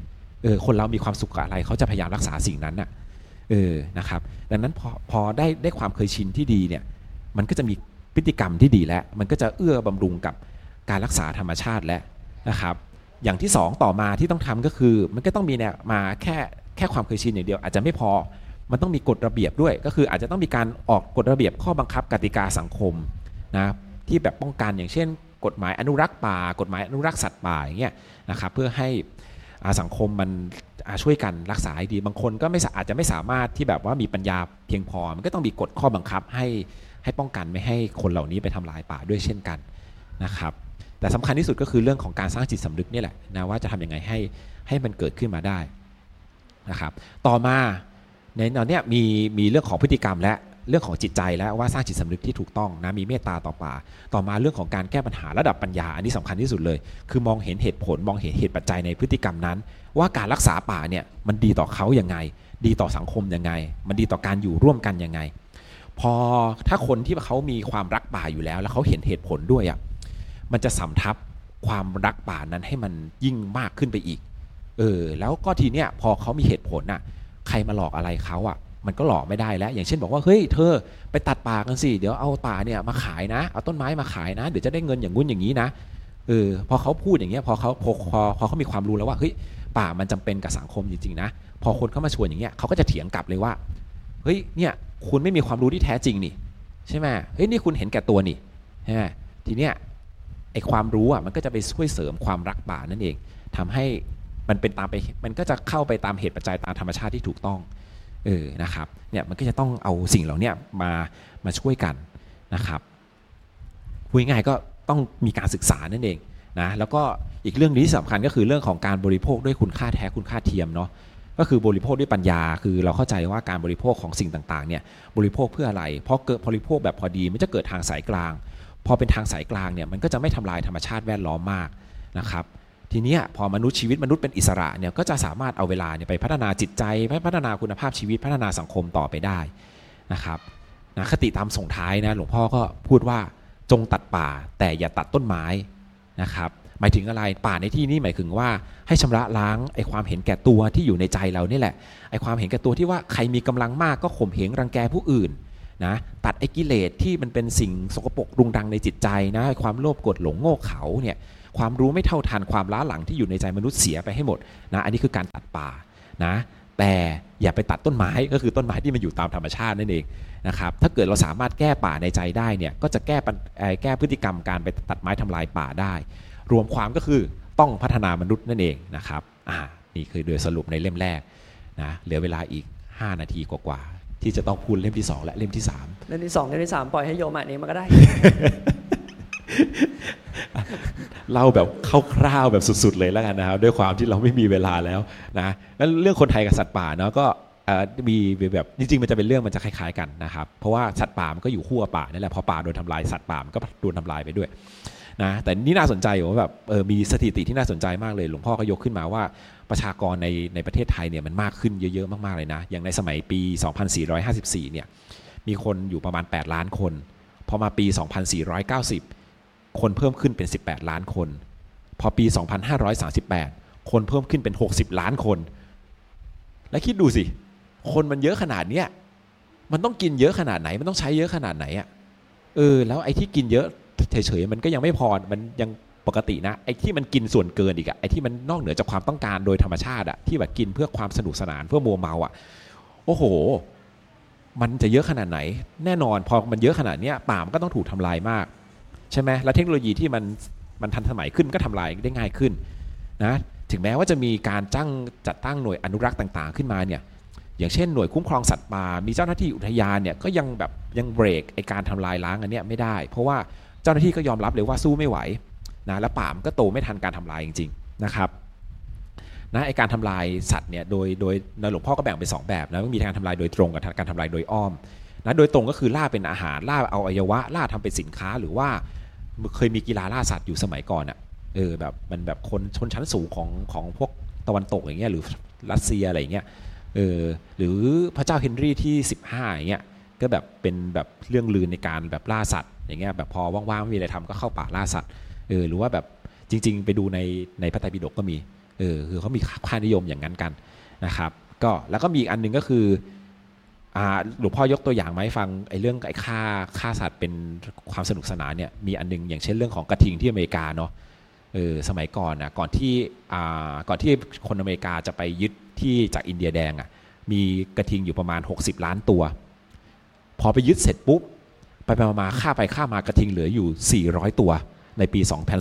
คนเรามีความสุขกับอะไรเขาจะพยายามรักษาสิ่งนั้นน่ะนะครับดังนั้นพอได้ความเคยชินที่ดีเนี่ยมันก็จะมีพฤติกรรมที่ดีแล้วมันก็จะเอื้อบำรุงกับการรักษาธรรมชาติแล้วนะครับอย่างที่2ต่อมาที่ต้องทำก็คือมันก็ต้องมีเนี่ยมาแค่ความเคยชินอย่างเดียวอาจจะไม่พอมันต้องมีกฎระเบียบด้วยก็คืออาจจะต้องมีการออกกฎระเบียบข้อบังคับกติกาสังคมนะที่แบบป้องกันอย่างเช่นกฎหมายอนุรักษ์ป่ากฎหมายอนุรักษ์สัตว์ป่าอย่างเงี้ยนะครับเพื่อให้สังคมมันช่วยกันรักษาให้ดีบางคนก็อาจจะไม่สามารถที่แบบว่ามีปัญญาเพียงพอมันก็ต้องมีกฎข้อบังคับให้ป้องกันไม่ให้คนเหล่านี้ไปทำลายป่าด้วยเช่นกันนะครับแต่สำคัญที่สุดก็คือเรื่องของการสร้างจิตสำนึกนี่แหละนะว่าจะทำยังไงให้มันเกิดขึ้นมาได้นะครับต่อมาในตอนนี้มีเรื่องของพฤติกรรมและเรื่องของจิตใจแล้วว่าสร้างจิตสำนึกที่ถูกต้องนะมีเมตตาต่อป่าต่อมาเรื่องของการแก้ปัญหาระดับปัญญาอันนี้สำคัญที่สุดเลยคือมองเห็นเหตุผลมองเห็นเหตุปัจจัยในพฤติกรรมนั้นว่าการรักษาป่าเนี่ยมันดีต่อเขายังไงดีต่อสังคมยังไงมันดีต่อการอยู่ร่วมกันยังไงพอถ้าคนที่เขามีความรักป่าอยู่แล้วเขาเห็นเหตุผลด้วยอ่ะมันจะสำทับความรักป่านั้นให้มันยิ่งมากขึ้นไปอีกแล้วก็ทีเนี้ยพอเขามีเหตุผลน่ะใครมาหลอกอะไรเขาอ่ะมันก็หลอกไม่ได้แล้วอย่างเช่นบอกว่าเฮ้ยเธอไปตัดป่ากันสิเดี๋ยวเอาป่าเนี่ยมาขายนะเอาต้นไม้มาขายนะเดี๋ยวจะได้เงินอย่างงู้นอย่างนี้นะพอเขาพูดอย่างเงี้ยพอเขามีความรู้แล้วว่าเฮ้ยป่ามันจำเป็นกับสังคมจริงๆนะพอคนเข้ามาชวนอย่างเงี้ยเขาก็จะเถียงกลับเลยว่าเฮ้ยเนี่ยคุณไม่มีความรู้ที่แท้จริงนี่ใช่ไหมเฮ้ยนี่คุณเห็นแก่ตัวนี่ใช่ไหมทีเนี้ยไอความรู้อ่ะมันก็จะไปช่วยเสริมความรักป่านั่นเองทำให้มันเป็นตามไปมันก็จะเข้าไปตามเหตุปัจจัยตามธรรมชาติที่ถูกต้องนะครับเนี่ยมันก็จะต้องเอาสิ่งเหล่านี้มาช่วยกันนะครับพูดง่ายๆก็ต้องมีการศึกษานั่นเองนะแล้วก็อีกเรื่องนี้สำคัญก็คือเรื่องของการบริโภคด้วยคุณค่าแท้คุณค่าเทียมเนาะก็คือบริโภคด้วยปัญญาคือเราเข้าใจว่าการบริโภคของสิ่งต่างๆเนี่ยบริโภคเพื่ออะไรเพราะเกิดบริโภคแบบพอดีมันจะเกิดทางสายกลางพอเป็นทางสายกลางเนี่ยมันก็จะไม่ทำลายธรรมชาติแวดล้อมมากนะครับทีนี้พอชีวิตมนุษย์เป็นอิสระเนี่ยก็จะสามารถเอาเวลาเนี่ยไปพัฒนาจิตใจพัฒนาคุณภาพชีวิตพัฒนาสังคมต่อไปได้นะครับนะคติตามส่งท้ายนะหลวงพ่อก็พูดว่าจงตัดป่าแต่อย่าตัดต้นไม้นะครับหมายถึงอะไรป่าในที่นี้หมายถึงว่าให้ชำระล้างไอ้ความเห็นแก่ตัวที่อยู่ในใจเรานี่แหละไอ้ความเห็นแก่ตัวที่ว่าใครมีกำลังมากก็ข่มเหงรังแกผู้อื่นนะตัดไอ้กิเลสที่มันเป็นสิ่งสกปรกรุงรังในจิตใจนะความโลภโกรธหลงโง่เขลาเนี่ยความรู้ไม่เท่าทันความล้าหลังที่อยู่ในใจมนุษย์เสียไปให้หมดนะอันนี้คือการตัดป่านะแต่อย่าไปตัดต้นไม้ก็คือต้นไม้ที่มันอยู่ตามธรรมชาตินั่นเองนะครับถ้าเกิดเราสามารถแก้ป่าในใจได้เนี่ยก็จะแก้พฤติกรรมการไปตัดไม้ทำลายป่าได้รวมความก็คือต้องพัฒนามนุษย์นั่นเองนะครับนี่คือโดยสรุปในเล่มแรกนะเหลือเวลาอีก5นาทีกว่าๆที่จะต้องพูดเล่มที่2และเล่มที่3เล่มที่2เล่มที่3ปล่อยให้โยมอ่านเองมาก็ได้ เล่าแบบคร่าวๆแบบสุดๆเลยแล้วกันนะครับด้วยความที่เราไม่มีเวลาแล้วนะแล้วเรื่องคนไทยกับสัตว์ป่าเนาะก็มีแบบจริงๆมันจะเป็นเรื่องมันจะคล้ายๆกันนะครับเพราะว่าสัตว์ป่ามันก็อยู่คู่กับป่านี่แหละพอป่าโดนทำลายสัตว์ป่ามันก็โดนทำลายไปด้วยนะแต่นี่น่าสนใจว่าแบบมีสถิติที่น่าสนใจมากเลยหลวงพ่อก็ยกขึ้นมาว่าประชากรในประเทศไทยเนี่ยมันมากขึ้นเยอะๆมากๆเลยนะอย่างในสมัยปี 2454 เนี่ยมีคนอยู่ประมาณ8ล้านคนพอมาปี 2490คนเพิ่มขึ้นเป็น18ล้านคนพอปี 2538 คนเพิ่มขึ้นเป็น60ล้านคนแล้วคิดดูสิคนมันเยอะขนาดเนี้ยมันต้องกินเยอะขนาดไหนมันต้องใช้เยอะขนาดไหนอ่ะแล้วไอ้ที่กินเยอะเฉยๆมันก็ยังไม่พอมันยังปกตินะไอ้ที่มันกินส่วนเกินอีกอ่ะไอ้ที่มันนอกเหนือจากความต้องการโดยธรรมชาติอ่ะที่แบบกินเพื่อความสนุกสนานเพื่อมัวเมาอ่ะโอ้โหมันจะเยอะขนาดไหนแน่นอนพอมันเยอะขนาดเนี้ยป่ามันก็ต้องถูกทำลายมากใช่ไหมและเทคโนโลยีที่มันทันสมัยขึ้นก็ทำลายได้ง่ายขึ้นนะถึงแม้ว่าจะมีการจัดตั้งหน่วยอนุรักษ์ต่างๆขึ้นมาเนี่ยอย่างเช่นหน่วยคุ้มครองสัตว์ป่ามีเจ้าหน้าที่อุทยานเนี่ยก็ยังเบรกไอการทำลายล้างอันเนี้ยไม่ได้เพราะว่าเจ้าหน้าที่ก็ยอมรับเลยว่าสู้ไม่ไหวนะและป่ามันก็โตไม่ทันการทำลายจริงๆนะครับนะไอการทำลายสัตว์เนี่ยโดยหลวงพ่อก็แบ่งเป็น2แบบนะมีการทำลายโดยตรงกับการทำลายโดยอ้อมนะโดยตรงก็คือล่าเป็นอาหารล่าเอาอวัยวะล่าทำเป็นสินค้าหรือว่าเคยมีกีฬาล่าสัตว์อยู่สมัยก่อนอ่ะแบบมันแบบคนชนชั้นสูงของพวกตะวันตกอย่างเงี้ยหรือรัสเซียอะไรอย่างเงี้ยหรือพระเจ้าเฮนรี่ที่15อย่างเงี้ยก็แบบเป็นแบบเรื่องลือในการแบบล่าสัตว์อย่างเงี้ยแบบพอว่างๆไม่มีอะไรทำก็เข้าป่าล่าสัตว์หรือว่าแบบจริงๆไปดูในพระไตรปิฎกก็มีคือเขามีค่านิยมอย่างนั้นกันนะครับก็แล้วก็มีอีกอันนึงก็คือหลวงพ่อยกตัวอย่างมาให้ฟังไอ้เรื่องไอ้ฆ่าสัตว์เป็นความสนุกสนานเนี่ยมีอันนึงอย่างเช่นเรื่องของกระทิงที่อเมริกาเนาะสมัยก่อนนะก่อนที่คนอเมริกาจะไปยึดที่จากอินเดียแดงมีกระทิงอยู่ประมาณ60ล้านตัวพอไปยึดเสร็จปุ๊บไปมาฆ่าไปฆ่ามากระทิงเหลืออยู่400ตัวในปี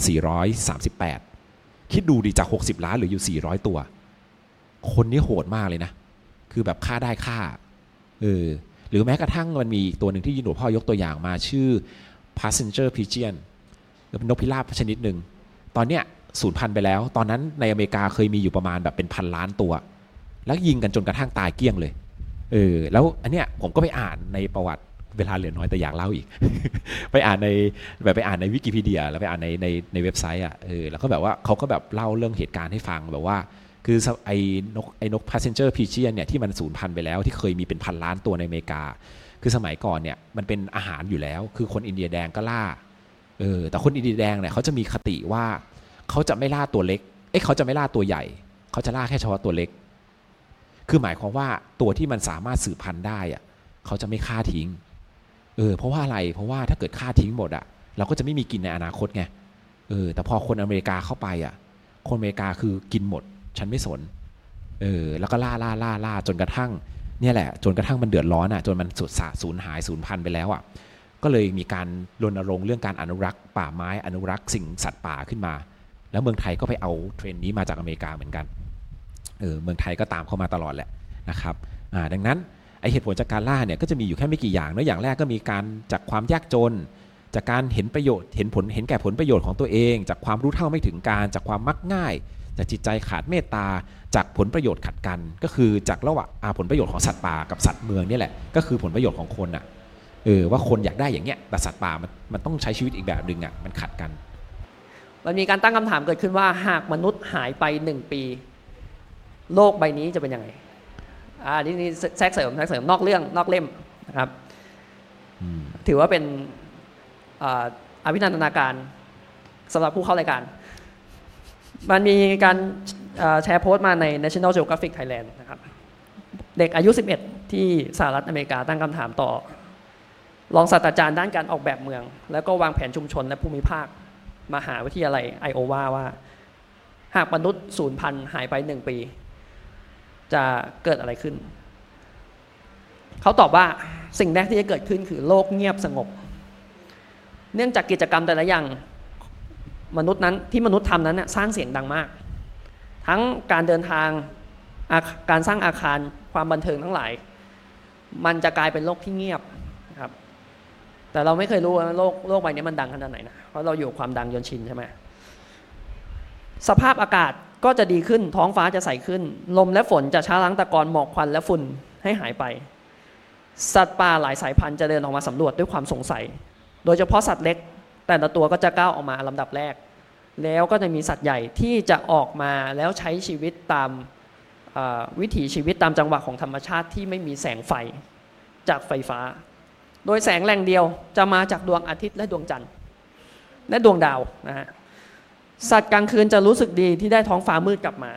2438คิดดูดิจาก60ล้านเหลืออยู่400ตัวคนนี้โหดมากเลยนะคือแบบฆ่าได้ฆ่าหรือแม้กระทั่งมันมีตัวหนึ่งที่หลวงพ่อยกตัวอย่างมาชื่อ passenger pigeon เป็นนกพิราบชนิดหนึ่งตอนเนี้ยสูญพันธุ์ไปแล้วตอนนั้นในอเมริกาเคยมีอยู่ประมาณแบบเป็นพันล้านตัวแล้วยิงกันจนกระทั่งตายเกลี้ยงเลยแล้วอันเนี้ยผมก็ไปอ่านในประวัติเวลาเหลือน้อยแต่อยากเล่าอีก ไปอ่านในวิกิพีเดียแล้วไปอ่านในเว็บไซต์แล้วก็แบบว่าเขาก็แบบเล่าเรื่องเหตุการณ์ให้ฟังแบบว่าคือไอ้นก passenger pigeon เนี่ยที่มันสูญพันธุ์ไปแล้วที่เคยมีเป็นพันล้านตัวในอเมริกาคือสมัยก่อนเนี่ยมันเป็นอาหารอยู่แล้วคือคนอินเดียแดงก็ล่าแต่คนอินเดียแดงเนี่ยเขาจะมีคติว่าเขาจะไม่ล่าตัวเล็กเขาจะไม่ล่าตัวใหญ่เขาจะล่าแค่เฉพาะตัวเล็กคือหมายความว่าตัวที่มันสามารถสืบพันธุ์ได้เขาจะไม่ฆ่าทิ้งเพราะว่าอะไรเพราะว่าถ้าเกิดฆ่าทิ้งหมดเราก็จะไม่มีกินในอนาคตไงแต่พอคนอเมริกาเข้าไปคนอเมริกาคือกินหมดฉันไม่สนแล้วก็ล่าจนกระทั่งเนี่ยแหละจนกระทั่งมันเดือดร้อนจนมันสูญพันธุ์ไปแล้วก็เลยมีการรณรงค์เรื่องการอนุรักษ์ป่าไม้อนุรักษ์สิ่งสัตว์ป่าขึ้นมาแล้วเมืองไทยก็ไปเอาเทรนด์นี้มาจากอเมริกาเหมือนกันเมืองไทยก็ตามเข้ามาตลอดแหละนะครับดังนั้นไอเหตุผลจากการล่าเนี่ยก็จะมีอยู่แค่ไม่กี่อย่างนะอย่างแรกก็มีการจากความยากจนจากการเห็นประโยชน์เห็นแก่ผลประโยชน์ของตัวเองจากความรู้เท่าไม่ถึงการจากความมักง่ายจากจิตใจขาดเมตตาจากผลประโยชน์ขัดกันก็คือจากระหว่างผลประโยชน์ของสัตว์ป่ากับสัตว์เมืองนี่แหละก็คือผลประโยชน์ของคนว่าคนอยากได้อย่างเงี้ยแต่สัตว์ป่ามันต้องใช้ชีวิตอีกแบบนึงมันขัดกันมันมีการตั้งคำถามเกิดขึ้นว่าหากมนุษย์หายไป1 ปีโลกใบนี้จะเป็นยังไงนี่แทรกเสริมนอกเรื่องนอกเล่มนะครับถือว่าเป็นอภินันทนาการสำหรับผู้เข้ารายการมันมีการแชร์โพสต์มาใน National Geographic Thailand นะครับเด็กอายุ11ที่สหรัฐอเมริกาตั้งคำถามต่อรองศาสตราจารย์ด้านการออกแบบเมืองแล้วก็วางแผนชุมชนและภูมิภาคมหาวิทยาลัยไอโอวาว่าหากมนุษย์สูญพันธุ์หายไป1 ปีจะเกิดอะไรขึ้นเขาตอบว่าสิ่งแรกที่จะเกิดขึ้นคือโลกเงียบสงบเนื่องจากกิจกรรมแต่ละอย่างมนุษย์ทำนั้นสร้างเสียงดังมากทั้งการเดินทางการสร้างอาคารความบันเทิงทั้งหลายมันจะกลายเป็นโลกที่เงียบครับแต่เราไม่เคยรู้ว่าโลกใบนี้มันดังขนาดไหนนะเพราะเราอยู่ความดังจนชินใช่ไหมสภาพอากาศก็จะดีขึ้นท้องฟ้าจะใสขึ้นลมและฝนจะช้าล้างตะกอนหมอกควันและฝุ่นให้หายไปสัตว์ป่าหลายสายพันธุ์จะเดินออกมาสำรวจด้วยความสงสัยโดยเฉพาะสัตว์เล็กแต่ละตัวก็จะก้าวออกมาลำดับแรกแล้วก็จะมีสัตว์ใหญ่ที่จะออกมาแล้วใช้ชีวิตตามวิถีชีวิตตามจังหวะของธรรมชาติที่ไม่มีแสงไฟจากไฟฟ้าโดยแสงแหล่งเดียวจะมาจากดวงอาทิตย์และดวงจันทร์และดวงดาวนะฮะสัตว์กลางคืนจะรู้สึกดีที่ได้ท้องฟ้ามืดกลับมา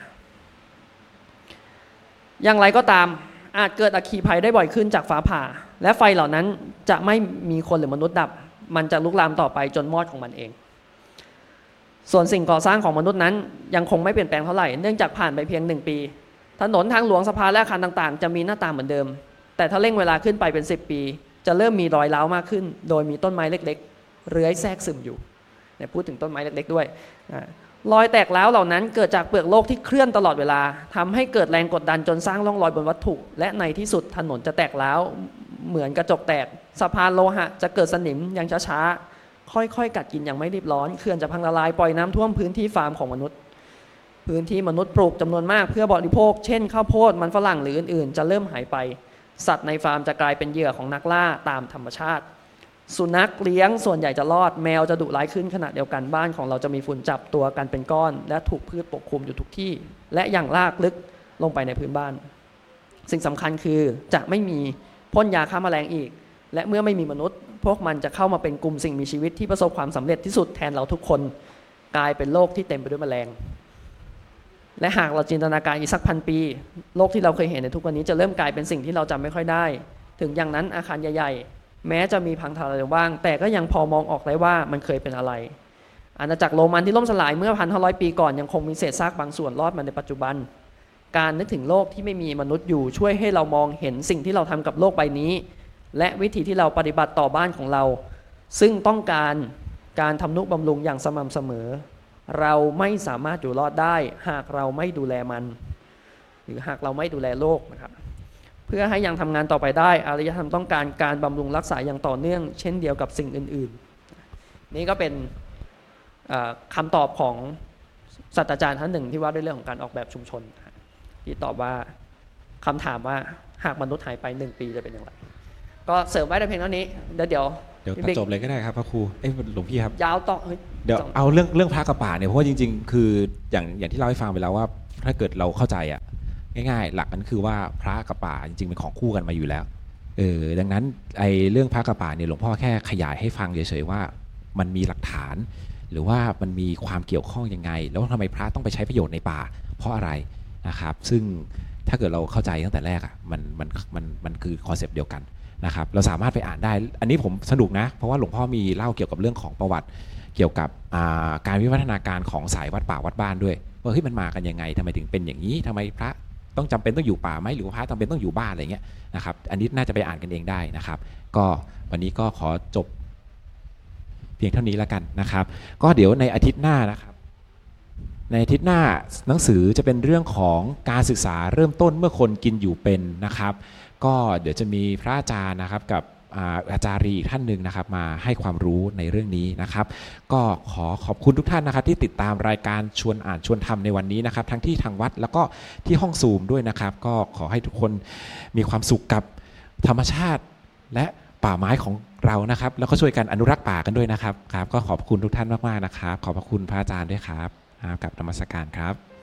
อย่างไรก็ตามอาจเกิดอัคคีภัยได้บ่อยขึ้นจากฟ้าผ่าและไฟเหล่านั้นจะไม่มีคนหรือมนุษย์ดับมันจะลุกลามต่อไปจนมอดของมันเองส่วนสิ่งก่อสร้างของมนุษย์นั้นยังคงไม่เปลี่ยนแปลงเท่าไหร่เนื่องจากผ่านไปเพียง1 ปีถนนทางหลวงสะพานและอาคารต่างๆจะมีหน้าตาเหมือนเดิมแต่ถ้าเร่งเวลาขึ้นไปเป็น10 ปีจะเริ่มมีรอยร้าวมากขึ้นโดยมีต้นไม้เล็กๆเลื้อยแทรกซึมอยู่เนี่ยพูดถึงต้นไม้เล็กๆด้วยรอยแตกร้าวเหล่านั้นเกิดจากเปลือกโลกที่เคลื่อนตลอดเวลาทำให้เกิดแรงกดดันจนสร้างร่องรอยบนวัตถุและในที่สุดถนนจะแตกร้าวเหมือนกระจกแตกสะพานโลหะจะเกิดสนิมอย่างช้าๆค่อยๆกัดกินอย่างไม่รีบร้อนเขื่อนจะพังละลายปล่อยน้ำท่วมพื้นที่ฟาร์มของมนุษย์พื้นที่มนุษย์ปลูกจำนวนมากเพื่อบริโภคเช่นข้าวโพดมันฝรั่งหรืออื่นๆจะเริ่มหายไปสัตว์ในฟาร์มจะกลายเป็นเหยื่อของนักล่าตามธรรมชาติสุนัขเลี้ยงส่วนใหญ่จะรอดแมวจะดุร้ายขึ้นขณะเดียวกันบ้านของเราจะมีฝุ่นจับตัวกันเป็นก้อนและถูกพืชปกคลุมอยู่ทุกที่และอย่างลากลึกลงไปในพื้นบ้านสิ่งสำคัญคือจะไม่มีพ่นยาฆ่าแมลงอีกและเมื่อไม่มีมนุษย์พวกมันจะเข้ามาเป็นกลุ่มสิ่งมีชีวิตที่ประสบความสำเร็จที่สุดแทนเราทุกคนกลายเป็นโลกที่เต็มไปด้วยแมลงและหากเราจินตนาการอีกสัก1,000 ปีโลกที่เราเคยเห็นในทุกวันนี้จะเริ่มกลายเป็นสิ่งที่เราจำไม่ค่อยได้ถึงอย่างนั้นอาคารใหญ่ๆแม้จะมีพังทลายบ้างแต่ก็ยังพอมองออกได้ว่ามันเคยเป็นอะไรอาณาจักรโรมันที่ล่มสลายเมื่อ 1,500 ปีก่อนยังคงมีเศษซากบางส่วนรอดมาในปัจจุบันการนึกถึงโลกที่ไม่มีมนุษย์อยู่ช่วยให้เรามองเห็นสิ่งที่เราทำกับโลกใบนี้และวิธีที่เราปฏิบัติต่อบ้านของเราซึ่งต้องการทำนุบำรุงอย่างสม่ำเสมอเราไม่สามารถอยู่รอดได้หากเราไม่ดูแลมันหรือหากเราไม่ดูแลโลกนะครับเพื่อให้ยังทำงานต่อไปได้อารยธรรมต้องการบำรุงรักษาอย่างต่อเนื่องเช่นเดียวกับสิ่งอื่นๆนี่ก็เป็นคำตอบของศาสตราจารย์ท่านหนึ่งที่ว่าด้วยเรื่องของการออกแบบชุมชนที่ตอบว่าคำถามว่าหากมนุษย์หายไป1 ปีจะเป็นอย่างไรก็เสริมไว้ในเพียงเท่านี้เดี๋ยวตัดจบเลยก็ได้ครับพระครูหลวงพี่ครับยาวต่อเดี๋ยวเอาเรื่องพระกับป่าเนี่ยเพราะว่าจริงๆคืออย่างที่เล่าให้ฟังไปแล้วว่าถ้าเกิดเราเข้าใจอ่ะง่ายๆหลักนั้นคือว่าพระกับป่าจริงๆเป็นของคู่กันมาอยู่แล้วดังนั้นเรื่องพระกับป่าเนี่ยหลวงพ่อแค่ขยายให้ฟังเฉยๆว่ามันมีหลักฐานหรือว่ามันมีความเกี่ยวข้องยังไงแล้วทำไมพระต้องไปใช้ประโยชน์ในป่าเพราะอะไรนะครับซึ่งถ้าเกิดเราเข้าใจตั้งแต่แรกอ่ะมันคือคอนเซปต์เดียวกันนะครับเราสามารถไปอ่านได้อันนี้ผมสนุกนะเพราะว่าหลวงพ่อมีเล่าเกี่ยวกับเรื่องของประวัติเกี่ยวกับการวิวัฒนาการของสายวัดป่าวัดบ้านด้วยว่าเฮ้ยมันมากันยังไงทำไมถึงเป็นอย่างนี้ทำไมพระต้องจำเป็นต้องอยู่ป่าไหมหรือว่าพระจำเป็นต้องอยู่บ้านอะไรเงี้ยนะครับอันนี้น่าจะไปอ่านกันเองได้นะครับก็วันนี้ก็ขอจบเพียงเท่านี้แล้วกันนะครับก็เดี๋ยวในอาทิตย์หน้านะครับในอาทิตย์หน้าหนังสือจะเป็นเรื่องของการศึกษาเริ่มต้นเมื่อคนกินอยู่เป็นนะครับก็เดี๋ยวจะมีพระอาจารย์นะครับกับอาจารย์อีกท่านหนึ่งนะครับมาให้ความรู้ในเรื่องนี้นะครับก็ขอบคุณทุกท่านนะครับที่ติดตามรายการชวนอ่านชวนทำในวันนี้นะครับทั้งที่ทางวัดแล้วก็ที่ห้องซูมด้วยนะครับก็ขอให้ทุกคนมีความสุขกับธรรมชาติและป่าไม้ของเรานะครับแล้วก็ช่วยกันอนุรักษ์ป่ากันด้วยนะครับก็ขอบคุณทุกท่านมากๆนะครับขอบพระคุณพระอาจารย์ด้วยครับกับนมัสการครับ